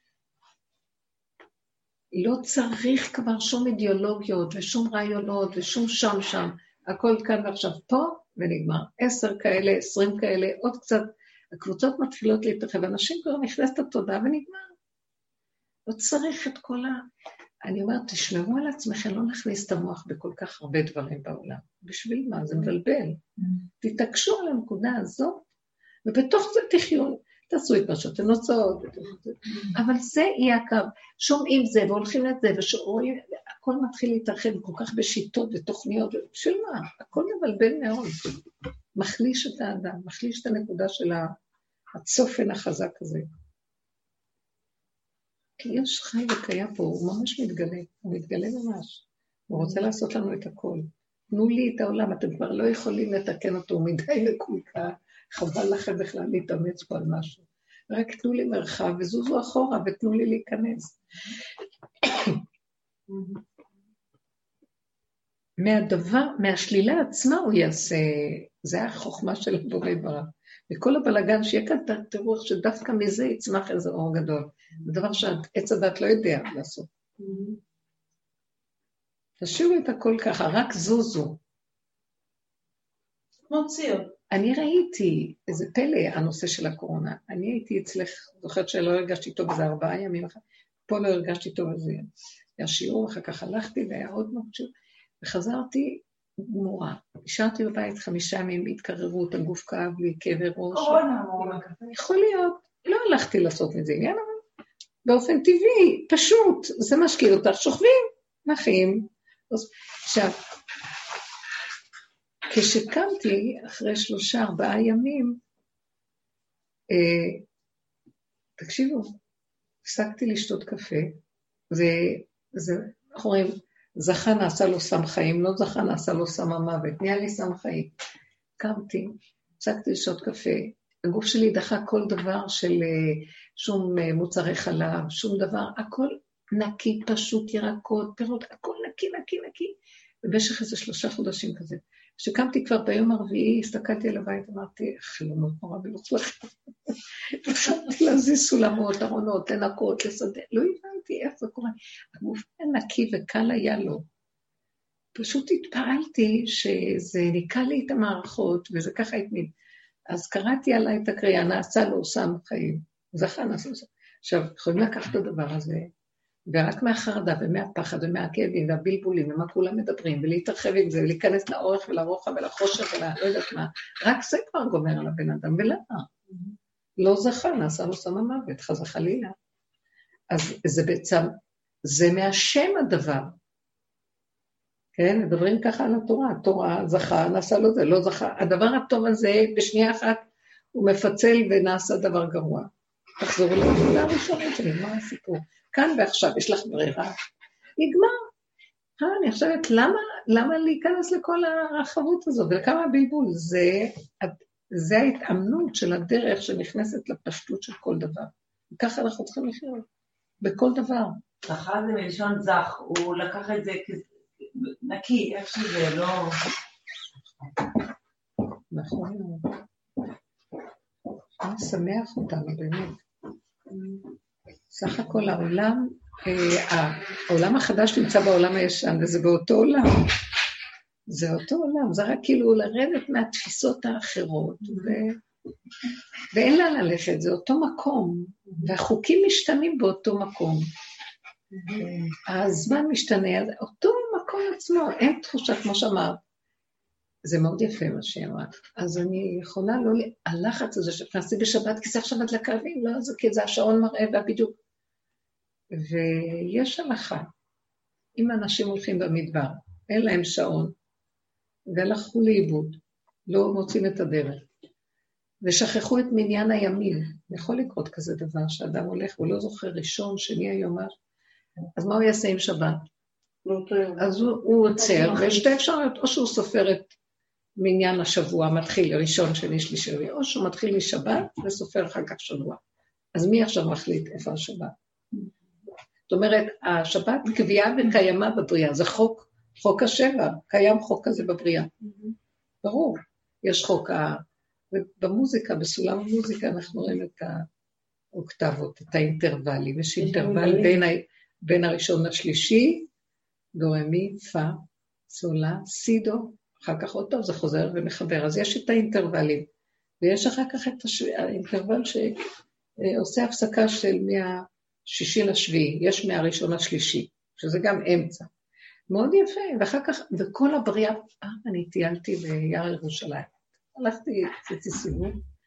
לא צריך כבר שום אידיאולוגיות ושום רעיונות ושום שם שם. הכל כאן ועכשיו פה ונגמר. עשר כאלה, עשרים כאלה, עוד קצת. הקבוצות מתחילות להתרחב, אנשים כבר נכנסת התודעה ונגמר. לא צריך את כל ה... אני אומרת, תשמרו על עצמכם, לא נכניס את המוח בכל כך הרבה דברים בעולם. בשביל מה? זה מבלבל. תתעקשו על הנקודה הזאת, ובתוך זה תחיו, תעשו את מה שאתם נוצאות, אבל זה יהיה הקו. שומעים זה והולכים לזה, ורואים, הכל מתחיל להתרחב כל כך בשיטות ותוכניות, בשביל מה? הכל מבלבל מאוד. מחליש את האדם, מחליש את הנקודה של הצופן החזק הזה. כי יש חי וקיים פה, הוא ממש מתגלה, הוא מתגלה ממש. הוא רוצה לעשות לנו את הכל. תנו לי את העולם, אתם כבר לא יכולים לתקן אותו מדי לקולקה, חבל לכם בכלל להתאמץ פה על משהו. רק תנו לי מרחב וזוזו אחורה ותנו לי להיכנס. מהדבר, מהשלילה עצמה הוא יעשה, זה החוכמה של הבורא ברא. וכל הבלגן שיהיה כאן תראו שדווקא מזה יצמח איזה אור גדול. זה דבר שעץ הדת לא יודע לעשות. תשאירו את הכל ככה, רק זוזו. כמו ציר. אני ראיתי, איזה פלא הנושא של הקורונה. אני הייתי אצלך, זוכרת שלא הרגשתי טוב איזה ארבעה ימים אחר. פה לא הרגשתי טוב איזה יום. היה שיעור, אחר כך הלכתי והיה עוד מאוד שיעור. וחזרתי גמורה. נשארתי בבית חמישה ימים, התקררות, הגוף כאב לי, כאבי ראש. קורונה, יכול להיות. לא הלכתי לעשות את זה, יאללה. באופן טבעי, פשוט. זה משקיע אותך, שוכבים, נחים. עכשיו, כשקמתי אחרי שלושה, ארבעה ימים, אה, תקשיבו, הפסקתי לשתות קפה, וזה, אנחנו רואים, זכה נעשה לו סם חיים, לא זכה נעשה לו סם המוות, נהיה לי סם חיים. קמתי, הפסקתי לשתות קפה, הגוף שלי דחה כל דבר של שום מוצרי חלב, שום דבר, הכל נקי, פשוט, ירקות, פירות, הכל נקי, נקי, נקי, ובמשך איזה שלושה חודשים כזה. כשקמתי כבר ביום הרביעי, הסתכלתי על הבית, אמרתי, חלומות נורא ולוצלח. התחלתי להזיז סולמות, ארונות, לנקות, לסדר, לא הבנתי איך זה קורה. הגוף נקי וקל היה לו. פשוט התפעלתי שזה ניקה לי את המערכות, וזה ככה התמיד. אז קראתי עליי את הקריאה, נעשה לו סם חיים. זכה נעשה לו סם. עכשיו, יכולים לקחת את הדבר הזה, ורק מהחרדה ומהפחד ומהכאבים והבלבולים ומה כולם מדברים, ולהתרחב עם זה, ולהיכנס לאורך ולרוחב ולחושך ולא יודעת מה, רק זה כבר גומר על הבן אדם, ולמה? לא זכה, נעשה לו סם המוות, חס וחלילה. אז זה בעצם, זה מהשם הדבר. כן, מדברים ככה על התורה, התורה זכה, נעשה לו זה, לא זכה. הדבר הטוב הזה, בשנייה אחת, הוא מפצל ונעשה דבר גרוע. תחזרו לתפילה הראשונית שנגמר הסיפור. כאן ועכשיו יש לך ברירה. נגמר. אני חושבת, למה, למה להיכנס לכל הרחבות הזו, ולכמה הבלבול? זה, זה ההתאמנות של הדרך שנכנסת לפשטות של כל דבר. וככה אנחנו צריכים לחיות, בכל דבר. זכה זה מלשון זך, הוא לקח את זה נקי, איך שזה, לא... נכון. אני שמח אותנו, באמת. סך הכל העולם, העולם החדש נמצא בעולם הישן, וזה באותו עולם. זה אותו עולם, זה רק כאילו לרדת מהתפיסות האחרות, ואין לה ללכת, זה אותו מקום, והחוקים משתנים באותו מקום. הזמן משתנה, אותו מקום עצמו, אין תחושה, כמו שאמרת. זה מאוד יפה מה שאמרת. אז אני יכולה לא, הלחץ הזה שפנסתי בשבת, כי זה עכשיו הדלקה, לא, זה כי זה השעון מראה והבדיוק. ויש הלכה, אם אנשים הולכים במדבר, אין להם שעון, והלכו לאיבוד, לא מוצאים את הדרך, ושכחו את מניין הימים, יכול לקרות כזה דבר, שאדם הולך, הוא לא זוכר ראשון, שני היום, אז מה הוא יעשה עם שבת? אז הוא, הוא עוצר, ושתי אפשרויות, או שהוא סופר את מניין השבוע, מתחיל ראשון, שני, שלישי, או שהוא מתחיל משבת, וסופר אחר כך שבוע. אז מי עכשיו מחליט איפה השבת? זאת אומרת, השבת קביעה וקיימה בבריאה, זה חוק, חוק השבע, קיים חוק כזה בבריאה. ברור, יש חוק, ה... ובמוזיקה, בסולם המוזיקה, אנחנו רואים את האוקטבות, את האינטרוולים, יש אינטרוול בין, ה... בין הראשון לשלישי, דו רמי, פה, סולה, סידו, אחר כך עוד טוב, זה חוזר ומחבר, אז יש את האינטרוולים, ויש אחר כך את הש... האינטרוול שעושה הפסקה של מה... שישי לשביעי, יש מהראשון לשלישי, שזה גם אמצע. מאוד יפה, ואחר כך, וכל הבריאה, אה, אני טיילתי ביער ירושלים. הלכתי, עשיתי סיבוב,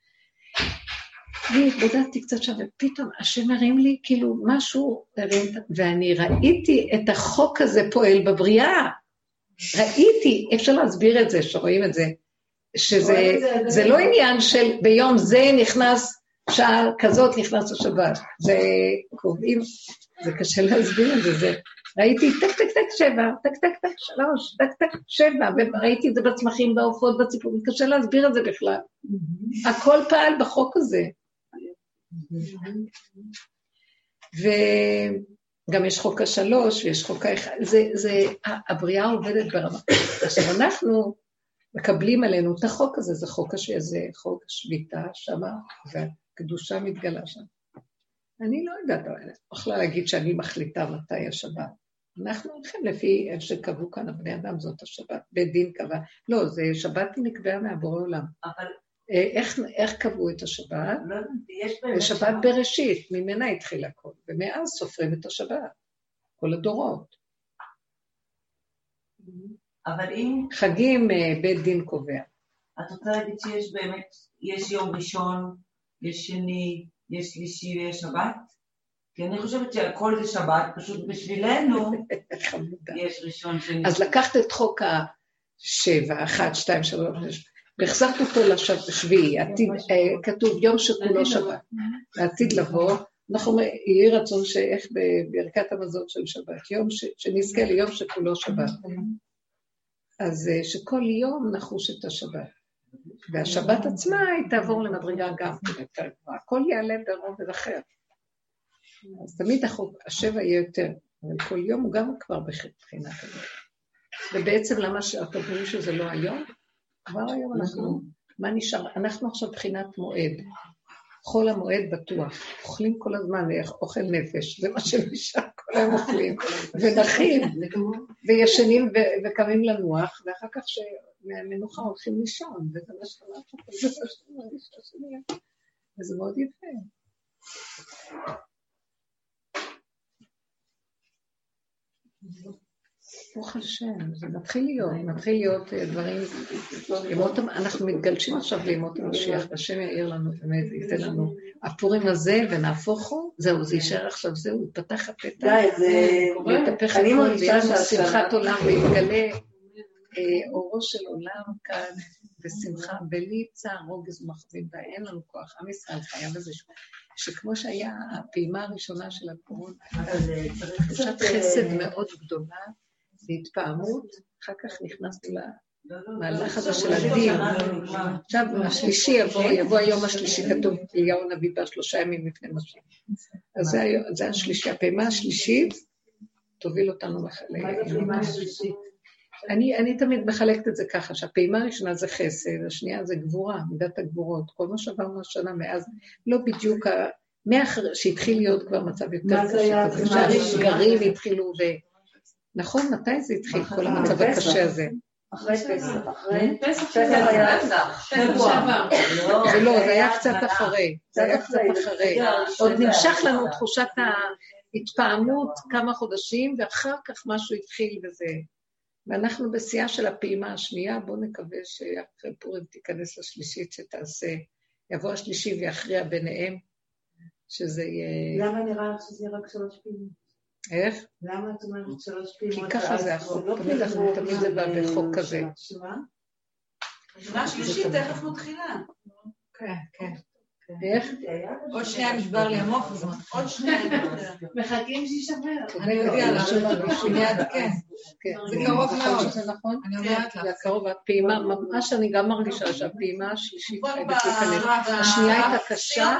והתבודדתי קצת שם, ופתאום השם הרים לי, כאילו משהו, ואני ראיתי את החוק הזה פועל בבריאה. ראיתי, אפשר להסביר את זה, שרואים את זה, שזה זה לא עניין של ביום זה נכנס, שעה כזאת נכנס השבת, זה קובעים, זה קשה להסביר את זה, זה, ראיתי טק טק טק שבע, טק טק טק שלוש, טק טק שבע, וראיתי את זה בצמחים, בעופות, בציפורים, קשה להסביר את זה בכלל. הכל פעל בחוק הזה. גם יש חוק השלוש ויש חוק האחד, זה, זה, הבריאה עובדת ברמה. עכשיו אנחנו מקבלים עלינו את החוק הזה, זה חוק השביעי, זה חוק השביתה, שמה, והקדושה מתגלה שם. אני לא יודעת, אני יכולה להגיד שאני מחליטה מתי השבת. אנחנו הולכים לפי איך שקבעו כאן הבני אדם, זאת השבת, בית דין קבע. לא, זה שבת נקבעה מהבורא עולם. אבל... איך, איך קבעו את השבת? לא, יש באמת שבת. שבת בראשית, ממנה התחיל הכל, ומאז סופרים את השבת, כל הדורות. אבל אם... חגים בית דין קובע. את רוצה להגיד שיש באמת, יש יום ראשון, יש שני, יש שלישי ויש שבת? כי אני חושבת שהכל זה שבת, פשוט בשבילנו יש ראשון, שני. אז לקחת את חוק השבע, אחת, שתיים, שלוש, והחזרת אותו לשביעי, כתוב יום שכולו שבת, לעתיד לבוא, אנחנו יהי רצון שאיך בברכת המזון של שבת, יום שנזכה ליום שכולו שבת. אז שכל יום נחוש את השבת. והשבת עצמה היא תעבור למדרגה גם יותר גבוהה. הכל יעלה ברובד אחר. אז תמיד החוק, השבע יהיה יותר, אבל כל יום הוא גם כבר בחינה כזאת. ובעצם למה שאתה אומרים שזה לא היום? כבר היום אנחנו, מה נשאר? אנחנו עכשיו בחינת מועד. חול המועד בטוח. אוכלים כל הזמן, אוכל נפש. זה מה שנשאר, כל היום אוכלים. ונחים, וישנים וקמים לנוח, ואחר כך שמנוחה הולכים לישון. וזה מה שאמרת, זה מה שאמרת, וזה מאוד יפה. ברוך השם, זה מתחיל להיות, מתחיל להיות דברים, אנחנו מתגלשים עכשיו לימות המשיח, השם יאיר לנו, באמת, ייתן לנו הפורים הזה ונהפוכו, זהו, זה יישאר עכשיו, זהו, פתח הפתח, ויתהפך הכל, ויהיה לנו שמחת עולם, ויתגלה אורו של עולם כאן, ושמחה, בלי צער, רוגז ומחבים, ואין לנו כוח, עם ישראל חייב איזה שכמו שהיה הפעימה הראשונה של הקורונה, תחושת חסד מאוד גדולה, והתפעמות, אחר כך נכנסנו למהלך הזה של הדין. עכשיו, השלישי יבוא, יבוא היום השלישי, כתוב אליהו הנביא בא שלושה ימים לפני משיח. אז זה השלישי, הפעימה השלישית תוביל אותנו ליום השלישי. אני תמיד מחלקת את זה ככה, שהפעימה הראשונה זה חסד, השנייה זה גבורה, מידת הגבורות, כל מה שעברנו השנה מאז, לא בדיוק, שהתחיל להיות כבר מצב יותר קשה, שהשגרים התחילו ו... נכון, מתי זה התחיל כל המצב הקשה הזה? אחרי פסח, אחרי פסח שזה היה פסח, שבוע. זה לא, זה היה קצת אחרי, זה היה קצת אחרי. עוד נמשך לנו תחושת ההתפעמות כמה חודשים, ואחר כך משהו התחיל וזה. ואנחנו בשיאה של הפעימה השנייה, בואו נקווה שאחרי פורים תיכנס לשלישית שתעשה, יבוא השלישי ויכריע ביניהם, שזה יהיה... למה נראה לך שזה יהיה רק שלוש פעימות? איך? למה את אומרת שלוש פעימות? כי ככה זה החוק, תמיד זה בא בחוק כזה. שמה? שמה שלישית, תכף מתחילה. כן, כן. איך? עוד שנייה נשבר לי המוח, עוד שנייה. מחכים שישבר. אני יודעת, מיד, כן. זה קרוב מאוד. זה נכון? אני אומרת לך. זה קרוב, הפעימה, ממש אני גם מרגישה שהפעימה השלישית, השנייה הייתה קשה,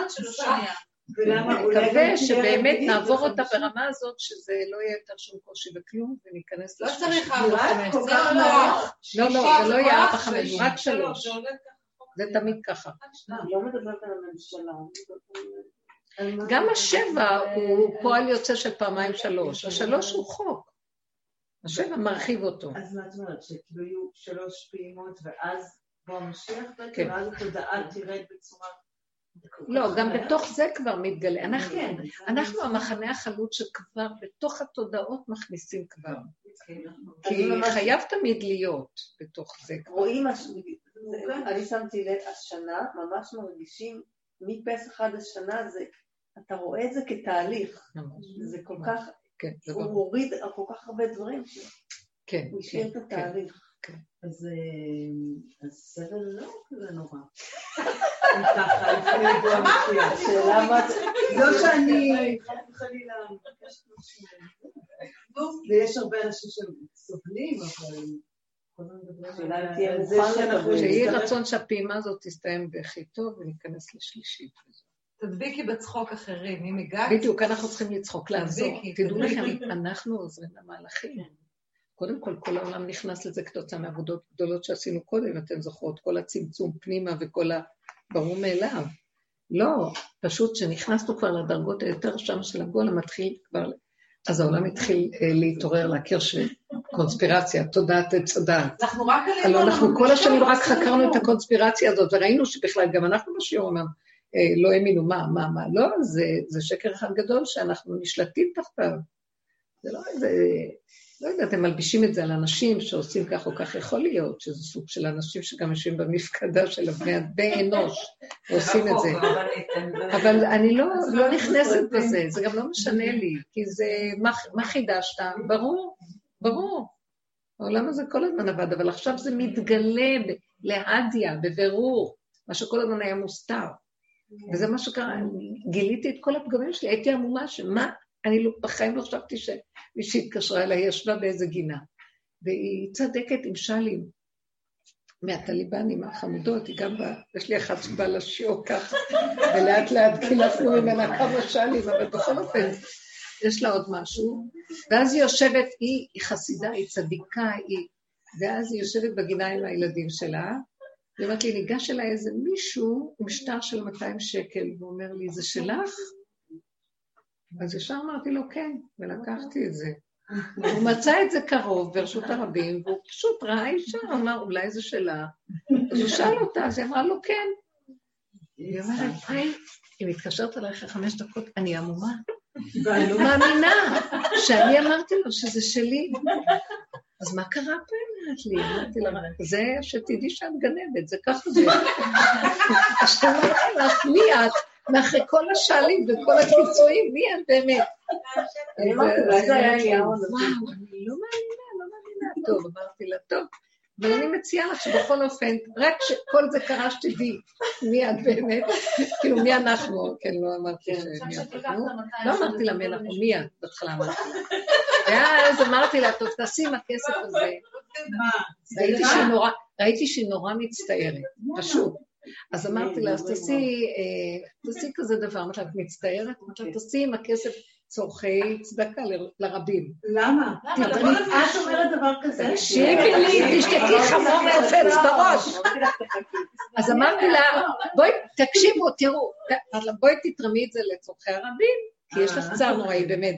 מקווה שבאמת נעבור אותה ברמה הזאת, שזה לא יהיה יותר שום קושי וכלום, וניכנס לא לשלישית. צריך ארבע חמש, זה לא לא, לא, זה לא יהיה ארבע חמש, רק שלוש. זה תמיד ככה. אני לא מדברת על הממשלה. גם השבע הוא פועל יוצא של פעמיים שלוש. השלוש הוא חוק. השבע מרחיב אותו. אז מה את אומרת? שכאילו יהיו שלוש פעימות ואז בוא המשיח בעצם, ואז התודעה תרד בצורה... לא, גם בתוך זה כבר מתגלה. אנחנו המחנה החלוץ שכבר בתוך התודעות מכניסים כבר. כי חייב תמיד להיות בתוך זה. רואים, אני שמתי לב, השנה ממש מרגישים, מפסח עד השנה, אתה רואה את זה כתהליך. זה כל כך, הוא הוריד כל כך הרבה דברים, הוא השאיר את התהליך. אז סבל לא כזה נורא. ככה, לפני ידוע משיח. השאלה מה זה... לא שאני חלילה מבקשת משהו. ויש הרבה אנשים שסובלים, אבל... שיהיה רצון שהפעימה הזאת תסתיים בכי טוב וניכנס לשלישית. תדביקי בצחוק אחרים, אם הגעת... בדיוק, אנחנו צריכים לצחוק, לעזור. תדעו לכם, אנחנו עוזרים למהלכים. קודם כל, כל העולם נכנס לזה כתוצאה מעבודות גדולות שעשינו קודם, אתן זוכרות, כל הצמצום פנימה וכל הברור מאליו. לא, פשוט שנכנסנו כבר לדרגות היותר שם של הגול, המתחיל כבר... אז העולם התחיל להתעורר, להכיר שקונספירציה, תודעת עץ הדעת. אנחנו רק עלינו... אנחנו כל השנים רק חקרנו את הקונספירציה הזאת, וראינו שבכלל גם אנחנו בשיעור אמרנו, לא האמינו, מה, מה, מה, לא, זה, זה שקר אחד גדול שאנחנו נשלטים תחתיו. זה לא איזה, לא יודעת, הם מלבישים את זה על אנשים שעושים כך או כך, יכול להיות שזה סוג של אנשים שגם יושבים במפקדה של בני אנוש, ועושים את זה. אבל אני לא, לא נכנסת בזה, זה גם לא משנה לי, כי זה, מה, מה חידשת? ברור, ברור. העולם הזה כל הזמן עבד, אבל עכשיו זה מתגלה להדיה, בבירור, מה שכל הזמן היה מוסתר. וזה מה שקרה, גיליתי את כל הפגמים שלי, הייתי עמומה שמה, אני לא, בחיים לא חשבתי שמישהי התקשרה אליי, ישבה באיזה גינה, והיא צדקת עם שלים, מהטליבנים החמודות, היא גם בא, יש לי אחת שבא לשיעור ככה, ולאט לאט קילפנו ממנה כמה שלים, אבל בכל אופן, יש לה עוד משהו, ואז היא יושבת, היא, היא חסידה, היא צדיקה, היא, ואז היא יושבת בגינה עם הילדים שלה, היא אומרת לי, ניגש אליי איזה מישהו עם שטר של מאתיים שקל, והוא אומר לי, זה שלך? אז ישר אמרתי לו, כן, ולקחתי את זה. הוא מצא את זה קרוב ברשות הרבים, והוא פשוט ראה אישה, אמר, אולי זה שלה. אז הוא שאל אותה, אז היא אמרה לו, כן. היא אומרת, היי, היא מתקשרת עליי אחרי חמש דקות, אני עמומה. ואני לא מאמינה שאני אמרתי לו שזה שלי. אז מה קרה פה? אמרת לי, אמרתי לה, זה שתדעי שאת גנבת, זה ככה זה. שאומרת לך, מי את? מאחרי כל השאלים וכל הקיצועים, מי את באמת? אני אמרתי, אולי זה היה אליהו. וואו, אני לא מאמינה, לא מאמינה. טוב, אמרתי לה, טוב. ואני מציעה לך שבכל אופן, רק שכל זה קרה שתדעי, מי את באמת? כאילו, מי אנחנו? כן, לא אמרתי שמי אנחנו. לא אמרתי לה, מי אנחנו, מי את? בהתחלה אמרתי לה. ואז אמרתי לה, טוב, תשים הכסף הזה. ראיתי שהיא נורא מצטערת, פשוט. אז אמרתי לה, אז תעשי כזה דבר, אמרתי לה, את מצטערת? אמרתי לה, תעשי עם הכסף צורכי צדקה לרבים. למה? את אומרת דבר כזה? תקשיבי לי, תשתקי חמור מעופץ בראש. אז אמרתי לה, בואי, תקשיבו, תראו, בואי תתרמי את זה לצורכי הרבים, כי יש לך צער נוראי באמת,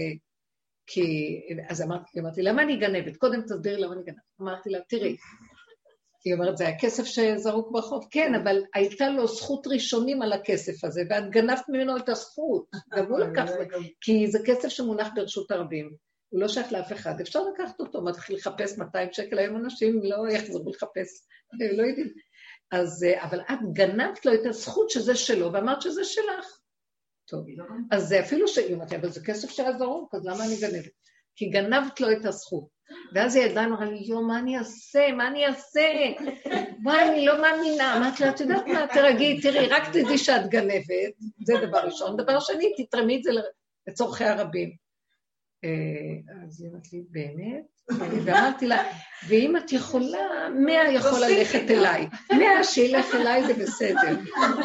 אז אמרתי, למה אני גנבת? קודם תסבירי למה אני גנבת. אמרתי לה, תראי, היא אומרת, זה היה כסף שזרוק ברחוב, כן, אבל הייתה לו זכות ראשונים על הכסף הזה, ואת גנבת ממנו את הזכות, גם הוא לקח, כי זה כסף שמונח ברשות הרבים, הוא לא שייך לאף אחד, אפשר לקחת אותו, מתחיל לחפש מאתיים שקל, היום אנשים לא יחזרו לחפש, לא יודעים, אז, אבל את גנבת לו את הזכות שזה שלו, ואמרת שזה שלך. טוב, אז זה אפילו שהיא אומרת, אבל זה כסף שהיה זרוק, אז למה אני גנבת? כי גנבת לו את הזכות. ואז היא ידעה, אמרה לי, יו, מה אני אעשה? מה אני אעשה? מה, אני לא מאמינה. אמרת לה, את יודעת מה, תרגי, תראי, רק תדעי שאת גנבת, זה דבר ראשון. דבר שני, תתרמי את זה לצורכי הרבים. אז היא אמרת לי, באמת? ואמרתי לה, ואם את יכולה, מאה יכול ללכת אליי. מאה שילך אליי זה בסדר.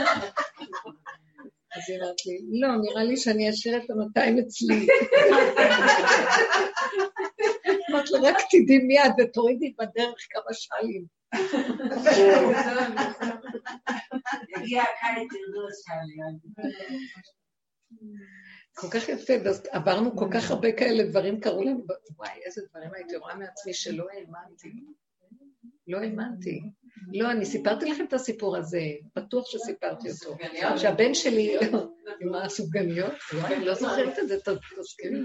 אז היא אמרת לי, לא, נראה לי שאני אשאיר את המאתיים אצלי. אמרת לה, רק תדעי מיד ותורידי בדרך כמה שנים. יגיע הקיץ תרדו שנים. כל כך יפה, עברנו כל כך הרבה כאלה דברים, קראו לנו, וואי, איזה דברים הייתי רואה מעצמי שלא האמנתי. לא האמנתי. לא, אני סיפרתי לכם את הסיפור הזה, בטוח שסיפרתי אותו. שהבן שלי, עם הסופגניות, אני לא זוכרת את זה, תזכירי.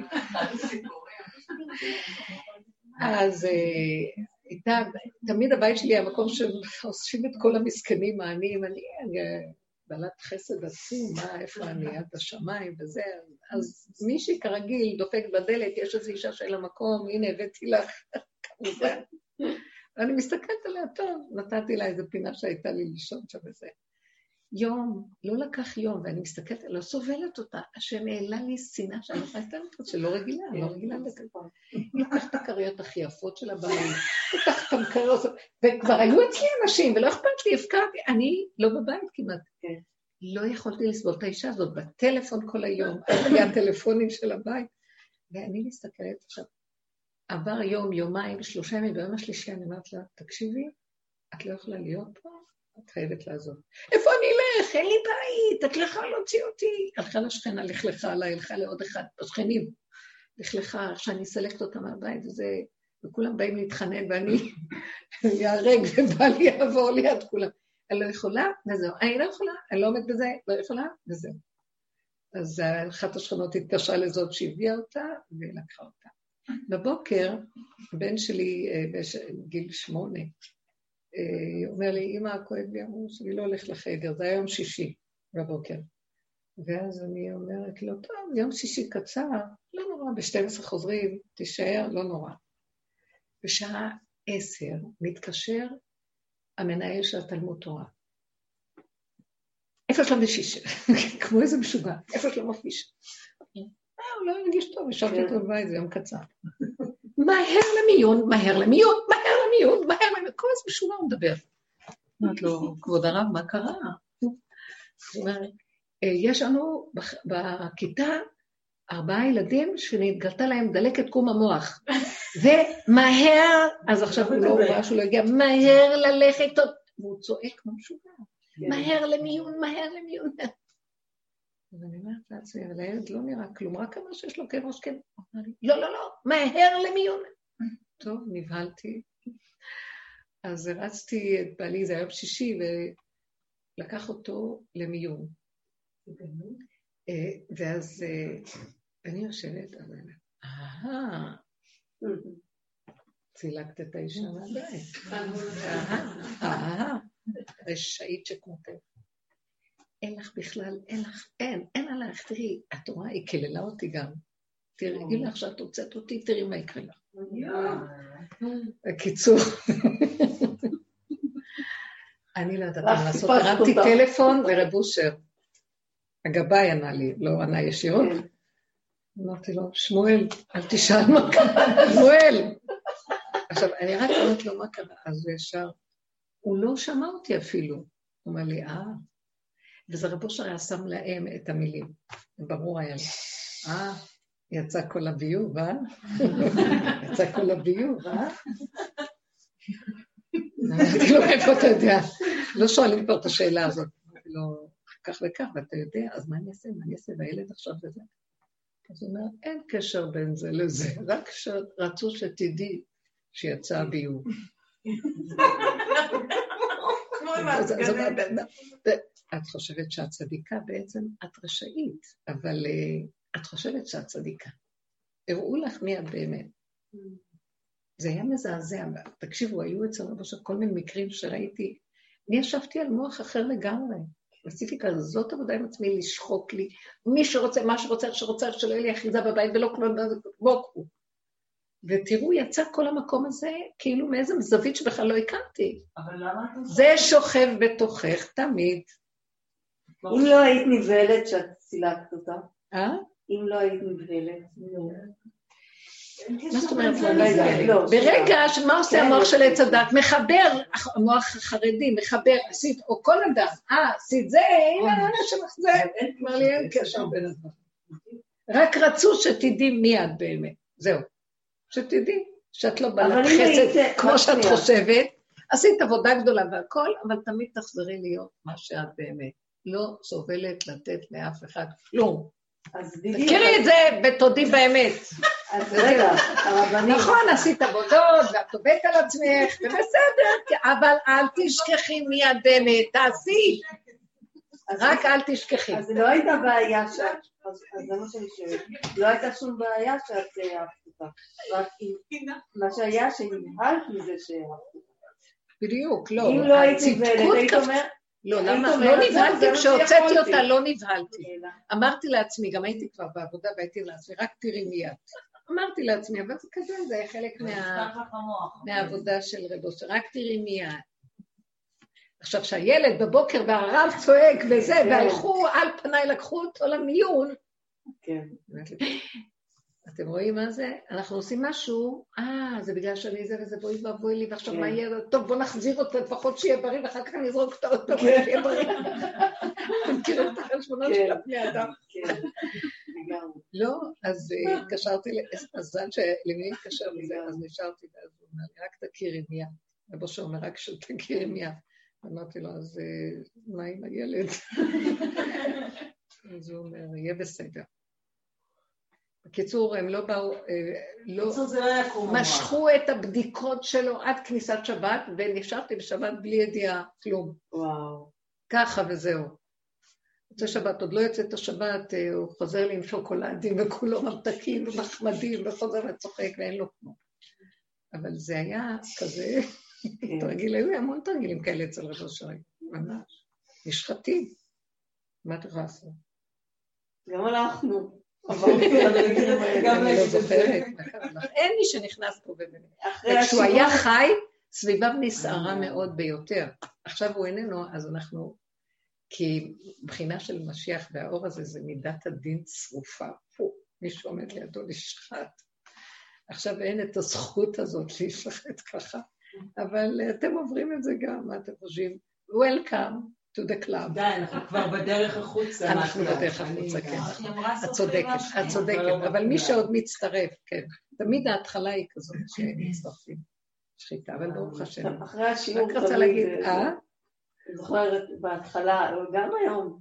אז תמיד הבית שלי המקום שעושים את כל המסכנים העניים, אני בעלת חסד עצום, מה, איפה אני, עד השמיים וזה, אז מישהי כרגיל דופק בדלת, יש איזו אישה של המקום, הנה הבאתי לך, כמובן. ואני מסתכלת עליה טוב, נתתי לה איזו פינה שהייתה לי לישון שם וזה. יום, לא לקח יום, ואני מסתכלת, לא סובלת אותה, השם העלה לי שנאה שאני לא יכולה לתת, שלא רגילה, לא רגילה לתת. היא לקחת את הקריות הכי יפות של הבית, לקחת את המקריות, וכבר היו אצלי אנשים, ולא אכפת לי, הפקרתי, אני לא בבית כמעט. לא יכולתי לסבול את האישה הזאת, בטלפון כל היום, היה הטלפונים של הבית, ואני מסתכלת עכשיו, עבר יום, יומיים, שלושה ימים, ביום השלישי אני אומרת לה, תקשיבי, את לא יכולה להיות פה, את חייבת לעזוב. איפה אני אלך? אין לי בית, את לך להוציא אותי. הלכה לשכנה, לכלכה עליי, הלכה לעוד אחד, השכנים. לכלכה, שאני אסלקת אותה מהבית, וזה, וכולם באים להתחנן, ואני יהרג, ובא לי יעבור ליד כולם. אני לא יכולה, וזהו. אני לא יכולה, אני לא עומד בזה, לא יכולה, וזהו. אז אחת השכנות התקשרה לזאת שהביאה אותה, ולקחה אותה. בבוקר, בן שלי, בגיל שמונה, אומר לי, אמא, כואב לי, אמרו שאני לא הולך לחדר, זה היה יום שישי בבוקר. ואז אני אומרת לו, טוב, יום שישי קצר, לא נורא, ב-שתים עשרה חוזרים, תישאר, לא נורא. בשעה עשר מתקשר המנהל של התלמוד תורה. איפה שלום בשישה? כמו איזה משוגע, איפה שלום בשישה? אה, הוא לא מרגיש טוב, ישבתי אותו בבית, זה יום קצר. מהר למיון, מהר למיון, מהר למיון, מהר למיון, כל איזה משוגע הוא מדבר. אמרת לו, כבוד הרב, מה קרה? זאת אומרת, יש לנו בכיתה ארבעה ילדים שנתגלתה להם דלקת קום המוח. ומהר, אז עכשיו הוא לא רואה שהוא לא הגיע, מהר ללכת, והוא צועק כמו משוגע. מהר למיון, מהר למיון. ואני אומרת לעצמי, אבל הילד לא נראה כלום, רק כמה שיש לו כאב ראש כן. לא, לא, לא, מהר למיון. טוב, נבהלתי. אז רצתי את בעלי, זה היה בשישי, ולקח אותו למיון. ואז אני יושבת, אבל אהה, צילקת את האישה מהבית. אהה, אהה, רשאית שכמותך. אין לך בכלל, אין לך, אין, אין עליך, תראי, התורה היא כללה אותי גם. תראי לך שאת הוצאת אותי, תראי מה יקרה לך. בקיצור. אני לא יודעת מה לעשות, הרמתי טלפון לרב אושר. הגבאי ענה לי, לא ענה ישירות. אמרתי לו, שמואל, אל תשאל מה קרה, שמואל. עכשיו, אני רק אומרת לו מה קרה, אז ישר, הוא לא שמע אותי אפילו. הוא אומר לי, אה, וזה רב אושר היה שם להם את המילים. ברור היה לי, אה, יצא כל הביוב, אה? יצא כל הביוב, אה? אמרתי לו, איפה אתה יודע? לא שואלים פה את השאלה הזאת. אמרתי לו, כך וכך, ואתה יודע, אז מה אני אעשה? מה אני אעשה? והילד עכשיו וזה. אז הוא אומר, אין קשר בין זה לזה, רק שרצו שתדעי שיצא הביוב. את חושבת שאת צדיקה, בעצם את רשאית, אבל את חושבת שאת צדיקה. הראו לך מי את באמת. זה היה מזעזע, תקשיבו, היו אצל רב אושר כל מיני מקרים שראיתי, אני ישבתי על מוח אחר לגמרי, עשיתי כזאת עבודה עם עצמי לשחוק לי, מי שרוצה, מה שרוצה, איך שרוצה, איך שלא יהיה לי אחיזה בבית ולא כלום, בוקו. ותראו, יצא כל המקום הזה, כאילו מאיזה זווית שבכלל לא הכרתי. אבל למה את עושה? זה שוכב בתוכך תמיד. אם לא היית נבהלת שאת צילקת אותה? אה? אם לא היית נבהלת? מה זאת אומרת לא נבהלת? ברגע שמה עושה המוח של עץ הדת? מחבר, המוח החרדי, מחבר, עשית, או כל אדם, אה, עשית זה, הנה, שלך זה, אמר לי, אין קשר בין הדברים. רק רצו שתדעי מי את באמת, זהו. שתדעי שאת לא בעלת חסד כמו שאת חושבת, עשית עבודה גדולה והכל, אבל תמיד תחזרי להיות מה שאת באמת. לא סובלת לתת לאף אחד כלום. תכירי את זה ותודי באמת. אז רגע, הרבנים... נכון, עשית עבודות ואת עובדת על עצמך, ובסדר, אבל אל תשכחי מי את באמת, תעשי. רק אל תשכחי. אז לא הייתה בעיה שאת... אז זה מה שאני שואלת. לא הייתה שום בעיה שאת אהבת אותה. רק מה שהיה שנבהלת מזה שאהבת אותה. בדיוק, לא. אם לא הייתי נבהלת, היית אומרת... לא, למה? לא נבהלתי, כשהוצאתי אותה לא נבהלתי. אמרתי לעצמי, גם הייתי כבר בעבודה והייתי לעצמי, רק תראי מיד. אמרתי לעצמי, אבל זה כזה, זה היה חלק מהעבודה של רב אושר, רק תראי מיד. עכשיו שהילד בבוקר והרב צועק וזה, והלכו על פניי, לקחו אותו למיון. כן. אתם רואים מה זה? אנחנו עושים משהו, אה, זה בגלל שאני זה וזה בואי ואבוי לי, ועכשיו מה יהיה? טוב, בוא נחזיר אותה, לפחות שיהיה בריא, ואחר כך נזרוק אותה עוד פעם, שיהיה בריא. אתם מכירים את החשבונות של הפני אדם. כן, לגמרי. לא, אז התקשרתי, אז זן שלמי התקשר לזה, אז נשארתי, ואז הוא אומר לי, רק תכירי מיד. רבו שאומר, רק שתכירי מיד. אמרתי לו, אז מה עם הילד? אז הוא אומר, יהיה בסדר. בקיצור, הם לא באו, לא משכו את הבדיקות שלו עד כניסת שבת, ונשארתי בשבת בלי ידיעה, כלום. וואו. ככה וזהו. יוצא שבת, עוד לא יוצאת השבת, הוא חוזר לי עם שוקולדים וכולו ממתקים ומחמדים, וחוזר וצוחק ואין לו כמו. אבל זה היה כזה, תרגיל, היו המון תרגילים כאלה אצל רבו שרי, ממש, נשחטים. מה אתה יכולה לעשות? גם אנחנו. אני לא זוכרת, אין מי שנכנס פה בבני. וכשהוא היה חי, סביביו נסערה מאוד ביותר. עכשיו הוא איננו, אז אנחנו, כי בחינה של משיח והאור הזה, זה מידת הדין צרופה. מישהו עומד לידו לשחט. עכשיו אין את הזכות הזאת להשחט ככה, אבל אתם עוברים את זה גם, מה אתם חושבים? Welcome to the club. די, אנחנו כבר בדרך החוצה. אנחנו בדרך החוצה, כן. את צודקת, את צודקת, אבל מי שעוד מצטרף, כן. תמיד ההתחלה היא כזאת שמצטרפים. שחיטה, אבל ברוך השם. אחרי השיעור רק רצה להגיד, אה? אני זוכרת בהתחלה, גם היום,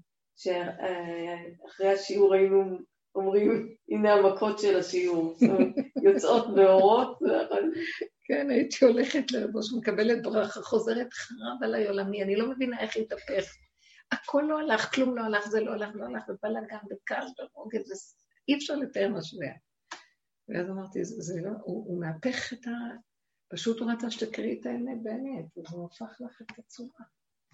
שאחרי השיעור היינו אומרים, הנה המכות של השיעור, יוצאות באורות. כן, הייתי הולכת לרבו שמקבלת ברכה, חוזרת חרב עליי עולמי, אני לא מבינה איך היא תפך. הכל לא הלך, כלום לא הלך, זה לא הלך, לא הלך, ובלגן, בכעס, ברוגז, אי אפשר לתאר מה שזה היה. ואז אמרתי, זה לא, הוא מהפך את ה... פשוט הוא רצה שתקראי את האמת באמת, אז הוא הפך לך את הצורה.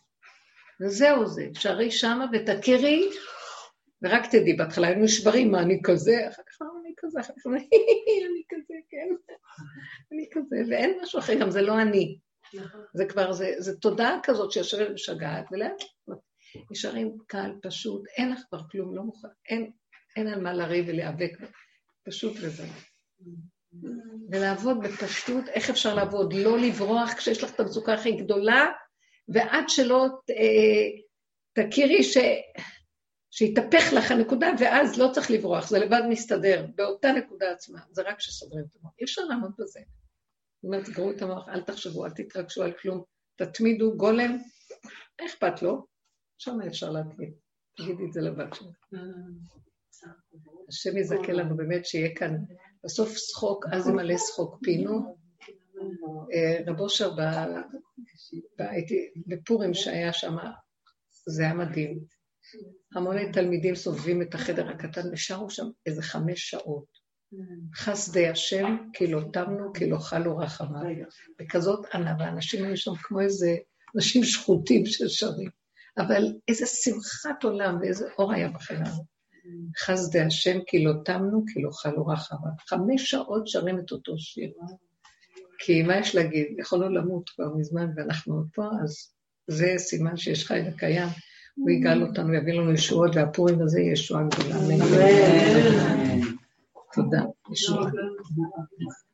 וזהו זה, שערי שמה ותכירי, ורק תדעי, בהתחלה היינו נשברים, מה אני כזה, אחר כך אני כזה, אחר כך אני כזה, כן, אני כזה, ואין משהו אחר, גם זה לא אני. זה כבר, זה תודעה כזאת שיושבת משגעת, ולאט, נשארים קל, פשוט, אין לך כבר כלום, לא מוכן, אין על מה לריב ולהיאבק, פשוט וזהו. ולעבוד בפשטות, איך אפשר לעבוד? לא לברוח כשיש לך את המצוקה הכי גדולה, ועד שלא תכירי ש... שיתהפך לך הנקודה, ואז לא צריך לברוח, זה לבד מסתדר, באותה נקודה עצמה, זה רק שסוגרים את המוח, אי אפשר לעמוד בזה. זאת אומרת, תגרו את המוח, אל תחשבו, אל תתרגשו על כלום, תתמידו, גולם, איך אכפת לו? שם אפשר להתמיד, תגידי את זה לבד שלנו. השם יזכה לנו באמת שיהיה כאן, בסוף שחוק, אז זה מלא שחוק פינו, רב אושר בפורים שהיה שם, זה היה מדהים, המון תלמידים סובבים את החדר הקטן, ושרו שם איזה חמש שעות, חסדי השם, כי לא תמנו, כי לא חלו רחמה, וכזאת ענווה, אנשים היו שם כמו איזה אנשים שחוטים ששרים, אבל איזה שמחת עולם ואיזה אור היה בחיים. חסדי השם, כי לא תמנו, כי לא חלו רחמה. חמש שעות שרים את אותו שיר. כי מה יש להגיד? יכולנו למות כבר מזמן, ואנחנו עוד פה, אז זה סימן שיש חי וקיים. הוא יגאל אותנו, יביא לנו ישועות, והפורים הזה יהיה ישועה גדולה. תודה. ישועה.